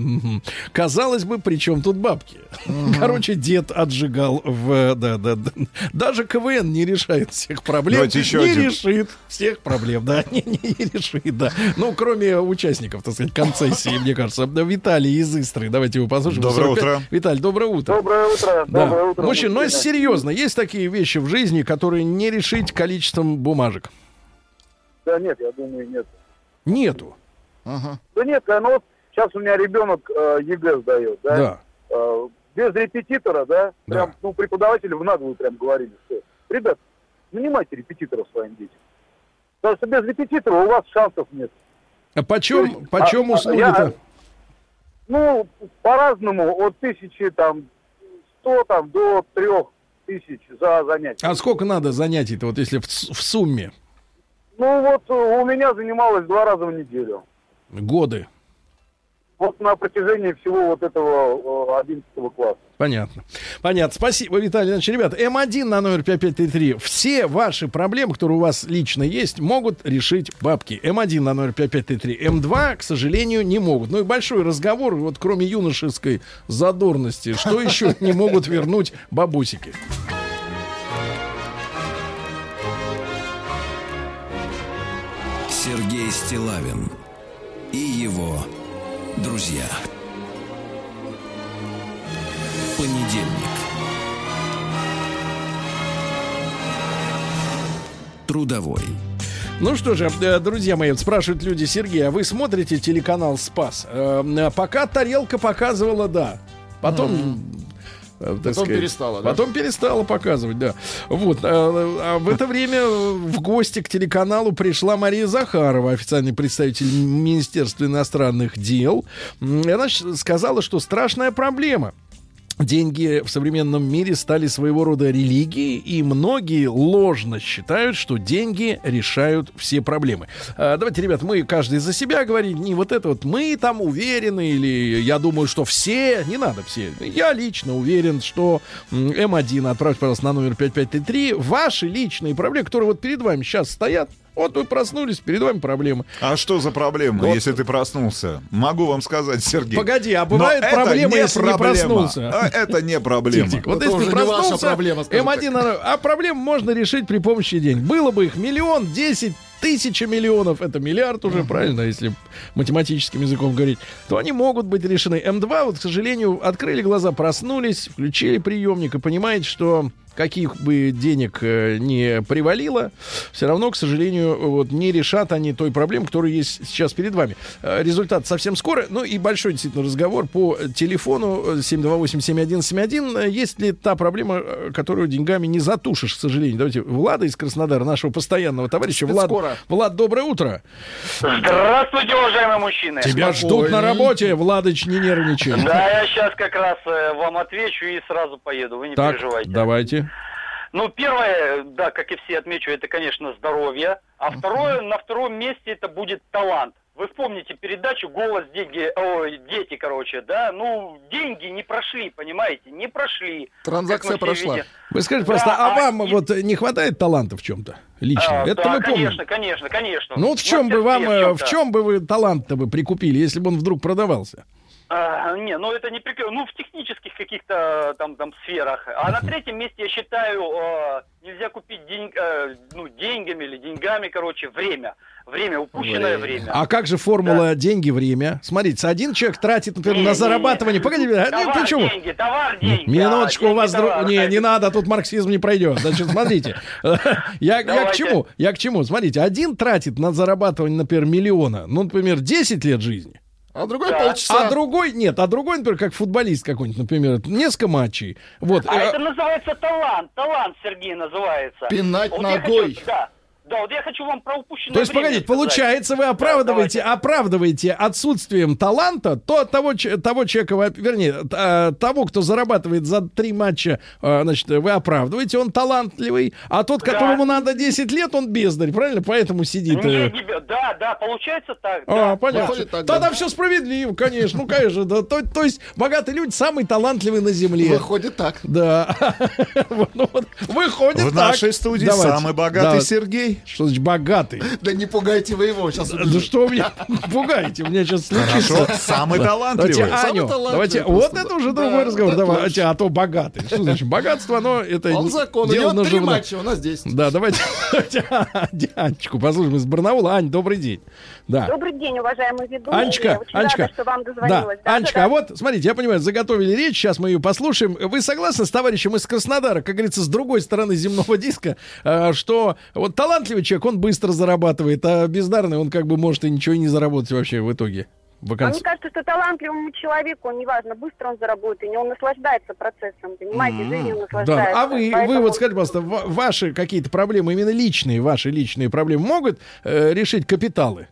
Казалось бы, при чем тут бабки? Короче, дед отжигал Даже КВН не решает всех проблем. Решит всех проблем, да. Не решит, да. Ну, кроме участников, так сказать, концессии, мне кажется. Виталий из Истры. Давайте его послушаем. Доброе утро. Виталий, доброе утро. Доброе утро. Да. Доброе утро. Мужчина, но серьезно, есть такие вещи в жизни, которые не решить количеством бумажек? Да нет, я думаю, нет. Нету? Да нет, ну вот сейчас у меня ребенок ЕГЭ сдает, да? без репетитора, да, прям, ну, преподаватели в наглую прям говорили, что, ребят, нанимайте репетиторов своим детям. Потому что без репетитора у вас шансов нет. А почем услуги-то? Ну, по-разному, от 1100 там, до 3000 за занятие. А сколько надо занятий-то, вот если в сумме? Ну, вот у меня занималось 2 раза в неделю. Годы? Вот на протяжении всего вот этого 11 класса. Понятно. Спасибо, Виталий Иванович. Ребята, М1 на номер 5533. Все ваши проблемы, которые у вас лично есть, могут решить бабки. М1 на номер 5533. М2, к сожалению, не могут. Ну и большой разговор, вот кроме юношеской задорности, что еще не могут вернуть бабусики? Сергей Стиллавин и его друзья. Понедельник. Трудовой. Ну что же, друзья мои, спрашивают люди: Сергей, а вы смотрите телеканал «Спас»? Пока тарелка показывала, да. Потом перестала, да? Потом перестала показывать, да. Вот. А в это время в гости к телеканалу пришла Мария Захарова, официальный представитель Министерства иностранных дел. И она сказала, что страшная проблема. Деньги в современном мире стали своего рода религией, и многие ложно считают, что деньги решают все проблемы. Давайте, ребят, мы каждый за себя говорим, не вот это вот мы там уверены, или я думаю, что все, не надо все. Я лично уверен, что М1, отправьте, пожалуйста, на номер 5533, ваши личные проблемы, которые вот перед вами сейчас стоят. Вот вы проснулись, перед вами проблемы. А что за проблема, вот, если ты проснулся? Могу вам сказать, Сергей. Погоди, а бывает проблема, если не проснулся? Это не проблема. Вот если ты проснулся, М1, а проблему можно решить при помощи денег. Было бы их 1 000 000, 10 1000 миллионов, это миллиард уже, правильно, если математическим языком говорить, то они могут быть решены. М2, вот, к сожалению, открыли глаза, проснулись, включили приемник и понимаете, что каких бы денег не привалило, все равно, к сожалению, вот, не решат они той проблемы, которая есть сейчас перед вами. Результат совсем скоро. Ну и большой действительно разговор по телефону 728-7171. Есть ли та проблема, которую деньгами не затушишь, к сожалению? Давайте Влада из Краснодара, нашего постоянного товарища. Влад, доброе утро. Здравствуйте, уважаемые мужчины. Тебя ждут на работе, Владыч, не нервничай. Да, я сейчас как раз вам отвечу и сразу поеду, вы не переживайте. Давайте. Ну, первое, да, как и все отмечу, это, конечно, здоровье. А второе, на втором месте это будет талант. Вы вспомните передачу «Голос, дети», короче, да? Ну, деньги не прошли, понимаете? Не прошли. Транзакция прошла. Видим. Вы скажите, просто, а вам вот не хватает таланта в чем-то лично? Это да, вы помните? Конечно. Ну, вот в чем бы вы талант-то бы прикупили, если бы он вдруг продавался? Не, ну это не ну в технических каких-то там сферах. А на третьем месте, я считаю, нельзя купить деньгами или деньгами, короче, время. Упущенное время. А как же формула деньги-время? Смотрите, один человек тратит, например, на зарабатывание. Погодите, товар, деньги. Минуточку, у вас... Не надо, тут марксизм не пройдет. Значит, смотрите. Я к чему? Смотрите, один тратит на зарабатывание, например, 1 миллиона, ну, например, 10 лет жизни. А другой полчаса. А другой, например, как футболист какой-нибудь, например, несколько матчей. Вот. Это называется талант, Сергей, называется. Пинать ногой. Да, вот я хочу вам про упущенное время. То есть, погодите, получается, вы оправдываете отсутствием таланта того человека, вернее, того, кто зарабатывает за 3 матча, значит, вы оправдываете, он талантливый, а тот, которому надо 10 лет, он бездарь, правильно? Поэтому сидит... Да, получается так. Понятно. Тогда все справедливо, конечно. Ну, конечно, да. То есть, богатые люди самые талантливые на земле. Выходит так. Да. Выходит так. В нашей студии самый богатый Сергей. Что значит богатый? Да не пугайте вы его сейчас. Да что вы меня пугаете? У меня сейчас случится. Хорошо, самый талантливый. Давайте, вот это уже другой разговор. Давайте, а то богатый. Что значит богатство? Это дело наживное. 3 матча, у нас 10. Да, давайте Анечку послушаем из Барнаула. Ань, добрый день. Да. Добрый день, уважаемый ведущий. Анечка, рада, что вам дозвонилась. Да. Анечка, а вот, смотрите, я понимаю, заготовили речь, сейчас мы ее послушаем. Вы согласны с товарищем из Краснодара, как говорится, с другой стороны земного диска, что вот талантливый человек, он быстро зарабатывает, а бездарный, он как бы может и ничего и не заработать вообще в итоге? вакансии? Мне кажется, что талантливому человеку, неважно, быстро он заработает, или он наслаждается процессом, понимаете, жизнью наслаждается. Да. А вы вот скажите, пожалуйста, ваши какие-то проблемы, именно личные, ваши личные проблемы могут решить капиталы?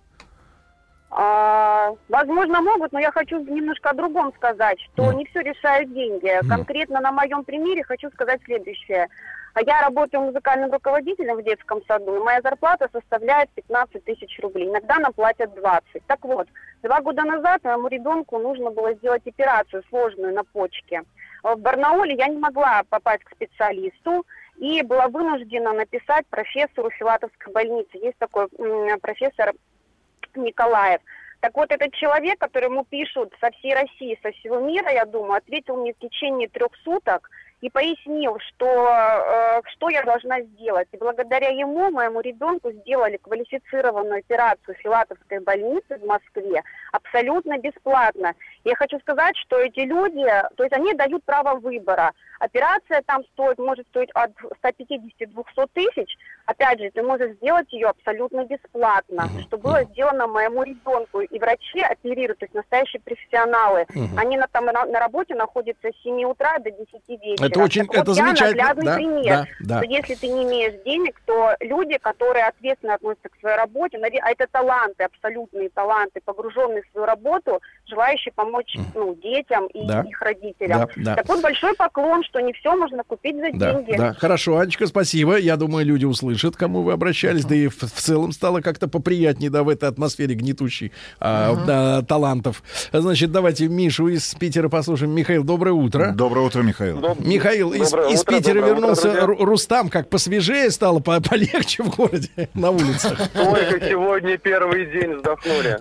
Возможно, могут, но я хочу немножко о другом сказать, что не все решают деньги. Конкретно на моем примере хочу сказать следующее. Я работаю музыкальным руководителем в детском саду, и моя зарплата составляет 15 тысяч рублей. Иногда нам платят 20. Так вот, 2 года назад моему ребенку нужно было сделать операцию сложную на почке. В Барнауле я не могла попасть к специалисту и была вынуждена написать профессору Филатовской больницы. Есть такой профессор Николаев. Так вот, этот человек, которому пишут со всей России, со всего мира, я думаю, ответил мне в течение 3 суток и пояснил, что я должна сделать. И благодаря ему, моему ребенку, сделали квалифицированную операцию в Филатовской больнице в Москве абсолютно бесплатно. Я хочу сказать, что эти люди, то есть они дают право выбора. Операция там может стоить от 150-200 тысяч. Опять же, ты можешь сделать ее абсолютно бесплатно, что было сделано моему ребенку. И врачи оперируют, то есть настоящие профессионалы. Они на работе находятся с 7 утра до 10 вечера. Это очень, так вот, это замечательно. Наглядный пример, что если ты не имеешь денег, то люди, которые ответственно относятся к своей работе, а это таланты, абсолютные таланты, погруженные в свою работу, желающие помочь детям и их родителям. Так вот, большой поклон, что не все можно купить за деньги. Да, хорошо, Анечка, спасибо. Я думаю, люди услышат, к кому вы обращались, да и в целом стало как-то поприятнее, в этой атмосфере гнетущей талантов. Значит, давайте Мишу из Питера послушаем. Михаил, доброе утро. Доброе утро, Михаил. Михаил, из Питера вернулся. Рустам, как посвежее стало, полегче в городе, на улицах. Только сегодня первый день вздохнули.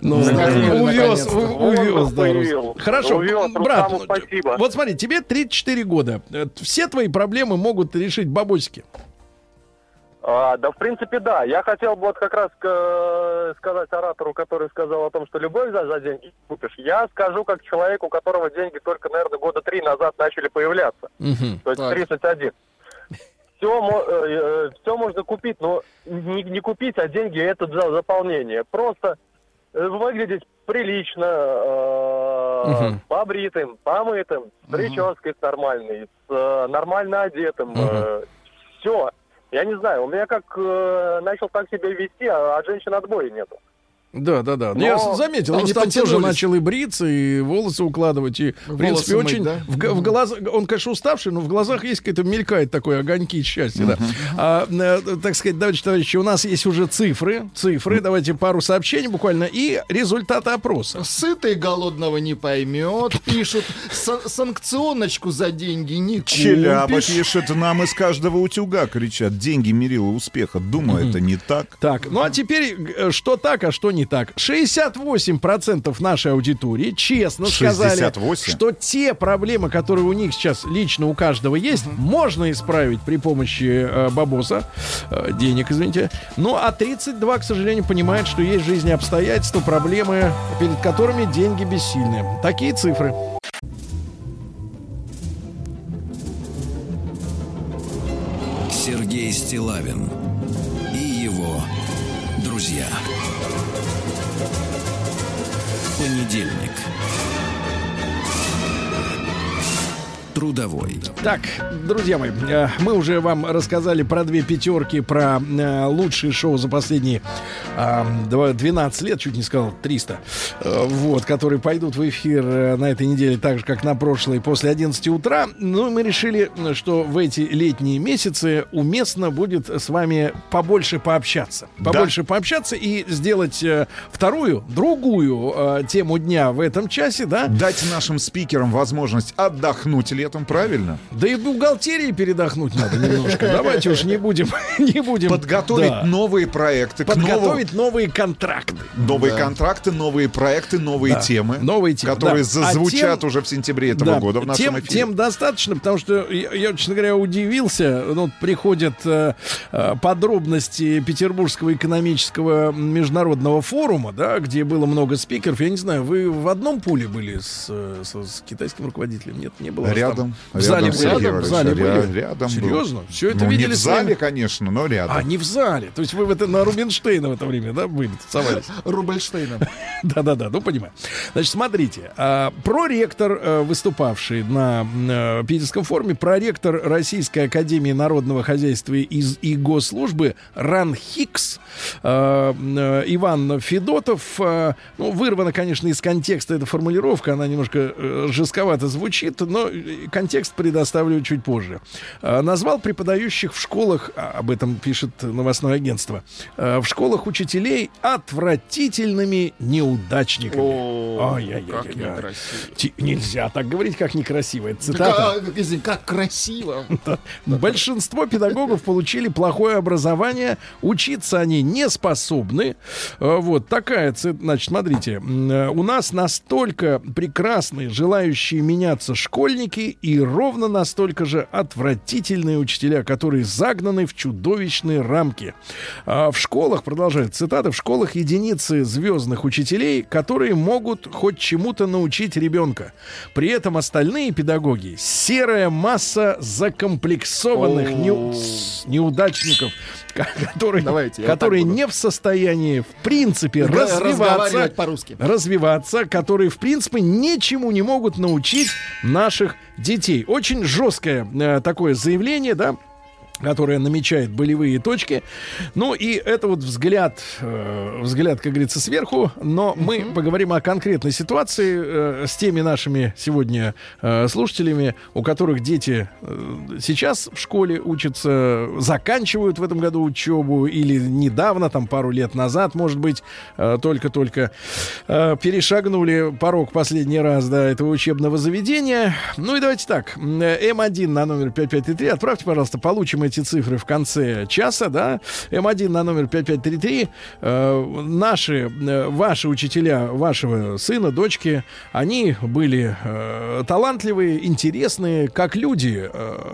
Увез, да. Хорошо, брат, спасибо. Вот смотри, тебе 34 года. Все твои проблемы могут решить бабосики. Да, в принципе, да. Я хотел бы вот как раз сказать оратору, который сказал о том, что любовь за деньги купишь. Я скажу как человек, у которого деньги только, наверное, 3 года назад начали появляться. То есть 31. Все можно купить, но не купить, а деньги это за заполнение. Просто выглядеть прилично, побритым, помытым, с прической нормальной, с нормально одетым. Все. Я не знаю, у меня как начал так себя вести, а от женщин отбоя нету. Да. Но я заметил, Рустам тоже начал и бриться, и волосы укладывать, и, в принципе, мыть, очень... Да? В глазах, он, конечно, уставший, но в глазах есть какое-то мелькает такое огоньки счастья, да. Так сказать, товарищи, у нас есть уже цифры, давайте пару сообщений буквально, и результаты опроса. Сытый голодного не поймет, пишут, санкционочку за деньги не купишь. Челяба пишет, нам из каждого утюга кричат, деньги мерила успеха. Думаю, это не так. Так, ну а теперь, что так, а что не так. 68% нашей аудитории честно сказали, что те проблемы, которые у них сейчас лично у каждого есть, можно исправить при помощи бабоса, денег, извините. Ну, а 32, к сожалению, понимают, что есть в жизни обстоятельства, проблемы, перед которыми деньги бессильны. Такие цифры. Сергей Стиллавин и его друзья. Понедельник. Трудовой. Так, друзья мои, мы уже вам рассказали про 2 пятерки, про лучшие шоу за последние 12 лет, чуть не сказал 300, вот, которые пойдут в эфир на этой неделе, так же, как на прошлой, после 11 утра. Ну, мы решили, что в эти летние месяцы уместно будет с вами побольше пообщаться. Побольше пообщаться и сделать другую тему дня в этом часе, да? Дать нашим спикерам возможность отдохнуть летом, правильно? Да и в бухгалтерии передохнуть надо немножко. Давайте уж не будем. Подготовить новые проекты. Подготовить новые контракты. Новые контракты, новые проекты, новые темы. Новые темы. Которые зазвучат уже в сентябре этого года в нашем эфире. Тем достаточно, потому что я, честно говоря, удивился. Приходят подробности Петербургского экономического международного форума, да, где было много спикеров. Я не знаю, вы в одном пуле были с китайским руководителем? Нет, не было. Рядом Рядом. В зале были? Рядом. Серьезно? Все это ну, видели? Не в зале, конечно, но рядом. А, не в зале. То есть вы на Рубинштейна в это время, да, были, тусовались? Рубинштейна. Да-да-да, ну понимаю. Значит, смотрите. Проректор, выступавший на Питерском форуме, проректор Российской академии народного хозяйства и госслужбы РАНХИКС Иван Федотов. Ну, вырвана, конечно, из контекста эта формулировка, она немножко жестковато звучит, но контекст предоставлю чуть позже. Назвал преподающих в школах, об этом пишет новостное агентство, в школах учителей отвратительными неудачниками. Ай-яй-яй-яй. Нельзя так говорить, как некрасиво. Это цитата. Как красиво. Большинство педагогов получили плохое образование, учиться они не способны. Вот такая, значит, смотрите, у нас настолько прекрасные, желающие меняться школьники и ровно настолько же отвратительные учителя, которые загнаны в чудовищные рамки. В школах, продолжает цитата, в школах единицы звездных учителей, которые могут хоть чему-то научить ребенка. При этом остальные педагоги — серая масса закомплексованных неудачников, которые не в состоянии, в принципе, развиваться, которые, в принципе, ничему не могут научить наших детей. Очень жесткое такое заявление, да, которая намечает болевые точки. Ну и это вот взгляд, как говорится, сверху. Но мы поговорим о конкретной ситуации с теми нашими сегодня слушателями, у которых дети сейчас в школе учатся, заканчивают в этом году учебу или недавно, там пару лет назад, может быть, только-только перешагнули порог последний раз до этого учебного заведения. Ну и давайте так. М1 на номер 5533. Отправьте, пожалуйста, получим эти цифры в конце часа, да. М1 на номер 5533. Ваши учителя вашего сына, дочки, они были талантливые, интересные, как люди,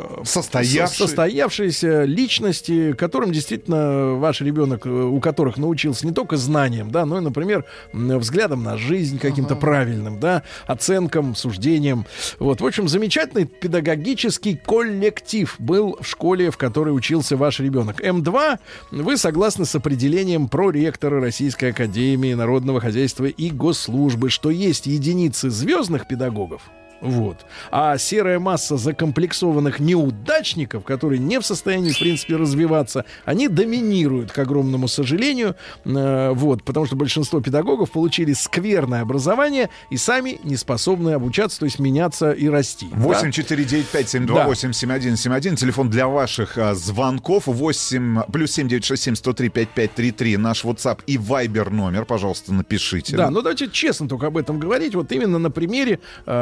состоявшиеся личности, которым действительно ваш ребенок, у которых научился не только знаниям, да, но и, например, взглядом на жизнь каким-то правильным, да, оценкам, суждениям. Вот, в общем, замечательный педагогический коллектив был в школе, в которой учился ваш ребенок. М2, вы согласны с определением проректора Российской академии народного хозяйства и госслужбы, что есть единицы звездных педагогов, вот, а серая масса закомплексованных неудачников, которые не в состоянии, в принципе, развиваться, они доминируют, к огромному сожалению, вот, потому что большинство педагогов получили скверное образование и сами не способны обучаться, то есть меняться и расти. 8-495-728-7171, телефон для ваших звонков, 8 +7 967 103 5533, наш WhatsApp и Viber номер, пожалуйста, напишите. Да, ну давайте честно только об этом говорить, вот именно на примере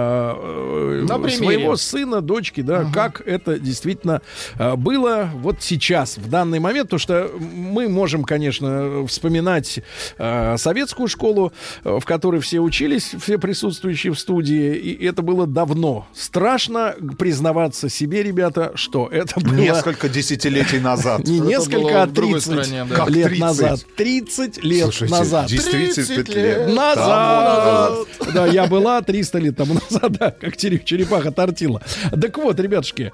своего сына, дочки, да, как это действительно было вот сейчас, в данный момент, потому что мы можем, конечно, вспоминать советскую школу, в которой все учились, все присутствующие в студии, и это было давно. Страшно признаваться себе, ребята, что это было... Несколько десятилетий назад. Не несколько, а 30 лет назад. 30 лет назад. Действительно, 30 лет назад. Да, я была 300 лет тому назад, да, как черепаха тортила. Так вот, ребятушки,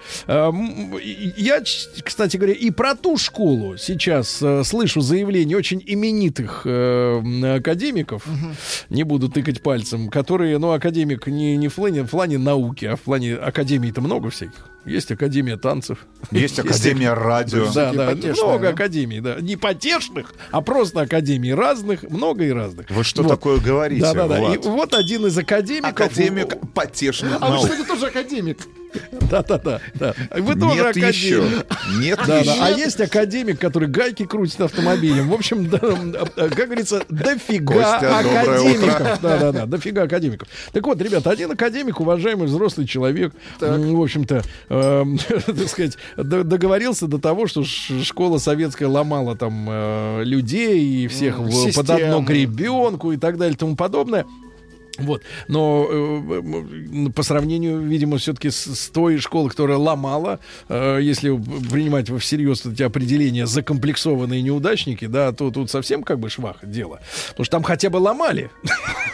я, кстати говоря, и про ту школу сейчас слышу заявления очень именитых академиков, не буду тыкать пальцем, которые, ну, академик не в плане науки, а в плане академий-то много всяких. Есть академия танцев. Есть академия радио. Да, много академий, да. Не потешных, а просто академий разных, много и разных. Вы что такое говорите, Да. И вот один из академиков... Академик потешных наук. А вы, кстати, тоже академик. Да. Вы тоже академик. Нет еще. А есть академик, который гайки крутит автомобилем. В общем, как говорится, дофига академиков. Да, дофига академиков. Так вот, ребята, один академик, уважаемый взрослый человек, в общем-то, так сказать, договорился до того, что школа советская ломала там людей и всех под одну гребенку и так далее и тому подобное. Вот. Но по сравнению, видимо, все-таки с той школой, которая ломала, если принимать всерьез эти определения закомплексованные неудачники, да, то тут совсем как бы швах дело. Потому что там хотя бы ломали.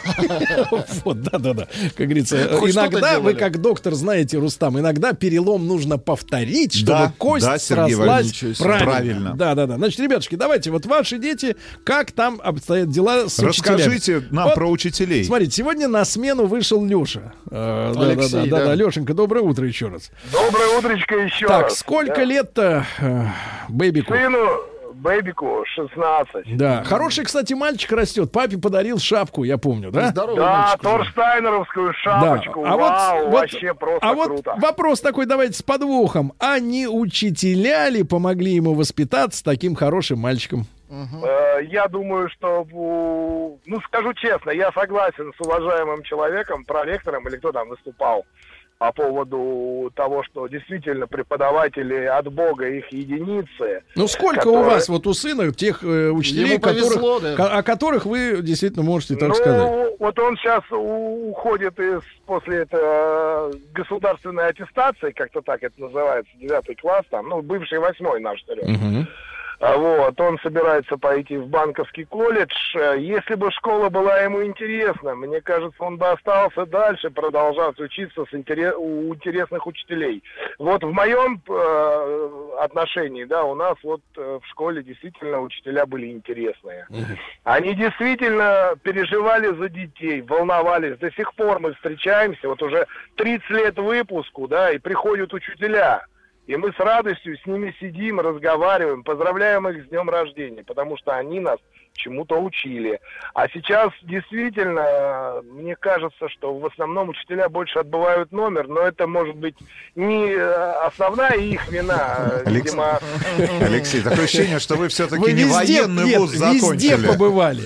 Вот, да. Как говорится, иногда вы, как доктор, знаете, Рустам, иногда перелом нужно повторить, чтобы кость срослась правильно. Да. Значит, ребятушки, давайте, вот ваши дети, как там обстоят дела с учителями? Расскажите нам про учителей. Смотрите, сегодня на смену вышел Леша. Алексей, да. Лешенька, доброе утро еще раз. Доброе утречко еще так, раз. Так, сколько лет-то бэбику? Сыну бэбику 16. Да, хороший, кстати, мальчик растет. Папе подарил шапку, я помню, да? Здоровый мальчик. Да, Торштайнеровскую шапочку. Да. Вау, вообще просто круто. Вот вопрос такой, давайте с подвохом. А не учителя ли помогли ему воспитаться таким хорошим мальчиком? Я думаю, что, скажу честно, я согласен с уважаемым человеком, проректором, или кто там выступал по поводу того, что действительно преподаватели от Бога, их единицы. Ну, сколько у вас, вот у сына, тех учителей, о которых вы действительно можете так сказать? Вот он сейчас уходит после государственной аттестации, как-то так это называется, 9 класс, там, бывший 8 наш старик. Вот, он собирается пойти в банковский колледж. Если бы школа была ему интересна, мне кажется, он бы остался дальше, продолжать учиться у интересных учителей. Вот в моем отношении, да, у нас вот в школе действительно учителя были интересные. Они действительно переживали за детей, волновались. До сих пор мы встречаемся, вот уже 30 лет выпуску, да, и приходят учителя. И мы с радостью с ними сидим, разговариваем, поздравляем их с днем рождения, потому что они нас чему-то учили. А сейчас действительно, мне кажется, что в основном учителя больше отбывают номер, но это может быть не основная их вина. Видимо... Алексей, такое ощущение, что вы все-таки не военный вуз закончили. Везде побывали.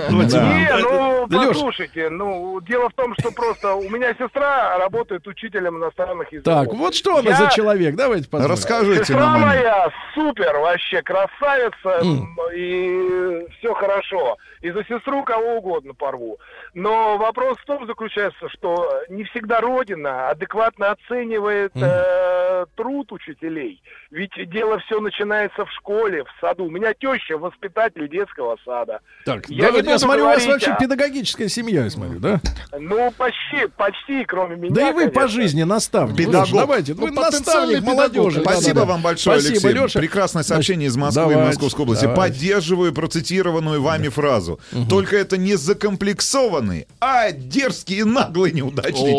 Послушайте, дело в том, что просто у меня сестра работает учителем иностранных языков. Так, вот что она за человек, давайте посмотрим. Расскажите Сестра нам. моя супер, вообще красавица, и все хорошо. И за сестру кого угодно порву. Но вопрос в том заключается, что не всегда Родина адекватно оценивает труд учителей. Ведь дело все начинается в школе, в саду. У меня теща воспитатель детского сада. Так, я смотрю, у вас вообще педагогическая семья, я смотрю, да? Почти, кроме меня. Да и вы по жизни наставник. Педагог. Давайте, вы наставник молодежи. Спасибо вам большое, Алексей. Леша. Прекрасное сообщение из Москвы и Московской области. Поддерживаю процитированную вами фразу. Только это не закомплексованный, а дерзкий и наглый неудачник.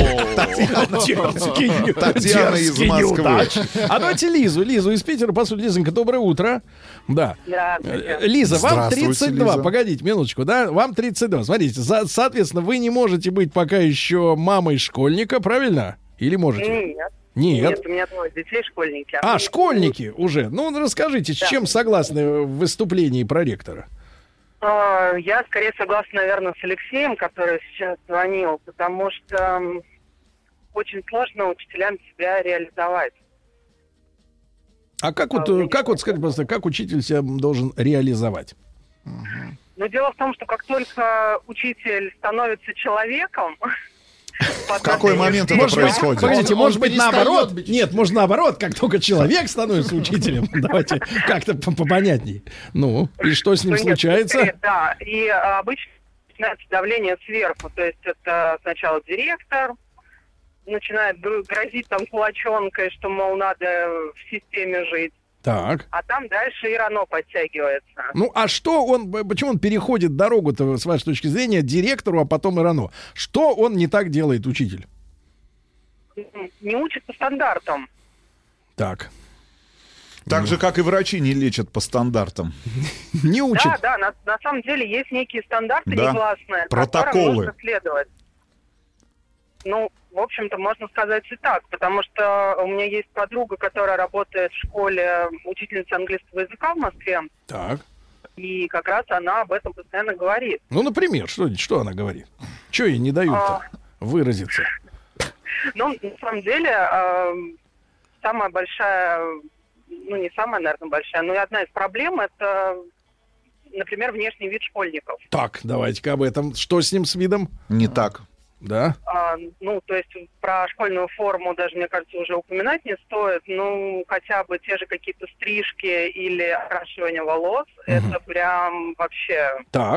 Татьяна из Москвы. А давайте Лизу из Питера. По сути, Лизонька, доброе утро. Да. Лиза, вам 32. Лиза. Погодите, минуточку, да? Вам 32. Смотрите, соответственно, вы не можете быть пока еще мамой школьника, правильно? Или можете? Нет, у меня двое детей школьники. Школьники уже. Ну, расскажите, с чем согласны в выступлении проректора? Я скорее согласна, наверное, с Алексеем, который сейчас звонил, потому что очень сложно учителям себя реализовать. А как скажите, просто, как учитель себя должен реализовать? Ну, дело в том, что как только учитель становится человеком... В какой момент это происходит? Погодите, может быть, наоборот? Нет, может, наоборот, как только человек становится учителем. Давайте как-то попонятней. Ну, и что с ним случается? Да, и обычно начинается давление сверху. То есть это сначала директор начинает грозить там кулачонкой, что, мол, надо в системе жить. Так. А там дальше и РАНО подтягивается. Ну, а почему он переходит дорогу-то, с вашей точки зрения, директору, а потом и РАНО? Что он не так делает, учитель? Не учит по стандартам. Так. Так же, как и врачи не лечат по стандартам. Не учат. Да, на самом деле есть некие стандарты негласные, протоколы, которым нужно следовать. Ну, в общем-то, можно сказать и так, потому что у меня есть подруга, которая работает в школе учительница английского языка в Москве. Так. И как раз она об этом постоянно говорит. Ну, например, что она говорит? Что ей не дают-то выразиться? Ну, на самом деле, самая большая, ну, не самая, наверное, большая, но и одна из проблем — это, например, внешний вид школьников. Так, давайте-ка об этом. Что с ним, с видом? Не так. Да? Ну, то есть про школьную форму даже, мне кажется, уже упоминать не стоит. Ну, хотя бы те же какие-то стрижки или окрашивание волос, это прям вообще... Так.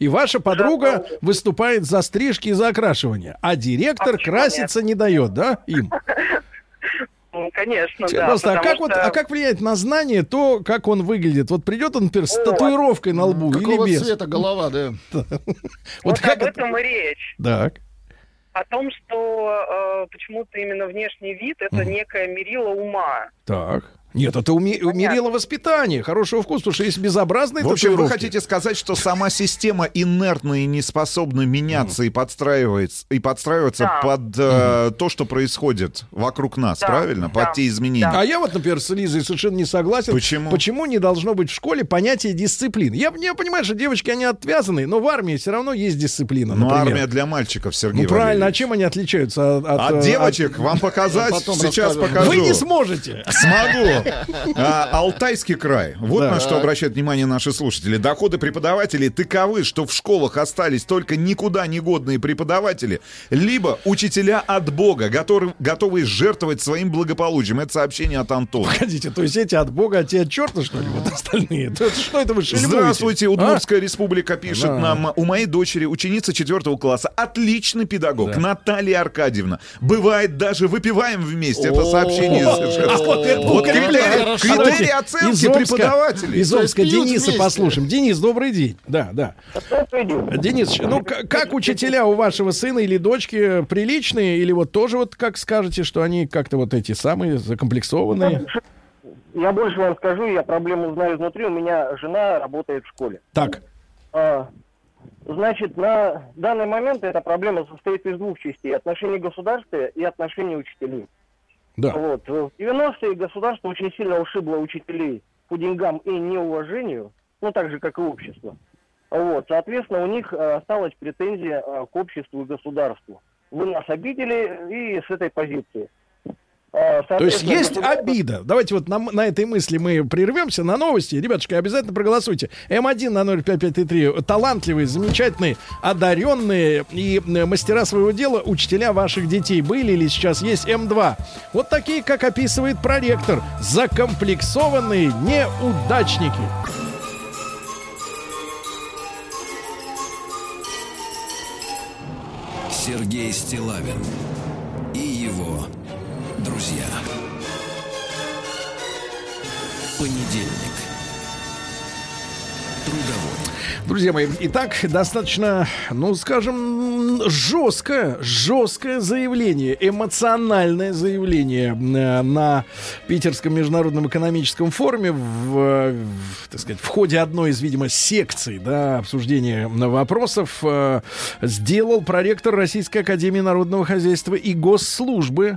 И ваша подруга выступает за стрижки и за окрашивание, а директор краситься не дает, да, им? Ну, конечно, да. Просто, а как влияет на знание то, как он выглядит? Вот придет он, например, с татуировкой на лбу какого или без? цвета голова, да? Вот об этом и речь. Так. О том, что почему-то именно внешний вид — это некое мерило ума. Так. Нет, это мерило воспитание, хорошего вкуса, потому что есть безобразные татуировки. В общем, вы хотите сказать, что сама система инертна и не способна меняться и подстраиваться под то, что происходит вокруг нас, правильно? Под те изменения. А я вот, например, с Лизой совершенно не согласен. Почему не должно быть в школе понятия дисциплины? Я понимаю, что девочки, они отвязаны, но в армии все равно есть дисциплина, Ну, например. армия для мальчиков, Сергей Правильно, Валерьевич. а чем они отличаются от девочек? Вам показать? Сейчас покажу. Вы не сможете. Смогу. Алтайский край. Вот на что обращают внимание наши слушатели. Доходы преподавателей таковы, что в школах остались только никуда не годные преподаватели, либо учителя от Бога, готовые жертвовать своим благополучием. Это сообщение от Антона. Погодите, то есть эти от Бога, а те от черта, что ли, вот остальные? Что это вы шельмуете? Здравствуйте, Удмуртская республика пишет нам. У моей дочери, ученица 4 класса, отличный педагог, Наталья Аркадьевна. Бывает, даже выпиваем вместе. Это сообщение вот критерии оценки преподавателей. Из Омска Дениса послушаем. Денис, добрый день. Да. Денис, ну как учителя у вашего сына или дочки приличные? Или вот тоже вот как скажете, что они как-то вот эти самые закомплексованные? Я больше вам скажу, я проблему знаю изнутри. У меня жена работает в школе. Так. Значит, на данный момент эта проблема состоит из двух частей. Отношения государства и отношения учителей. Да. Вот. В 90-е государство очень сильно ушибло учителей по деньгам и неуважению, ну так же, как и общество. Вот. Соответственно, у них осталась претензия к обществу и государству. Вы нас обидели, и с этой позиции. То есть есть обида. Давайте вот на этой мысли мы прервемся на новости. Ребятушки, обязательно проголосуйте. М1 на 0553. Талантливые, замечательные, одаренные и мастера своего дела учителя ваших детей были или сейчас есть. М2. Вот такие, как описывает проректор. Закомплексованные неудачники. Сергей Стиллавин и его друзья. Понедельник. Трудовой. Друзья мои, итак, достаточно, ну, скажем, жесткое заявление, эмоциональное заявление на Питерском международном экономическом форуме так сказать, в ходе одной из, видимо, секций, да, обсуждения вопросов сделал проректор Российской академии народного хозяйства и госслужбы.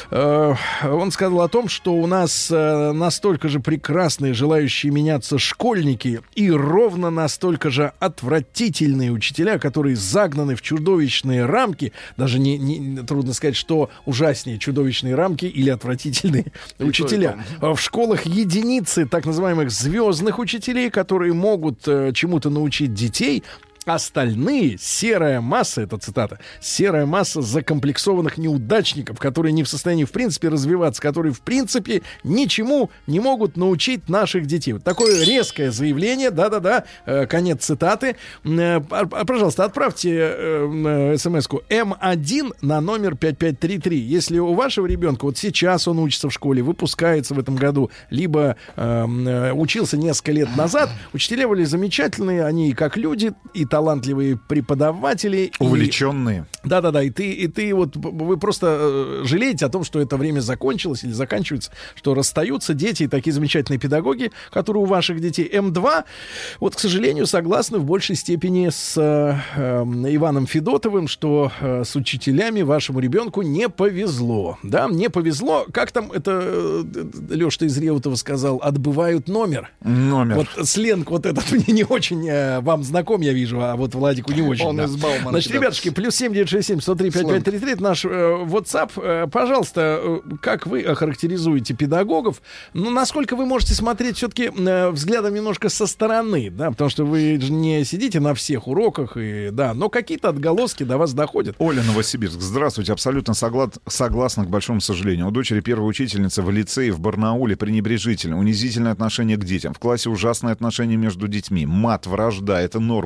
Он сказал о том, что у нас настолько же прекрасные, желающие меняться школьники и ровно настолько же отвратительные учителя, которые загнаны в чудовищные рамки. Даже трудно сказать, что ужаснее, чудовищные рамки или отвратительные учителя. В школах единицы так называемых звездных учителей, которые могут чему-то научить детей. Остальные, серая масса, это цитата, серая масса закомплексованных неудачников, которые не в состоянии, в принципе, развиваться, которые, в принципе, ничему не могут научить наших детей. Вот такое резкое заявление, да-да-да, конец цитаты. Пожалуйста, отправьте смс-ку М1 на номер 5533. Если у вашего ребенка, вот сейчас он учится в школе, выпускается в этом году, либо учился несколько лет назад, учителя были замечательные, они и как люди, и талантливые преподаватели. Увлеченные. Да-да-да, и ты вот, вы просто жалеете о том, что это время закончилось или заканчивается, что расстаются дети и такие замечательные педагоги, которые у ваших детей. М2, вот, к сожалению, согласны в большей степени с Иваном Федотовым, что с учителями вашему ребенку не повезло. Да, не повезло. Как там это Леша из Реутова сказал? Отбывают номер. Номер. Вот сленг вот этот мне не очень вам знаком, я вижу, а вот Владику не очень. Он да. из Баумана. Значит, ребятушки, плюс 7967-103-5533, это наш WhatsApp. Пожалуйста, как вы охарактеризуете педагогов? Ну, насколько вы можете смотреть все-таки взглядом немножко со стороны, да, потому что вы же не сидите на всех уроках, и, да, но какие-то отголоски до вас доходят. Оля, Новосибирск. Здравствуйте. Абсолютно согласна, к большому сожалению. У дочери первой учительницы в лицее в Барнауле пренебрежительно, унизительное отношение к детям. В классе ужасное отношение между детьми. Мат, вражда — это норма.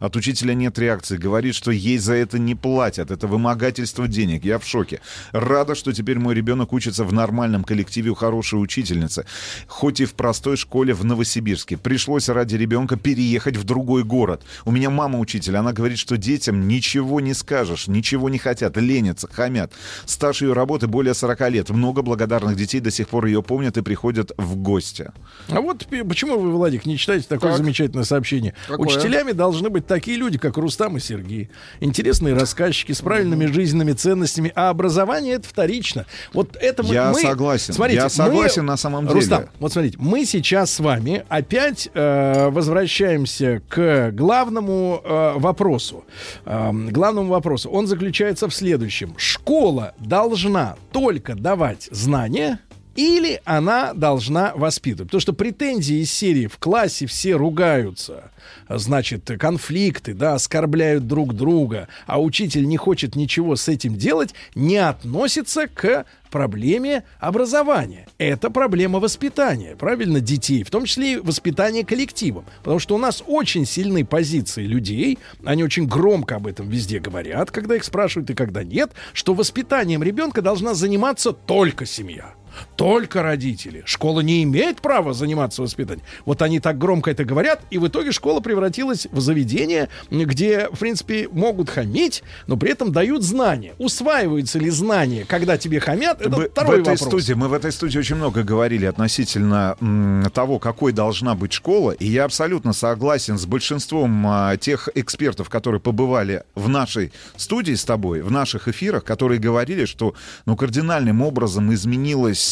От учителя нет реакции. Говорит, что ей за это не платят. Это вымогательство денег. Я в шоке. Рада, что теперь мой ребенок учится в нормальном коллективе у хорошей учительницы. Хоть и в простой школе в Новосибирске. Пришлось ради ребенка переехать в другой город. У меня мама учитель. Она говорит, что детям ничего не скажешь, ничего не хотят, ленятся, хамят. Стаж ее работы более 40 лет. Много благодарных детей до сих пор ее помнят и приходят в гости. А вот почему вы, Владик, не читаете такое замечательное сообщение? Какое? Учителями должны быть такие люди, как Рустам и Сергей. Интересные рассказчики с правильными жизненными ценностями. А образование — это вторично. Вот это я согласен. Смотрите, я согласен на самом деле. Рустам, вот смотрите, мы сейчас с вами опять возвращаемся к главному вопросу. Главному вопросу. Он заключается в следующем. Школа должна только давать знания, или она должна воспитывать? Потому что претензии из серии «в классе все ругаются», значит, конфликты, да, оскорбляют друг друга, а учитель не хочет ничего с этим делать, не относится к проблеме образования. Это проблема воспитания, правильно, детей, в том числе и воспитания коллективом. Потому что у нас очень сильны позиции людей, они очень громко об этом везде говорят, когда их спрашивают и когда нет, что воспитанием ребенка должна заниматься только семья. Только родители. Школа не имеет права заниматься воспитанием. Вот они так громко это говорят, и в итоге школа превратилась в заведение, где, в принципе, могут хамить, но при этом дают знания. Усваиваются ли знания, когда тебе хамят, это второй вопрос. Мы в этой студии очень много говорили относительно того, какой должна быть школа, и я абсолютно согласен с большинством тех экспертов, которые побывали в нашей студии с тобой, в наших эфирах, которые говорили, что кардинальным образом изменилось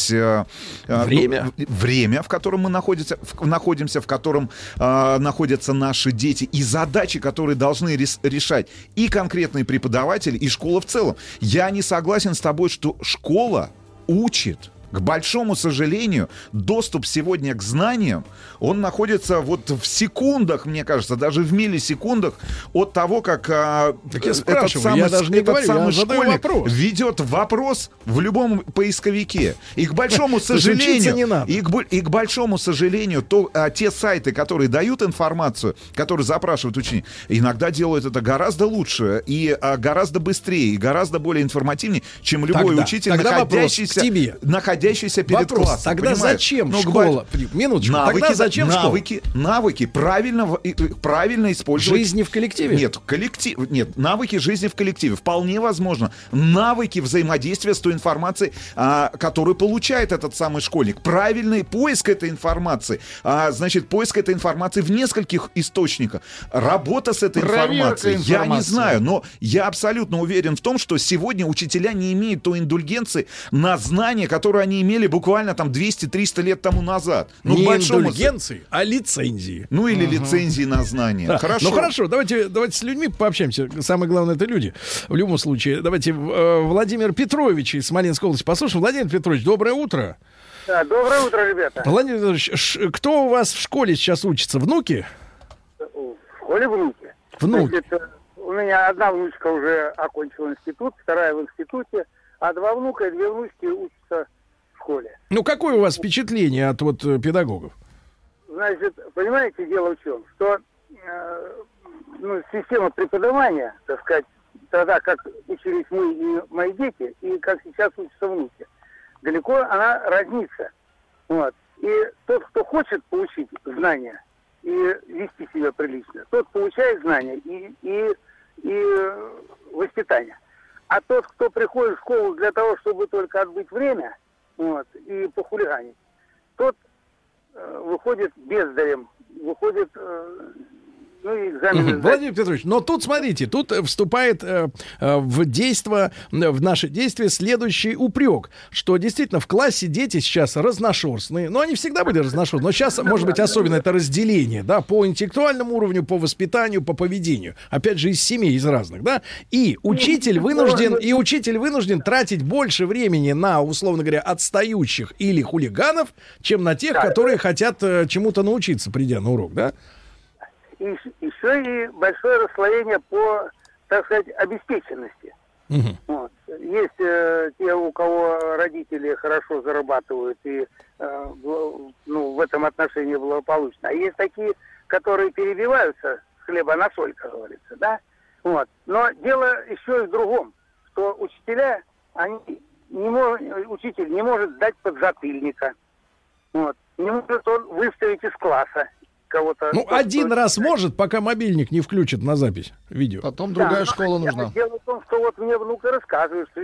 время, в котором мы находимся, в котором находятся наши дети, и задачи, которые должны решать и конкретные преподаватели, и школа в целом. Я не согласен с тобой, что школа учит. К большому сожалению, доступ сегодня к знаниям, он находится вот в секундах, мне кажется, даже в миллисекундах от того, как этот самый школьник ведет вопрос в любом поисковике. И к большому сожалению, и к большому сожалению, те сайты, которые дают информацию, которые запрашивают учеников, иногда делают это гораздо лучше и гораздо быстрее, и гораздо более информативнее, чем любой учитель, находящийся перед классом. Тогда понимаешь? Зачем школа? Минуточку. Тогда зачем навыки правильно использовать. Жизни в коллективе? Нет, навыки жизни в коллективе. Вполне возможно. Навыки взаимодействия с той информацией, которую получает этот самый школьник. Правильный поиск этой информации. Значит, поиск этой информации в нескольких источниках. Работа с этой информацией. Я не знаю, но я абсолютно уверен в том, что сегодня учителя не имеют той индульгенции на знания, которые они имели буквально там 200-300 лет тому назад. Не индульгенции, а лицензии. Или лицензии на знания. Да. Хорошо. Ну хорошо, давайте с людьми пообщаемся. Самое главное — это люди. В любом случае, давайте Владимир Петрович из Смоленской области послушаем. Владимир Петрович, доброе утро. Да, доброе утро, ребята. Владимир Петрович, кто у вас в школе сейчас учится? Внуки? В школе внуки. Внуки. Значит, у меня одна внучка уже окончила институт, вторая в институте, а два внука и две внучки учатся в школе. Ну, какое у вас впечатление от педагогов? Значит, понимаете, дело в чем? Что система преподавания, так сказать, тогда как учились мы и мои дети, и как сейчас учатся внуки, далеко она разнится. Вот. И тот, кто хочет получить знания и вести себя прилично, тот получает знания и воспитание. А тот, кто приходит в школу для того, чтобы только отбыть время, и похулиганить, тот выходит бездарем, выходит экзамены. Владимир Петрович, но тут, смотрите, тут вступает в наше действие следующий упрек, что действительно в классе дети сейчас разношерстные, но они всегда были разношерстные, но сейчас, может быть, особенно это разделение, да, по интеллектуальному уровню, по воспитанию, по поведению, опять же, из семей, из разных, да, и учитель вынужден тратить больше времени на, условно говоря, отстающих или хулиганов, чем на тех, которые хотят чему-то научиться, придя на урок, да? И еще и большое расслоение по, так сказать, обеспеченности. Вот. Есть те, у кого родители хорошо зарабатывают и в этом отношении благополучно. А есть такие, которые перебиваются с хлеба на соль, как говорится, да? Вот. Но дело еще и в другом, что учителя, учитель не может дать подзатыльника. Вот. Не может он выставить из класса кого-то. Ну, один раз может, пока мобильник не включит на запись видео. Потом другая школа нужна. Дело в том, что вот мне внука рассказывает, что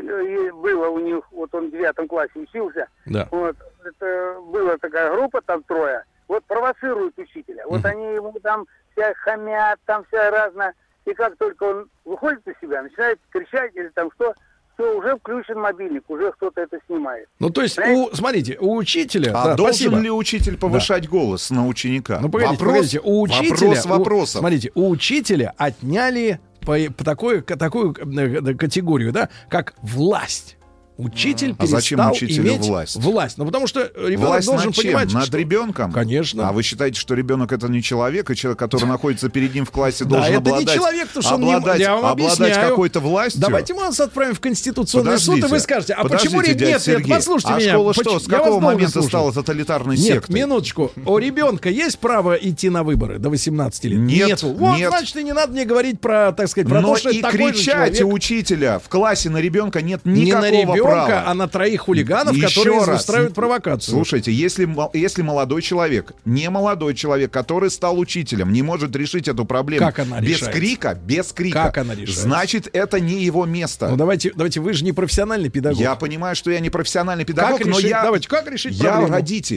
было у них, вот он в 9 классе учился, да. Вот, это была такая группа, там 3, вот провоцируют учителя. Вот они ему там вся хамят, там вся разная. И как только он выходит из себя, начинает кричать или там что, все, уже включен мобильник, уже кто-то это снимает. Ну, то есть, смотрите, у учителя... А должен ли учитель повышать голос на ученика? Ну, погодите, у учителя... Вопросов. Смотрите, у учителя отняли такую категорию, да, как власть. Учитель перестал иметь власть. Ну, потому что ребенок власть должен над чем? понимать... Над ребенком? Конечно. А вы считаете, что ребенок это не человек, и человек, который находится перед ним в классе, должен это не человек, потому что обладать какой-то властью? Давайте мы вас отправим в Конституционный суд, и вы скажете, а почему нет? Послушайте меня. Школа что? С какого момента стала тоталитарной сектой? Нет, минуточку. У ребенка есть право идти на выборы до 18 лет? Нет. Вот, значит, и не надо мне говорить про, так сказать, про то, что это такой же человек. Но и кричать у учителя в классе на ребенка нет никакого права. А на троих хулиганов, которые устраивают провокацию. Слушайте, если молодой человек, не молодой человек, который стал учителем, не может решить эту проблему без крика, как она решается? Значит, это не его место. Ну давайте, вы же не профессиональный педагог. Я понимаю, что я не профессиональный педагог, как но решить, я решить проблему?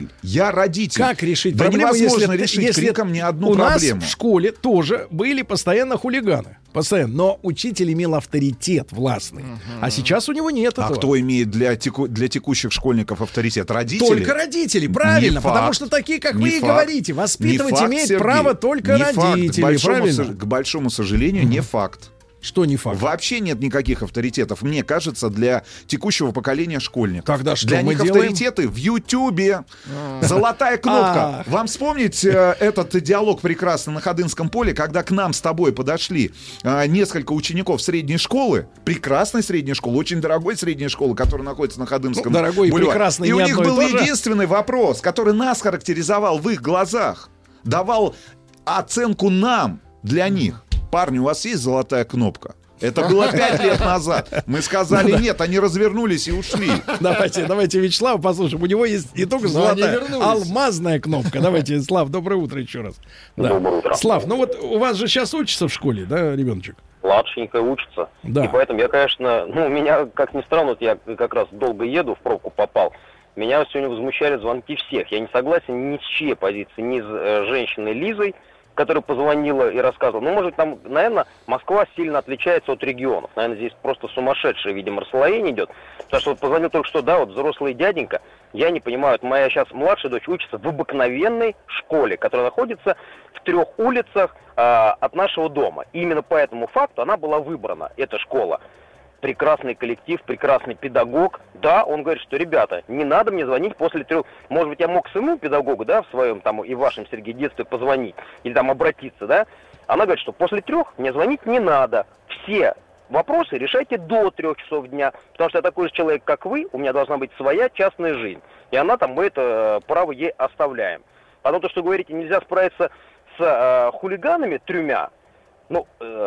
Я родитель. Как решить проблему, невозможно решить криком ни одну проблему. У нас в школе тоже были постоянно хулиганы. Постоянно. Но учитель имел авторитет властный. А сейчас у него нет этого. А кто имеет для текущих школьников авторитет? Родители? Только родители, правильно. Потому что такие, как вы и говорите, воспитывать имеет право только родители. К большому сожалению, не факт. Что не факт? Вообще нет никаких авторитетов, мне кажется, для текущего поколения школьников. Тогда что для мы них делаем? Авторитеты в Ютьюбе. Золотая кнопка. Вам вспомнить этот диалог прекрасный на Ходынском поле, когда к нам с тобой подошли несколько учеников средней школы, прекрасной средней школы, очень дорогой средней школы, которая находится на Ходынском дорогой бульваре. И прекрасный. И у них был единственный вопрос, который нас характеризовал в их глазах, давал оценку нам для них. Парни, у вас есть золотая кнопка? Это было 5 лет назад. Мы сказали нет, они развернулись и ушли. Давайте Вячеслава послушаем. У него есть не только золотая, алмазная кнопка. Давайте, Слав, доброе утро еще раз. Доброе утро. Слав, ну вот у вас же сейчас учится в школе, да, ребеночек? Младшенькая учится. Да. И поэтому я, конечно, меня, как ни странно, вот я как раз долго еду, в пробку попал. Меня сегодня возмущали звонки всех. Я не согласен ни с чьей позиции, ни с женщиной Лизой, которая позвонила и рассказывала. Ну, может, там, наверное, Москва сильно отличается от регионов. Наверное, здесь просто сумасшедшее, видимо, расслоение идет. Потому что вот позвонил только что, да, вот взрослый дяденька. Я не понимаю, вот моя сейчас младшая дочь учится в обыкновенной школе, которая находится в 3 улицах от нашего дома. И именно по этому факту она была выбрана, эта школа. Прекрасный коллектив, прекрасный педагог. Да, он говорит, что, ребята, не надо мне звонить после 3. Может быть, я мог своему педагогу, да, в своем там и в вашем, Сергей, детстве позвонить или там обратиться, да. Она говорит, что после 3 мне звонить не надо. Все вопросы решайте до 3 часов дня, потому что я такой же человек, как вы, у меня должна быть своя частная жизнь. И она там, мы это право ей оставляем. Потом то, что говорите, нельзя справиться с хулиганами 3. Ну,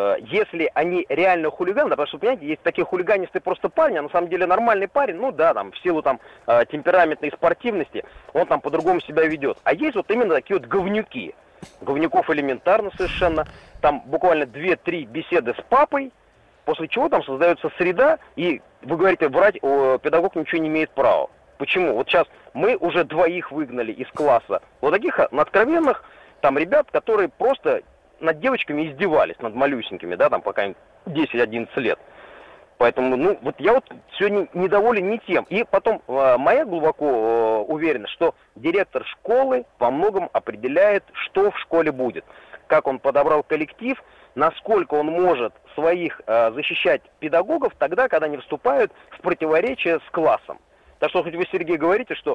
если они реально хулиганы, потому что, понимаете, есть такие хулиганистые просто парни, а на самом деле нормальный парень, ну да, там, в силу там темпераментной спортивности, он там по-другому себя ведет. А есть вот именно такие вот говнюки. Говнюков элементарно совершенно. Там буквально 2-3 беседы с папой, после чего там создается среда, и вы говорите, врать педагог ничего не имеет права. Почему? Вот сейчас мы уже 2 выгнали из класса. Вот таких откровенных там ребят, которые просто над девочками издевались, над малюсенькими, да, там пока им 10-11 лет. Поэтому, ну, вот я вот сегодня недоволен не тем. И потом, моя глубоко уверенность, что директор школы во многом определяет, что в школе будет. Как он подобрал коллектив, насколько он может своих защищать педагогов тогда, когда они вступают в противоречие с классом. Так что, хоть вы, Сергей, говорите, что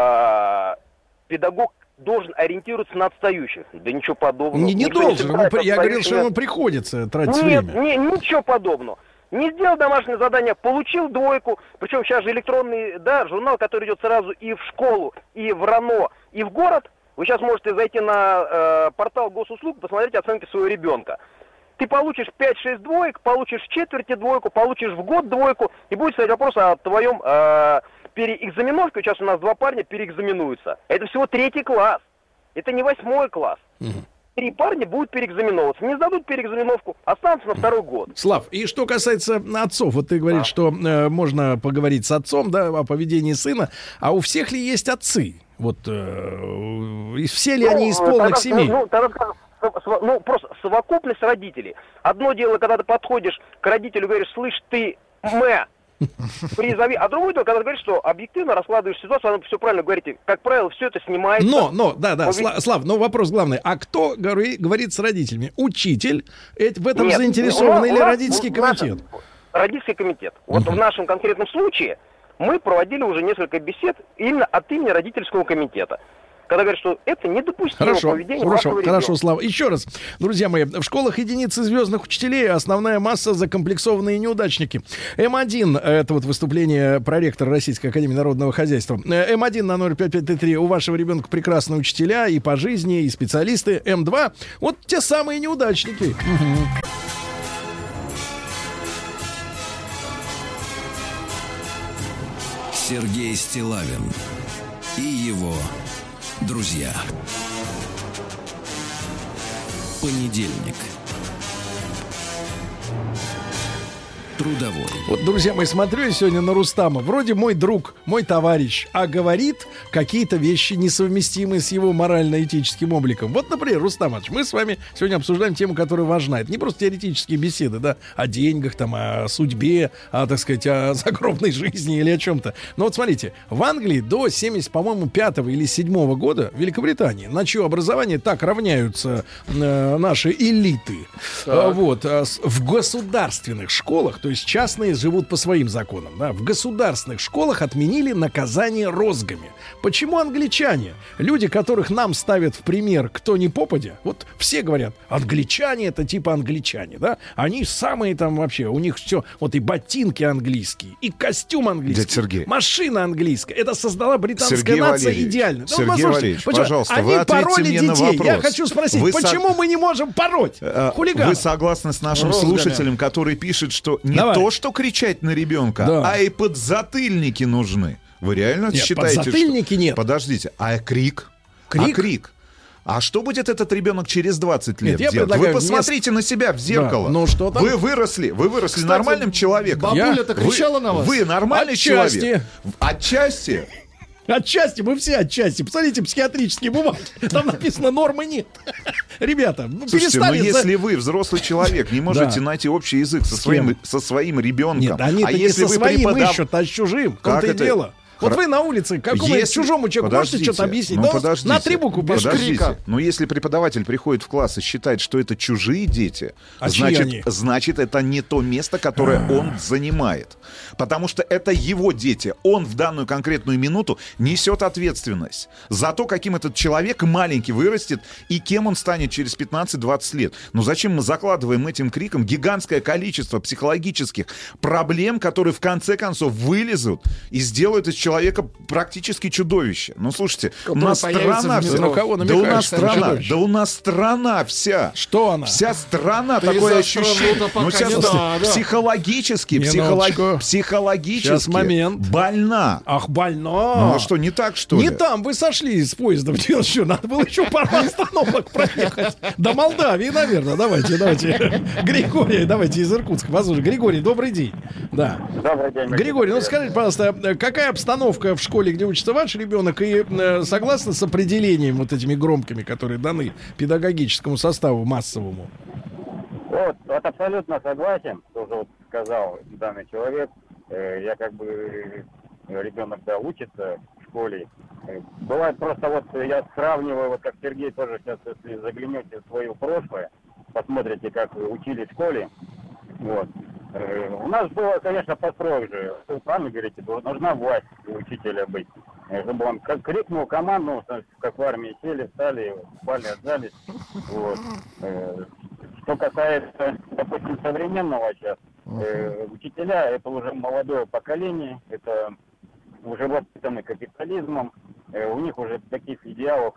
педагог должен ориентироваться на отстающих. Да ничего подобного. Не должен. Я говорил, что ему приходится тратить время. Нет, ничего подобного. Не сделал домашнее задание, получил 2. Причем сейчас же электронный, да, журнал, который идет сразу и в школу, и в РАНО, и в город. Вы сейчас можете зайти на портал госуслуг, посмотреть оценки своего ребенка. Ты получишь 5-6 двоек, получишь в четверти двойку, получишь в год двойку, и будет стоять вопрос о твоем переэкзаменовке. Сейчас у нас 2 парня переэкзаменуются. Это всего 3 класс. Это не 8 класс. 3 парня будут переэкзаменовываться. Не сдадут переэкзаменовку, останутся на 2-й год. Слав, и что касается отцов, вот ты говоришь, что можно поговорить с отцом, да, о поведении сына, а у всех ли есть отцы? Вот все ли они из полных семей? Просто совокупность родителей. Одно дело, когда ты подходишь к родителю и говоришь: слышь, ты призови. А другое дело, когда ты говоришь, что объективно раскладываешь ситуацию, она все правильно говорите. Как правило, все это снимается. Да, Слав, но вопрос главный. А кто говорит с родителями? Учитель? В этом заинтересован или родительский комитет? Родительский комитет. Вот в нашем конкретном случае мы проводили уже несколько бесед именно от имени родительского комитета. Когда говорят, что это недопустимо поведение вашего ребенка. Хорошо, Слава. Еще раз, друзья мои, в школах единицы звездных учителей, основная масса закомплексованные неудачники. М1, это вот выступление проректора Российской академии народного хозяйства. М1 на 05533, у вашего ребенка прекрасные учителя и по жизни, и специалисты. М2, вот те самые неудачники. Сергей Стиллавин и его друзья. Понедельник. Трудовой. Вот, друзья мои, смотрю я сегодня на Рустама. Вроде мой друг, мой товарищ, а говорит какие-то вещи, несовместимые с его морально-этическим обликом. Вот, например, Рустам Ильич, мы с вами сегодня обсуждаем тему, которая важна. Это не просто теоретические беседы, да, о деньгах, там, о судьбе, так сказать, о загробной жизни или о чем-то. Но вот смотрите, в Англии до 70, по-моему, 5-го или 7-го года, в Великобритании, на чье образование так равняются наши элиты. Вот, в государственных школах, то есть частные живут по своим законам, да, в государственных школах отменили наказание розгами. Почему англичане, люди, которых нам ставят в пример кто ни попадя, вот все говорят, англичане это типа англичане, да, они самые там вообще, у них все, вот и ботинки английские, и костюм английский, машина английская, это создала британская Сергей нация Валерьевич, идеально. Сергей Валерьевич, пожалуйста, они вы ответьте пороли мне детей. на вопрос. Я хочу спросить, почему мы не можем пороть хулиганов? Вы согласны с нашим слушателем, который пишет, что не то, что кричать на ребенка, а и подзатыльники нужны? Вы реально считаете, подзатыльники что... нет. Подождите, а крик? Крик? А крик? А что будет этот ребенок через 20 лет делать? Вы посмотрите на себя в зеркало. Да, ну что там? Вы выросли Кстати, нормальным человеком. Бабуля-то кричала на вас? Вы нормальный человек. Отчасти. Отчасти, мы все отчасти. Посмотрите, психиатрические бумаги. Там написано, нормы нет. Ребята, слушайте, но если вы, взрослый человек, не можете найти общий язык со своим ребенком... Нет, они-то не со своим ищут, а с чужим. В том-то и дело. Вот вы на улице какому-нибудь чужому человеку можете что-то объяснить? На 3 буквы без крика. Но если преподаватель приходит в класс и считает, что это чужие дети, значит, это не то место, которое он занимает. Потому что это его дети. Он в данную конкретную минуту несет ответственность за то, каким этот человек маленький вырастет и кем он станет через 15-20 лет. Но зачем мы закладываем этим криком гигантское количество психологических проблем, которые в конце концов вылезут и сделают из человека практически чудовище. Ну, слушайте, у нас страна вся. Да у нас страна вся. Что она? Вся страна, такое ощущение. Ну, сейчас психологически больна. Ах, больна. Ну, а что, не так, что ли? Не там, вы сошли с поезда. Что, надо было еще пару остановок проехать. До Молдавии, наверное. Давайте. Григорий, давайте из Иркутска. Послушай, Григорий, добрый день. Да. Добрый день. Григорий, ну скажите, пожалуйста, какая обстановка в школе, где учится ваш ребенок, и согласны с определением вот этими громкими, которые даны педагогическому составу массовому? Вот абсолютно согласен, тоже вот сказал данный человек. Я ребенок, учится в школе. Бывает просто я сравниваю, как Сергей тоже сейчас, если заглянете в свое прошлое, посмотрите, как учились в школе. Вот. У нас было, конечно, построже. Вы правильно говорите, нужна власть у учителя быть. Чтобы он крикнул команду, как в армии сели, встали, упали, отжались. Вот. Что касается, допустим, современного сейчас, учителя — это уже молодое поколение, это уже воспитаны капитализмом, у них уже таких идеалов,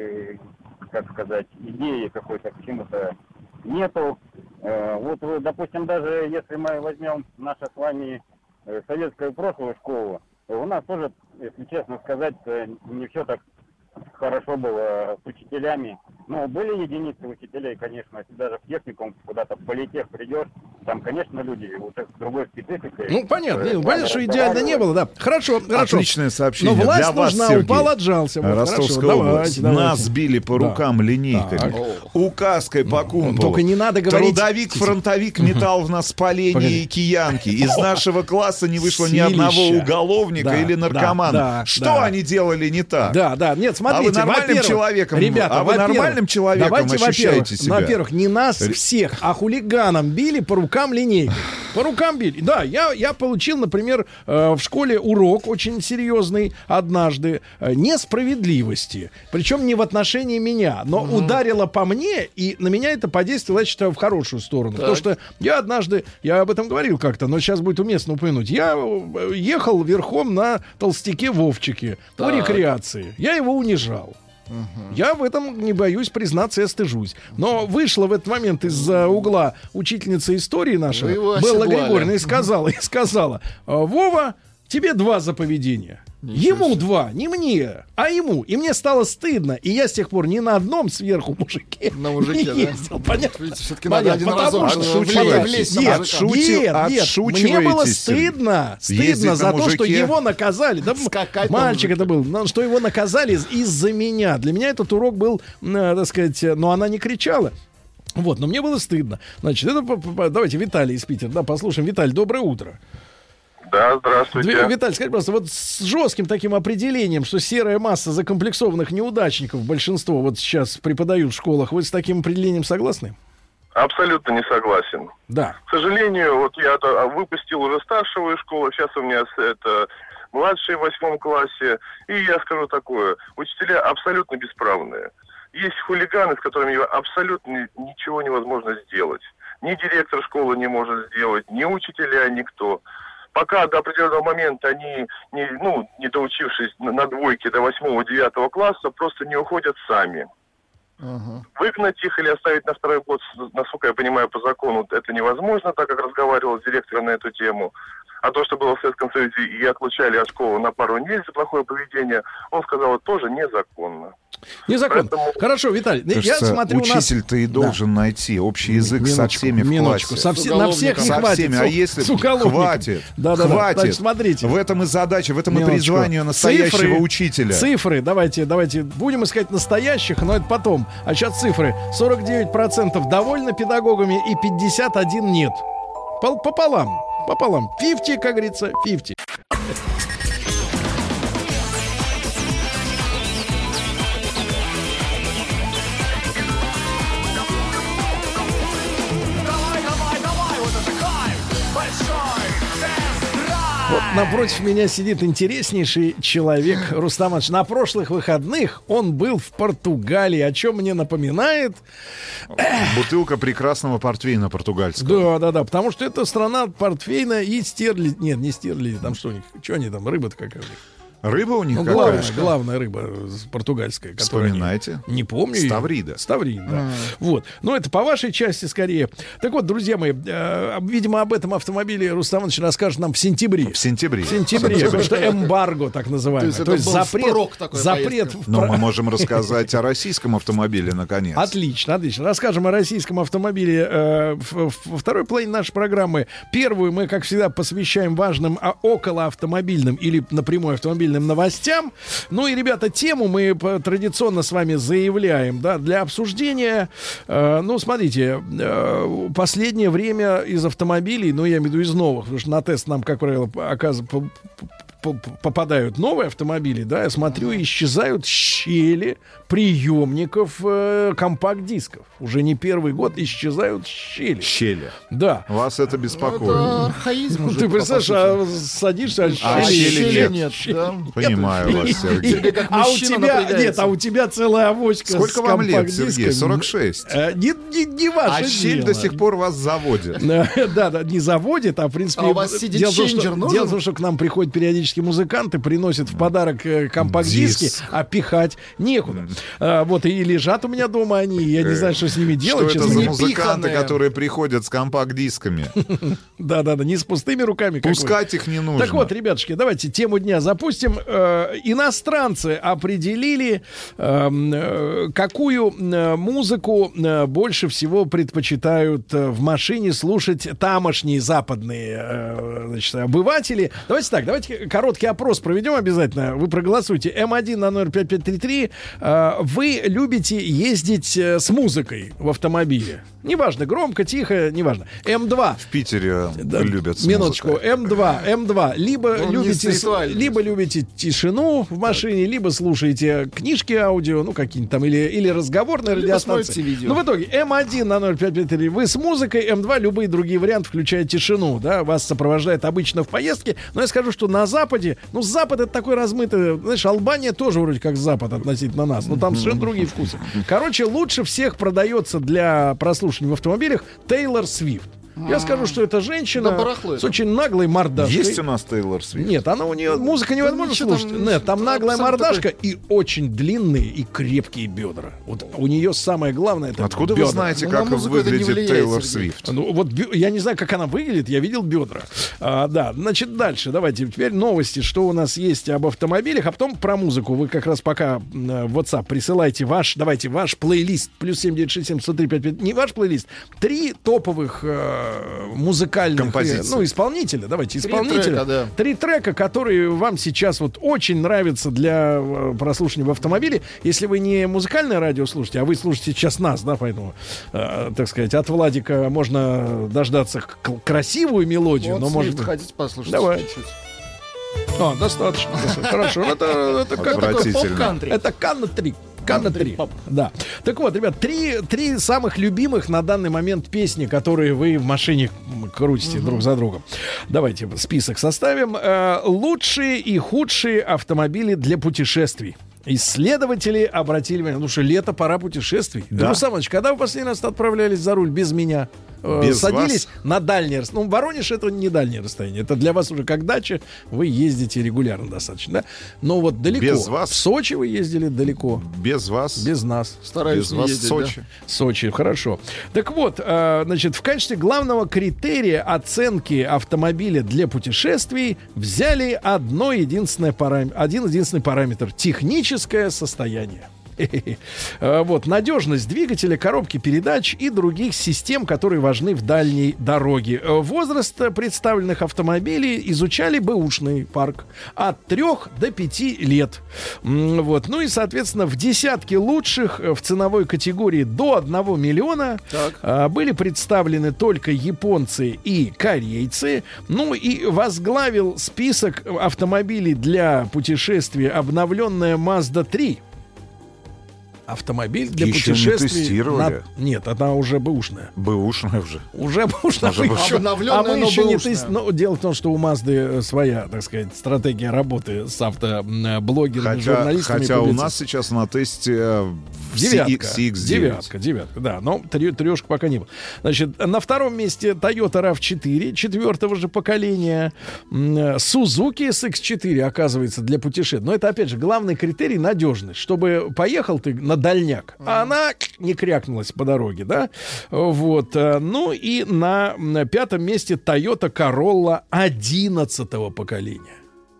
как сказать, идеи какой-то к чему-то нету. Вот, допустим, даже если мы возьмем нашу с вами советскую прошлую школу, у нас тоже, если честно сказать, не все так хорошо было с учителями. Ну, были единицы учителей, конечно, если даже в техникум куда-то в политех придешь, там, конечно, люди уже с другой спецификой. Ну, понятно, понятно, что идеально не было, да. Хорошо. Отличное сообщение. Но власть для вас, нужна, Сергей. упал, отжался. Вот, Ростовская область. Нас били по рукам линейками, указкой по кумполу. Только не надо говорить... Трудовик-фронтовик метал в нас поленья и киянки. Из нашего класса не вышло ни одного уголовника или наркомана. Что они делали не так? Да, нет, смотрите. А вы нормальным человеком, ребята, давайте, ощущаете себя? Во-первых, не нас всех, а хулиганам били по рукам линейкой. По рукам били. Да, я получил, например, в школе урок очень серьезный однажды несправедливости. Причем не в отношении меня, но ударило по мне, и на меня это подействовало, я считаю, в хорошую сторону. Так. Потому что я однажды, я об этом говорил как-то, но сейчас будет уместно упомянуть. Я ехал верхом на толстяке Вовчике по рекреации. Я его унижал. Я в этом не боюсь признаться, я стыжусь. Но вышла в этот момент из-за угла учительница истории наша, Белла Григорьевна, и сказала: Вова, тебе 2 за поведение. Ему 2, не мне, а ему. И мне стало стыдно. И я с тех пор ни на одном сверху мужике не ездил. Понятно? Все-таки надо один разок влезть. Нет, мне было стыдно за то, что его наказали. Мальчик это был, что его наказали из-за меня. Для меня этот урок был, так сказать, но она не кричала. Вот, но мне было стыдно. Значит, давайте Виталий из Питера, послушаем. Виталий, доброе утро. Да, здравствуйте. Виталий, скажите, пожалуйста, вот с жестким таким определением, что серая масса закомплексованных неудачников, большинство вот сейчас преподают в школах, вы с таким определением согласны? Абсолютно не согласен. Да. К сожалению, вот я выпустил уже старшую школу, сейчас у меня это младшие в 8 классе, и я скажу такое: учителя абсолютно бесправные. Есть хулиганы, с которыми абсолютно ничего невозможно сделать. Ни директор школы не может сделать, ни учителя, никто. Пока до определенного момента они, не доучившись на двойке до 8-9 класса, просто не уходят сами. Выгнать их или оставить на 2-й год, насколько я понимаю, по закону, это невозможно, так как разговаривал с директором на эту тему. А то, что было в Советском Союзе и отлучали от школы на пару недель за плохое поведение, он сказал, тоже незаконно. Незаконно. Поэтому... Хорошо, Виталий, кажется, я смотрю, учитель-то и должен найти общий язык со всеми в классе. На всех не хватит. А если хватит, хватит. Значит, смотрите. В этом и задача, в этом и призвание настоящего учителя. Цифры, давайте будем искать настоящих, но это потом. А сейчас цифры. 49% довольны педагогами и 51% нет. Пополам. 50, как говорится, 50. Вот напротив меня сидит интереснейший человек, Рустам Иванович. На прошлых выходных он был в Португалии, о чем мне напоминает... Бутылка прекрасного портвейна португальского. Да, потому что это страна портвейна и стерли... Нет, не стерли, там что у них? Что они там, рыба-то какая у них? Рыба у них главная рыба португальская. Вспоминайте. Не помню. Ставрида, да. Вот. Но это по вашей части скорее. Так вот, друзья мои, видимо, об этом автомобиле Рустам Иванович расскажет нам в сентябре. В сентябре. Потому что эмбарго, так называемый. То есть запрет. Но мы можем рассказать о российском автомобиле, наконец. Отлично. Расскажем о российском автомобиле во второй половине нашей программы. Первую мы, как всегда, посвящаем важным околоавтомобильным или напрямую автомобильным новостям. Ну и, ребята, тему мы традиционно с вами заявляем, да, для обсуждения. Ну, смотрите, последнее время из автомобилей, ну, я имею в виду из новых, потому что на тест нам, как правило, попадают новые автомобили, да, я смотрю, исчезают щели приемников компакт-дисков. Уже не первый год исчезают щели. Да. Вас это беспокоит? Это архаизм уже. Ты представляешь, садишься, а щели нет. Да. Понимаю вас, Сергей. У тебя целая авоська. Сколько вам лет, Сергей? 46. Не ваше дело. А щель до сих пор вас заводит. Да, не заводит, а в принципе... А у вас CD-ченджер нужен? Дело в том, что к нам приходят периодически классические музыканты приносят в подарок компакт-диски, а пихать некуда. Вот, и лежат у меня дома они, я не знаю, что с ними делать. Что это за музыканты, которые приходят с компакт-дисками? Да-да-да, не с пустыми руками. Пускать их не нужно. Так вот, ребятушки, давайте тему дня запустим. Иностранцы определили, какую музыку больше всего предпочитают в машине слушать тамошние западные, значит, обыватели. Давайте так, давайте короткий опрос проведем обязательно. Вы проголосуйте. М1 на номер 5533. Вы любите ездить с музыкой в автомобиле? Неважно, громко, тихо, неважно. М2. В Питере любят с минуточку. музыкой. М2. Либо любите тишину в машине, либо слушаете книжки аудио, ну, какие-нибудь там, или разговорные радиостанции. Ну, в итоге, М1 на 0553 вы с музыкой, М2 любые другие варианты, включая тишину, да, вас сопровождает обычно в поездке. Но я скажу, что на Западе, ну, Запад это такой размытый, знаешь, Албания тоже вроде как Запад относительно нас, но там совершенно другие вкусы. Короче, лучше всех продается для прослушивания в автомобилях Тейлор Свифт. Я скажу, что это женщина с очень наглой мордашкой. Есть у нас Тейлор Свифт? Нет, она у нее музыка невозможно слушать. Нет, там наглая мордашка и очень длинные и крепкие бедра. Вот у нее самое главное это Откуда бедра. вы знаете, как выглядит Тейлор Свифт? Ну вот я не знаю, как она выглядит, я видел бедра. Да, значит, дальше давайте теперь новости, что у нас есть об автомобилях, а потом про музыку. Вы как раз пока в WhatsApp присылайте ваш плейлист +7 967 103 55. Не ваш плейлист, 3 топовых музыкальных исполнителя. Давайте, исполнителя. 3 трека, которые вам сейчас вот очень нравятся для прослушивания в автомобиле. Если вы не музыкальное радио слушаете, а вы слушаете сейчас нас, да, поэтому, так сказать, от Владика можно дождаться красивую мелодию. Вот, но может хотите послушать? Давайте. Достаточно. Хорошо. Это как такой поп-кантри. Это кантри. Кантри. Да. Так вот, ребят, три самых любимых на данный момент песни, которые вы в машине крутите друг за другом. Давайте список составим. Лучшие и худшие автомобили для путешествий. Исследователи обратили внимание, потому что лето, пора путешествий. Да. Руслан Иванович, когда вы последний раз отправлялись за руль без меня? Без садились вас? На дальнее расстояние. Ну, Воронеж — это не дальнее расстояние. Это для вас уже как дача. Вы ездите регулярно достаточно, да? Но вот далеко. Без вас? В Сочи вы ездили далеко. Без вас? Без нас. Стараюсь без вас ездить, Сочи. Да? Сочи, хорошо. Так вот, значит, в качестве главного критерия оценки автомобиля для путешествий взяли один единственный параметр — техническое состояние. Вот, надежность двигателя, коробки передач и других систем, которые важны в дальней дороге. Возраст представленных автомобилей изучали бэушный парк от 3 до 5 лет. Вот. Ну и, соответственно, в десятке лучших в ценовой категории до 1 миллиона были представлены только японцы и корейцы. Ну и возглавил список автомобилей для путешествий обновленная Mazda 3. Автомобиль для еще путешествий. Не тестировали? Нет, она уже бэушная. Бэушная уже. Уже бэушная. А мы еще не тестировали. Но дело в том, что у Мазды своя, так сказать, стратегия работы с автоблогерами, журналистами. Хотя у нас сейчас на тесте девятка, да, но трешка пока не было. Значит, на втором месте Toyota RAV4 4-го же поколения, Suzuki SX4, оказывается, для путешествий. Но это, опять же, главный критерий — надежность. Чтобы поехал ты на дальняк, а она не крякнулась по дороге, да? Вот. Ну и на 5-м месте Toyota Corolla 11-го поколения.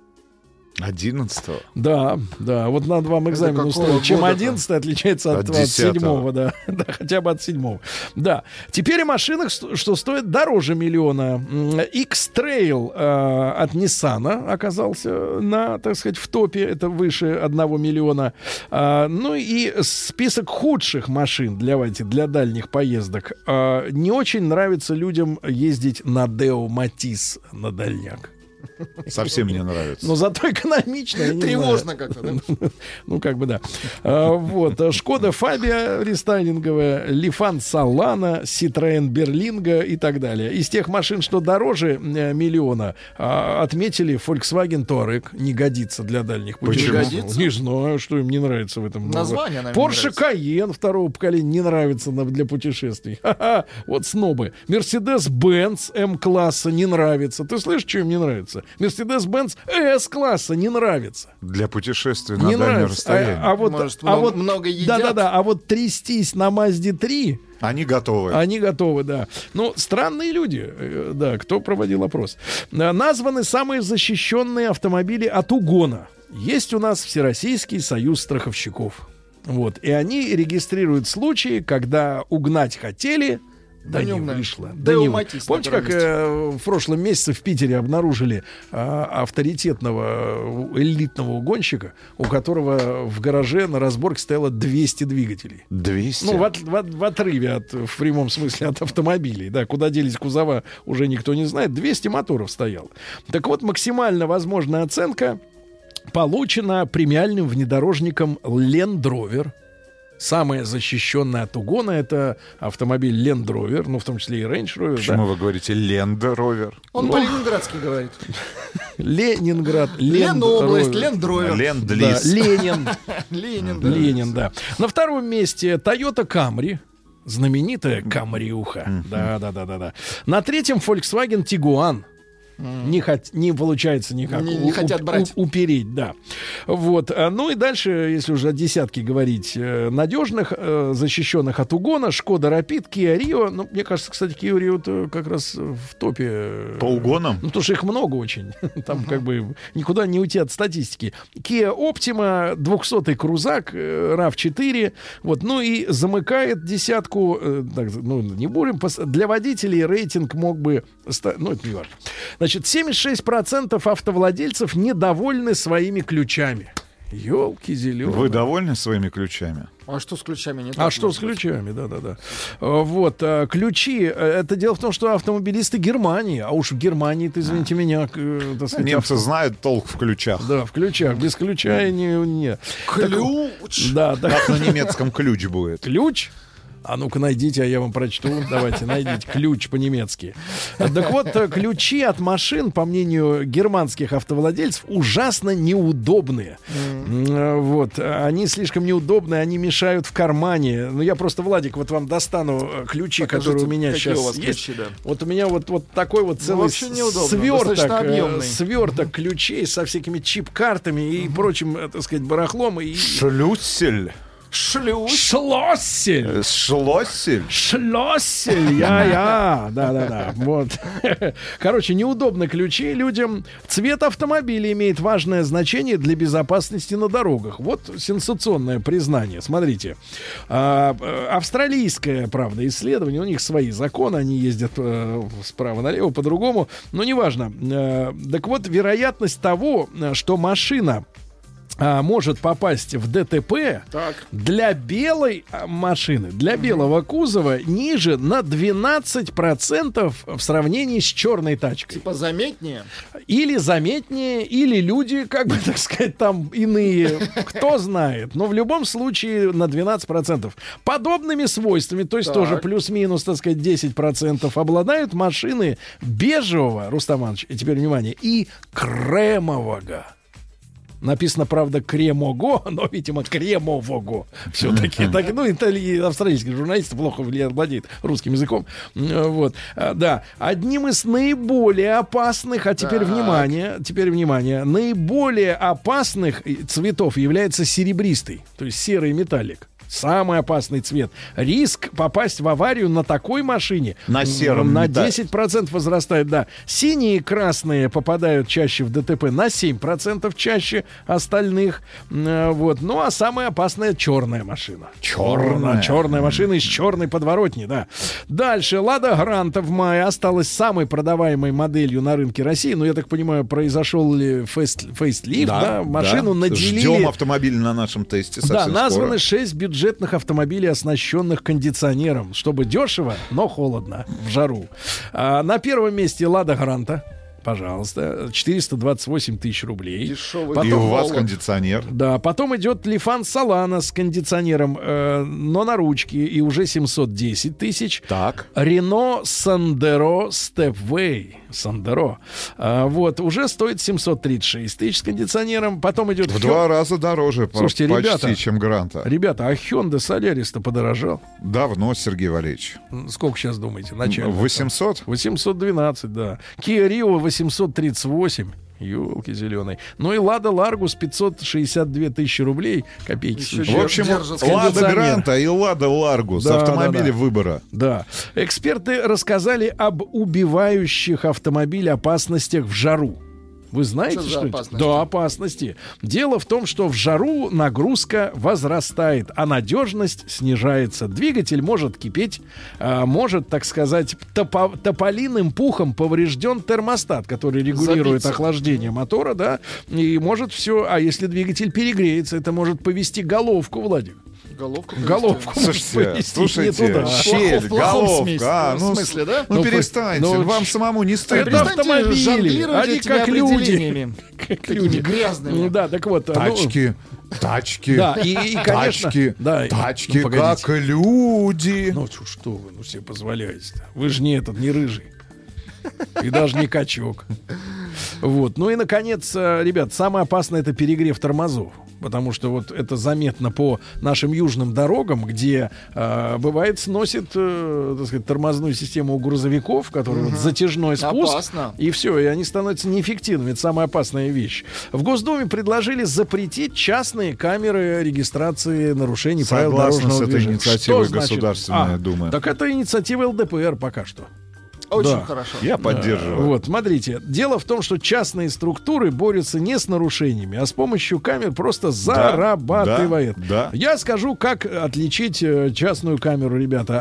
11-го? Да. Вот на 2 экзамена устроил. Чем 11-й отличается от 7-го, да. Хотя бы от 7-го. Да. Теперь о машинах, что стоит дороже миллиона. X-Trail от Nissan оказался так сказать, в топе. Это выше 1 миллиона. Ну и список худших машин для дальних поездок. Не очень нравится людям ездить на Deo Matiz на дальняк. Совсем не нравится. Но зато экономично. Тревожно как-то, да? Ну, как бы, да. Вот. Шкода Фабия рестайлинговая, Лифан Солана, Citroën Берлинго и так далее. Из тех машин, что дороже миллиона, отметили Volkswagen Touareg. Не годится для дальних путешествий. Не знаю, что им не нравится в этом. Название, наверное, Porsche Cayenne 2-го поколения не нравится для путешествий. Вот снобы. Mercedes-Benz М-класса не нравится. Ты слышишь, что им не нравится? нравится. Mercedes-Benz S-класса не нравится. Для путешествий на Не дальнее нравится. расстояние. Может, много едят? Да-да-да, а вот трястись на Мазде 3... Они готовы. Они готовы, да. Ну, странные люди, да, кто проводил опрос. Названы самые защищенные автомобили от угона. Есть у нас Всероссийский союз страховщиков. Вот. И они регистрируют случаи, когда угнать хотели, да не вышло. Да не вышло. Помните, как в прошлом месяце в Питере обнаружили авторитетного элитного угонщика, у которого в гараже на разборке стояло 200 двигателей. 200? Ну, в отрыве в прямом смысле от автомобилей. Да, куда делись кузова, уже никто не знает. 200 моторов стояло. Так вот, максимально возможная оценка получена премиальным внедорожником Land Rover. Самая защищенная от угона — это автомобиль Land Rover, ну, в том числе и Range Rover. Почему да? вы говорите Land Rover? Он по-ленинградски говорит. Ленинград. Ленобласть, Land Rover. Ленд-лиз. Ленин, да. На втором месте Toyota Camry. Знаменитая камриуха. Да. На третьем Volkswagen Tiguan. Не получается никак не хотят брать. Упереть, да. Вот. Ну и дальше, если уже о десятке говорить, надежных, защищенных от угона, Шкода Rapid, Kia Rio. Ну, мне кажется, кстати, Kia Rio как раз в топе. По угонам? Ну, потому что их много очень. Там как бы никуда не уйти от статистики. Kia Optima, 200-й крузак, RAV4. Вот. Ну и замыкает десятку, ну, не будем, для водителей рейтинг мог бы... Ну, это не важно. Значит, 76% автовладельцев недовольны своими ключами. Ёлки-зелёные. Вы довольны своими ключами? А что с ключами не так? А что с ключами, да. Вот, ключи, это дело в том, что автомобилисты Германии, а уж в Германии-то, извините меня, так сказать... Немцы знают толк в ключах. Да, в ключах, без ключа не... Ключ! Да. Как на немецком ключ будет? Ключ? А ну-ка найдите, а я вам прочту. Давайте, найдите ключ по-немецки. Так вот, ключи от машин, по мнению германских автовладельцев, ужасно неудобные. Вот. Они слишком неудобные, они мешают в кармане. Ну, я просто, Владик, вот вам достану ключи, покажите, которые у меня сейчас у есть. Ключи, да. Вот у меня вот такой вот целый сверток ключей со всякими чип-картами и прочим, так сказать, барахлом. Шлюссель. Шлоссель. Да. Вот. Короче, неудобно ключи людям. Цвет автомобиля имеет важное значение для безопасности на дорогах. Вот сенсационное признание. Смотрите. Австралийское, правда, исследование. У них свои законы. Они ездят справа налево по-другому. Но неважно. Так вот, вероятность того, что машина может попасть в ДТП для белой машины, для белого кузова ниже на 12% в сравнении с черной тачкой. Типа заметнее? Или заметнее, или люди, как бы, так сказать, там иные, кто знает. Но в любом случае на 12%. Подобными свойствами, то есть тоже плюс-минус, так сказать, 10% обладают машины бежевого, Рустам Иванович, и теперь внимание, и кремового. Написано, правда, кремого, но, видимо, кремового. Все-таки. Так, ну, австралийские журналисты плохо владеют русским языком. Вот. Да. Одним из наиболее опасных, теперь внимание, наиболее опасных цветов является серебристый, то есть серый металлик. Самый опасный цвет. Риск попасть в аварию на такой машине на сером на 10% возрастает, да. Синие и красные попадают чаще в ДТП на 7% чаще остальных. Вот. Ну, а самая опасная черная машина. Черная машина из черной подворотни, да. Дальше. Лада Гранта в мае осталась самой продаваемой моделью на рынке России. Ну, я так понимаю, произошел ли фейслифт, да? Машину наделили... Ждем автомобиль на нашем тесте совсем скоро. Да, названы 6 бюджетных автомобилей, оснащенных кондиционером, чтобы дешево, но холодно в жару. На первом месте Лада Гранта. Пожалуйста, 428 тысяч рублей. Дешевый. Потом, и у вас кондиционер. Да, потом идет Лифан Солана с кондиционером, но на ручке, и уже 710 тысяч. Так. Рено Сандеро Степвей. Сандеро. Вот, уже стоит 736 тысяч с кондиционером. Потом идет... В 2 раза дороже. Слушайте, почти, чем Гранта. Ребята, а Hyundai Solaris-то подорожал? Давно, Сергей Валерьевич. Сколько сейчас думаете? Начало. 800? 812, да. Kia Rio 838. Ёлки зеленые. Ну и Лада Ларгус 562 тысячи рублей. Копейки. В общем, Лада Гранта и Лада Ларгус. Да, автомобили выбора. Да. Эксперты рассказали об убивающих автомобиль опасностях в жару. Вы знаете, что это? Да, опасности. Дело в том, что в жару нагрузка возрастает, а надежность снижается. Двигатель может кипеть, может, так сказать, тополиным пухом поврежден термостат, который регулирует охлаждение мотора, да, и может все. А если двигатель перегреется, это может повести головку, Владик. Головку. Слушайте, щель, головка. В смысле, да? Ну перестаньте, вам самому не стыдно. Это автомобили, они как люди. Как люди грязными. Да, так вот. Тачки. Да, и конечно, тачки как люди. Ну что вы, себе позволяете-то? Вы же не рыжий. И даже не качок. Вот. Ну и, наконец, ребят, самое опасное — это перегрев тормозов. Потому что вот это заметно по нашим южным дорогам, где, бывает, сносит, так сказать, тормозную систему у грузовиков, которые вот затяжной спуск. Опасно. И все, и они становятся неэффективными. Это самая опасная вещь. В Госдуме предложили запретить частные камеры регистрации нарушений правил дорожного движения. Согласно с этой инициативой Государственной Думы. Так это инициатива ЛДПР пока что. Очень хорошо. Я поддерживаю. Вот, смотрите. Дело в том, что частные структуры борются не с нарушениями, а с помощью камер просто зарабатывают. Да. Я скажу, как отличить частную камеру, ребята.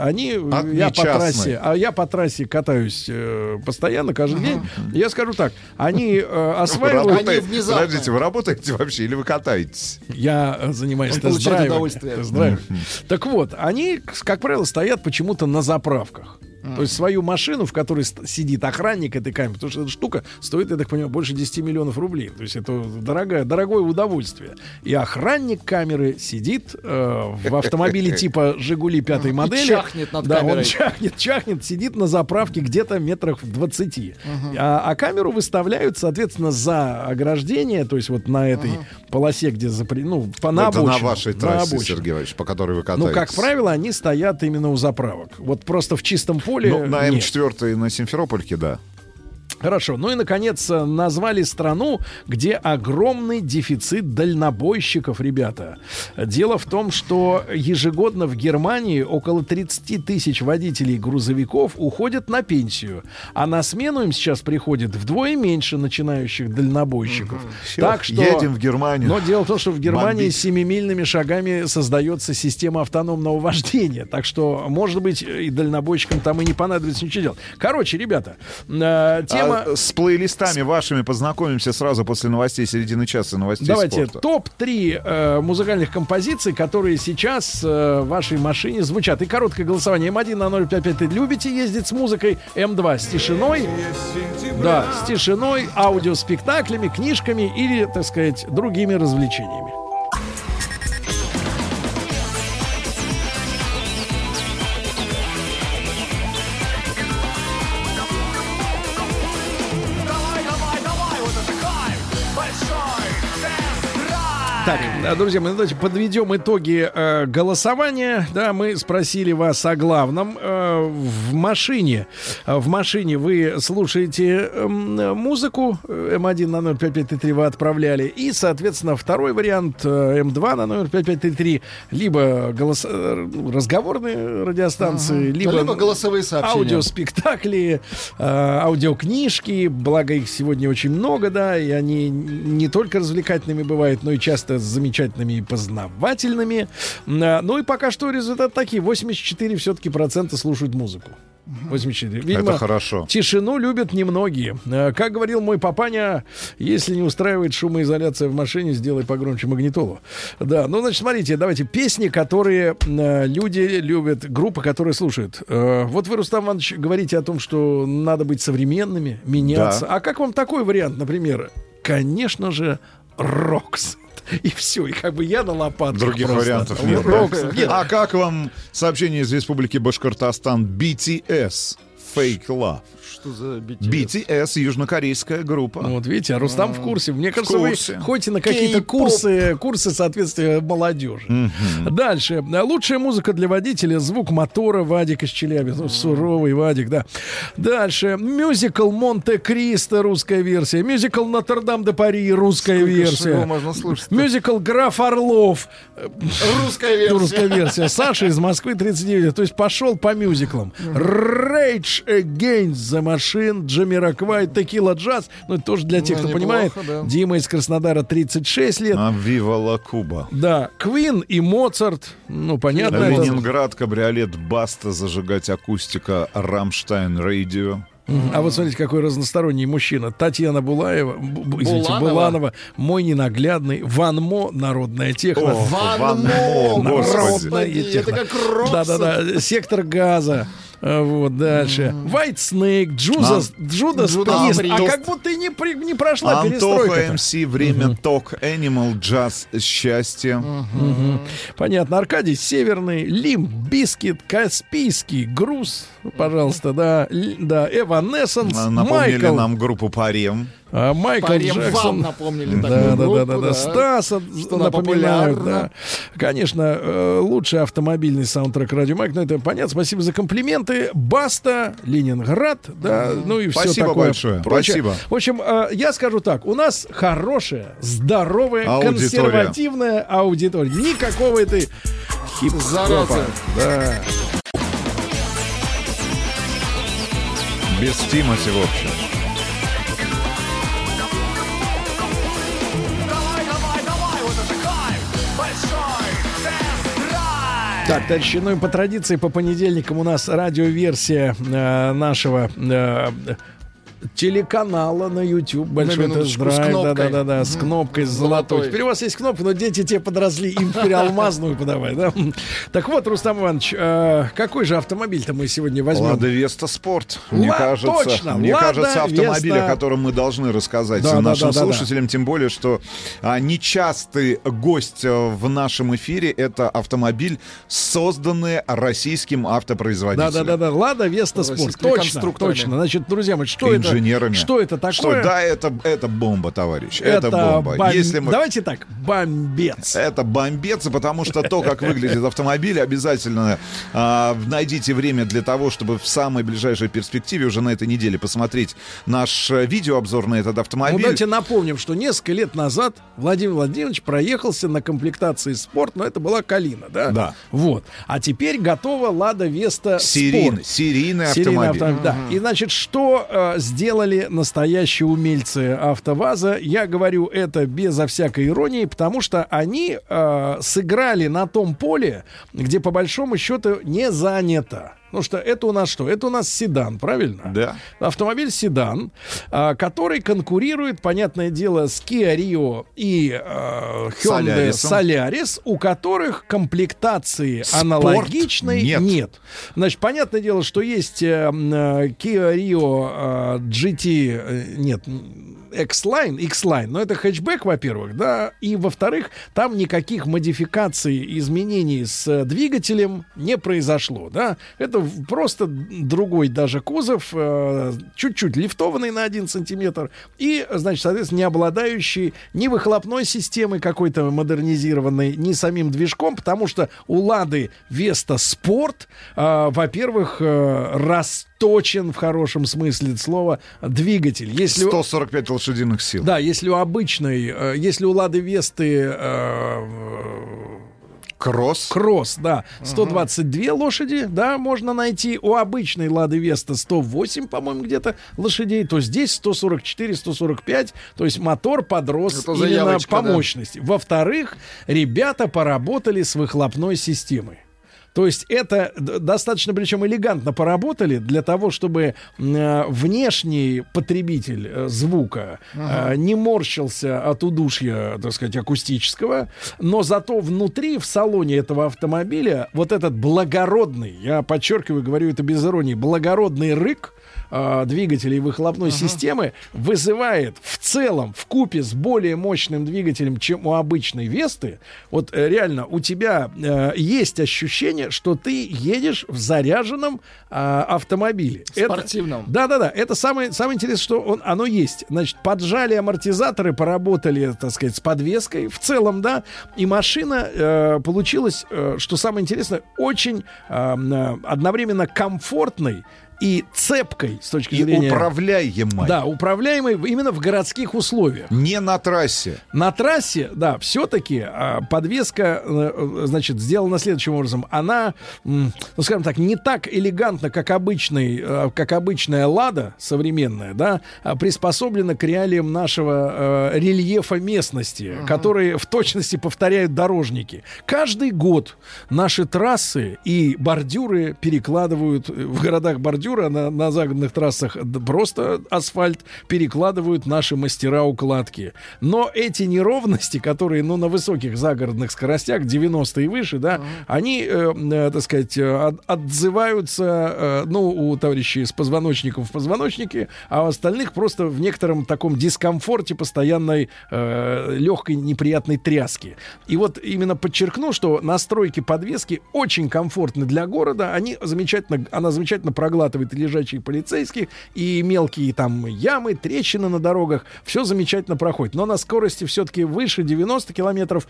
Я по трассе катаюсь постоянно, каждый день. Я скажу так. Они осваивают... Подождите, вы работаете вообще или вы катаетесь? Я занимаюсь тест-драйвом. Так вот, они, как правило, стоят почему-то на заправках. То есть свою машину, в которой сидит охранник этой камеры, потому что эта штука стоит, я так понимаю, больше 10 миллионов рублей. То есть это дорогое удовольствие. И охранник камеры сидит в автомобиле типа «Жигули» 5-й модели. И чахнет над камерой. Он чахнет, сидит на заправке где-то метрах в 20. А камеру выставляют, соответственно, за ограждение, то есть вот на этой полосе, где на обочине. Это на вашей трассе, Сергей Иванович, по которой вы катаетесь. Ну, как правило, они стоят именно у заправок. Вот просто в чистом поле. Ну, на М4 и на Симферопольке, да. Хорошо. Ну и, наконец, назвали страну, где огромный дефицит дальнобойщиков, ребята. Дело в том, что ежегодно в Германии около 30 тысяч водителей грузовиков уходят на пенсию. А на смену им сейчас приходит вдвое меньше начинающих дальнобойщиков. Так что едем в Германию. Но дело в том, что в Германии семимильными шагами создается система автономного вождения. Так что, может быть, и дальнобойщикам там и не понадобится ничего делать. Короче, ребята, тема... С плейлистами вашими познакомимся сразу после новостей середины часа, новостей Давайте спорта. топ-3 музыкальных композиций, которые сейчас в вашей машине звучат. И короткое голосование. М1 на 0553. Любите ездить с музыкой? М2 с тишиной. Да, с тишиной, аудиоспектаклями, книжками или, так сказать, другими развлечениями. Так, друзья мои, давайте подведем итоги голосования. Да, мы спросили вас о главном. В машине вы слушаете музыку, М1 на 0553 вы отправляли, и, соответственно, второй вариант М2 на 0553, либо разговорные радиостанции, либо голосовые сообщения, аудиоспектакли, аудиокнижки, благо их сегодня очень много, да, и они не только развлекательными бывают, но и часто с замечательными и познавательными. Ну и пока что результаты такие. 84% все-таки процента слушают музыку. 84. Видимо, это хорошо. Тишину любят немногие. Как говорил мой папаня, если не устраивает шумоизоляция в машине, сделай погромче магнитолу. Да, ну, значит, смотрите, давайте песни, которые люди любят, группы, которые слушают. Вот вы, Рустам Иванович, говорите о том, что надо быть современными, меняться. Да. А как вам такой вариант, например? Конечно же, Рокс. И все, и как бы я на лопатках. Других просто. Вариантов нет. Рокс, нет. А как вам сообщение из Республики Башкортостан? BTS Fake Love. Что за BTS? BTS, южнокорейская группа. Вот видите, Рустам в курсе. Мне кажется, вы ходите на какие-то курсы соответствия молодежи. Дальше. Лучшая музыка для водителя. Звук мотора. Вадик из Челябинска. Суровый Вадик, да. Дальше. Мюзикл Монте-Кристо, русская версия. Мюзикл Нотр-Дам-де-Пари, русская версия. Мюзикл Граф Орлов. Русская версия. Саша из Москвы, 39. То есть пошел по мюзиклам. Rage Against the Machine, Джамироквай, Текила Джаз. Ну, это тоже для тех, кто понимает. Да. Дима из Краснодара, 36 лет. Вива ла Куба. Да. Квин и Моцарт. Ну, понятно. Ленинград, Кабриолет, Баста, зажигать акустика, Рамштайн, Радио. А вот смотрите, какой разносторонний мужчина. Татьяна Буланова, мой ненаглядный, Ванмо, народная техно. Ванмо, народная техно. Это как Роксон. Да-да-да, Сектор Газа. Вот, дальше. White Snake, Judas Priest. А как будто и не прошла перестройка. Антоха МС, время ток, Animal, джаз, счастье. Понятно. Аркадий Северный, Лимп Бискит, Каспийский, Груз, пожалуйста, да, Эванессенс, напомнили нам группу Парем. Майкл Джексон. Напомнили да. Стаса напоминают, да. Конечно, лучший автомобильный саундтрек Радио Маяк. Ну, это понятно. Спасибо за комплименты. Баста, Ленинград, да, ну и все спасибо такое. Большое. Прочее. Спасибо. В общем, я скажу так. У нас хорошая, здоровая, консервативная аудитория. Никакого этой хип-хопа. Да. Без Тимати, в общем. Так, товарищи, ну и по традиции, по понедельникам у нас радиоверсия нашего телеканала на YouTube. Большой тест-драйв. Да, с кнопкой золотой. Теперь у вас есть кнопка, но дети те подросли, им теперь алмазную подавай, да? Так вот, Рустам Иванович, какой же автомобиль-то мы сегодня возьмем? Лада Веста Спорт. Мне кажется, автомобиль, о котором мы должны рассказать нашим слушателям, тем более, что нечастый гость в нашем эфире — это автомобиль, созданный российским автопроизводителем. Да. Лада Веста Спорт. Точно. Значит, друзья мои, что это? Что это такое? Это бомба, товарищ. Это бомба. Давайте так, бомбец. Это бомбец, потому что то, как выглядит автомобиль, обязательно найдите время для того, чтобы в самой ближайшей перспективе, уже на этой неделе, посмотреть наш видеообзор на этот автомобиль. Ну, давайте напомним, что несколько лет назад Владимир Владимирович проехался на комплектации Спорт, но это была Калина, да? Да. Вот. А теперь готова Лада Веста Спорт. Серийный автомобиль. Да. И, значит, что сделали настоящие умельцы АвтоВАЗа. Я говорю это безо всякой иронии, потому что они сыграли на том поле, где по большому счету не занято. Потому что это у нас что? Это у нас седан, правильно? Да. Автомобиль седан, который конкурирует, понятное дело, с Kia Rio и Hyundai Solaris, у которых комплектации аналогичной нет. Значит, понятное дело, что есть Kia Rio GT, нет, X-Line, но это хэтчбэк, во-первых, да, и, во-вторых, там никаких модификаций, изменений с двигателем не произошло, да, это просто другой даже кузов, чуть-чуть лифтованный на 1 сантиметр и, значит, соответственно, не обладающий ни выхлопной системой какой-то модернизированной, ни самим движком, потому что у Лады Веста Спорт, во-первых, расточен в хорошем смысле слова двигатель. Если 145 лошадиных сил. Да, если у Лады Весты Кросс, да, 122 лошади, да, можно найти. У обычной Лады Веста 108, по-моему, где-то лошадей, то здесь 144, 145, то есть мотор подрос именно по мощности. Во-вторых, ребята поработали с выхлопной системой. То есть это достаточно, причем элегантно поработали для того, чтобы внешний потребитель звука не морщился от удушья, так сказать, акустического, но зато внутри, в салоне этого автомобиля, вот этот благородный, я подчеркиваю, говорю это без иронии, благородный рык двигателей выхлопной системы вызывает в целом вкупе с более мощным двигателем, чем у обычной Весты, вот реально у тебя есть ощущение, что ты едешь в заряженном автомобиле. Спортивном. Да-да-да. Это самое интересное, что оно есть. Значит, поджали амортизаторы, поработали, так сказать, с подвеской. В целом, да. И машина получилась, что самое интересное, очень одновременно комфортной и цепкой с точки зрения... управляемой. Да, управляемой именно в городских условиях. Не на трассе. На трассе, да, все-таки подвеска, значит, сделана следующим образом. Она, ну, скажем так, не так элегантна, как обычная «Лада» современная, да, приспособлена к реалиям нашего рельефа местности, которые в точности повторяют дорожники. Каждый год наши трассы и бордюры перекладывают в городах бордюры, на загородных трассах просто асфальт перекладывают наши мастера укладки. Но эти неровности, которые, ну, на высоких загородных скоростях, 90 и выше, да, они, так сказать, отзываются, ну, у товарищей с позвоночником в позвоночнике, а у остальных просто в некотором таком дискомфорте постоянной легкой неприятной тряски. И вот именно подчеркну, что настройки подвески очень комфортны для города, она замечательно проглатывает и лежачие полицейские, и мелкие там ямы, трещины на дорогах, все замечательно проходит. Но на скорости все-таки выше 90 километров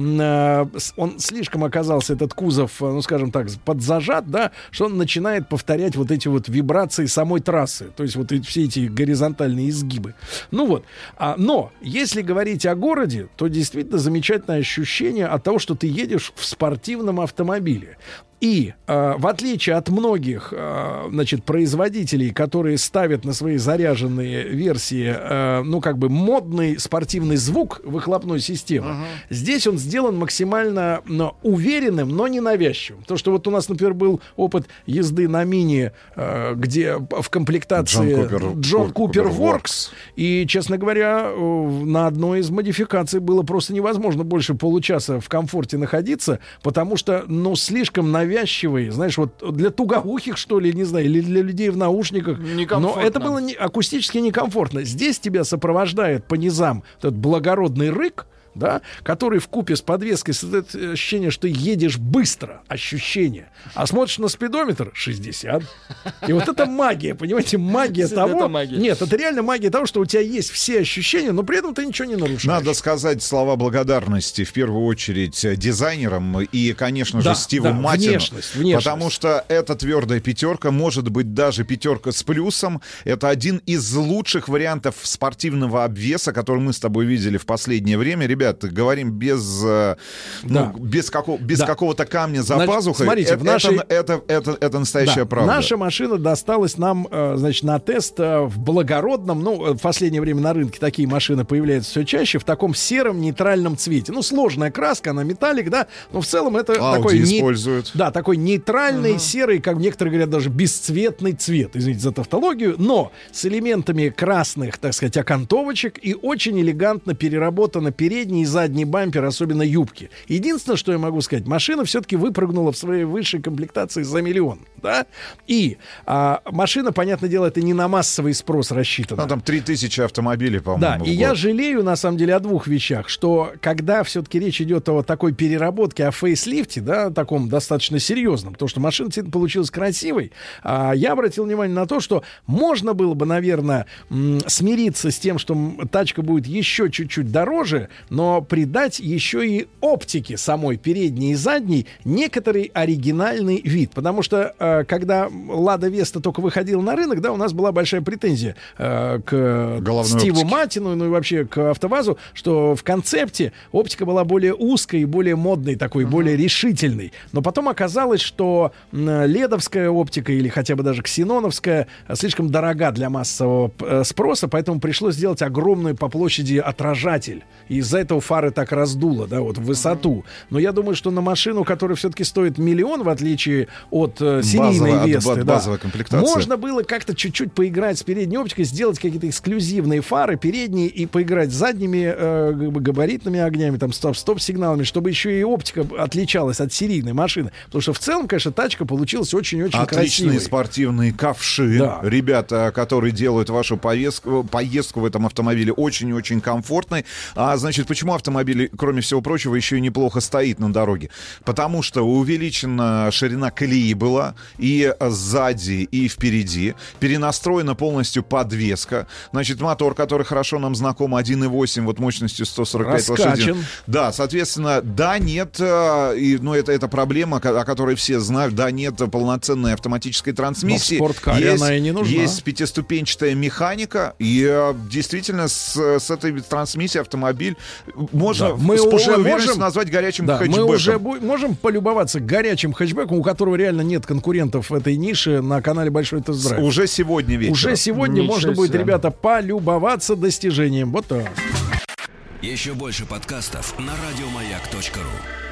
он слишком оказался, этот кузов, ну, скажем так, подзажат, да, что он начинает повторять вот эти вот вибрации самой трассы, то есть вот все эти горизонтальные изгибы. Ну вот. Но если говорить о городе, то действительно замечательное ощущение от того, что ты едешь в спортивном автомобиле. И в отличие от многих, значит, производителей, которые ставят на свои заряженные версии, ну, как бы модный спортивный звук выхлопной системы, здесь он сделан максимально уверенным, но не навязчивым. То, что вот у нас, например, был опыт езды на Мини, где в комплектации Джон Купер Works, и, честно говоря, на одной из модификаций было просто невозможно больше получаса в комфорте находиться, потому что, ну, слишком навязчивый, знаешь, вот для тугоухих, что ли, не знаю, или для людей в наушниках. Но это было акустически некомфортно. Здесь тебя сопровождает по низам этот благородный рык, да, который вкупе с подвеской создает ощущение, что ты едешь быстро, ощущение. А смотришь на спидометр — 60. И вот это магия, понимаете, магия того... Нет, это реально магия того, что у тебя есть все ощущения, но при этом ты ничего не нарушаешь. Надо сказать слова благодарности в первую очередь дизайнерам и, конечно же, Стиву Матину. Внешность. Потому что эта твердая пятерка, может быть, даже пятерка с плюсом. Это один из лучших вариантов спортивного обвеса, который мы с тобой видели в последнее время. Ребят, говорим без какого-то камня за пазухой. Смотрите, это настоящая правда. Наша машина досталась нам, значит, на тест в благородном, ну, в последнее время на рынке такие машины появляются все чаще, в таком сером нейтральном цвете. Ну, сложная краска, она металлик, да, но в целом это такой такой нейтральный, серый, как некоторые говорят, даже бесцветный цвет, извините за тавтологию, но с элементами красных, так сказать, окантовочек, и очень элегантно переработана передняя и задний бампер, особенно юбки. Единственное, что я могу сказать, машина все-таки выпрыгнула в своей высшей комплектации за 1 миллион. Да? И машина, понятное дело, это не на массовый спрос рассчитана. Ну, там 3000 автомобилей, по-моему. Да, и я жалею, на самом деле, о двух вещах. Что когда все-таки речь идет о такой переработке, о фейслифте, да, таком достаточно серьезном, потому что машина получилась красивой, я обратил внимание на то, что можно было бы, наверное, смириться с тем, что тачка будет еще чуть-чуть дороже, но придать еще и оптике самой передней и задней некоторый оригинальный вид. Потому что когда Лада Веста только выходила на рынок, да, у нас была большая претензия к Стиву Матину, ну и вообще к АвтоВАЗу, что в концепте оптика была более узкой и более модной такой, более решительной. Но потом оказалось, что ледовская оптика или хотя бы даже ксеноновская слишком дорога для массового спроса, поэтому пришлось сделать огромный по площади отражатель. И из-за этого что фары так раздуло, да, вот в высоту. Но я думаю, что на машину, которая все-таки стоит 1 000 000, в отличие от серийной Весты, базовой комплектации, можно было как-то чуть-чуть поиграть с передней оптикой, сделать какие-то эксклюзивные фары передние и поиграть с задними габаритными огнями, там, стоп-сигналами, чтобы еще и оптика отличалась от серийной машины. Потому что в целом, конечно, тачка получилась очень-очень красивой. Отличные спортивные ковши. Да. Ребята, которые делают вашу поездку в этом автомобиле очень-очень комфортной. А значит, почему автомобиль, кроме всего прочего, еще и неплохо стоит на дороге? Потому что увеличена ширина колеи была и сзади, и впереди. Перенастроена полностью подвеска. Значит, мотор, который хорошо нам знаком, 1.8, вот мощностью 145 лошадей. Да, соответственно, да, нет, это проблема, о которой все знают, да, нет полноценной автоматической трансмиссии. Но в спорткаре она и не нужна. Есть пятиступенчатая механика, и действительно с этой трансмиссией автомобиль можно с полной уверенностью назвать горячим хэтчбеком. Мы уже можем полюбоваться горячим хэтчбеком, у которого реально нет конкурентов в этой нише, на канале Большой Тест-драйв. Уже сегодня вечером. Уже сегодня можно будет, ребята, полюбоваться достижением. Вот так. Еще больше подкастов на радиомаяк.ру.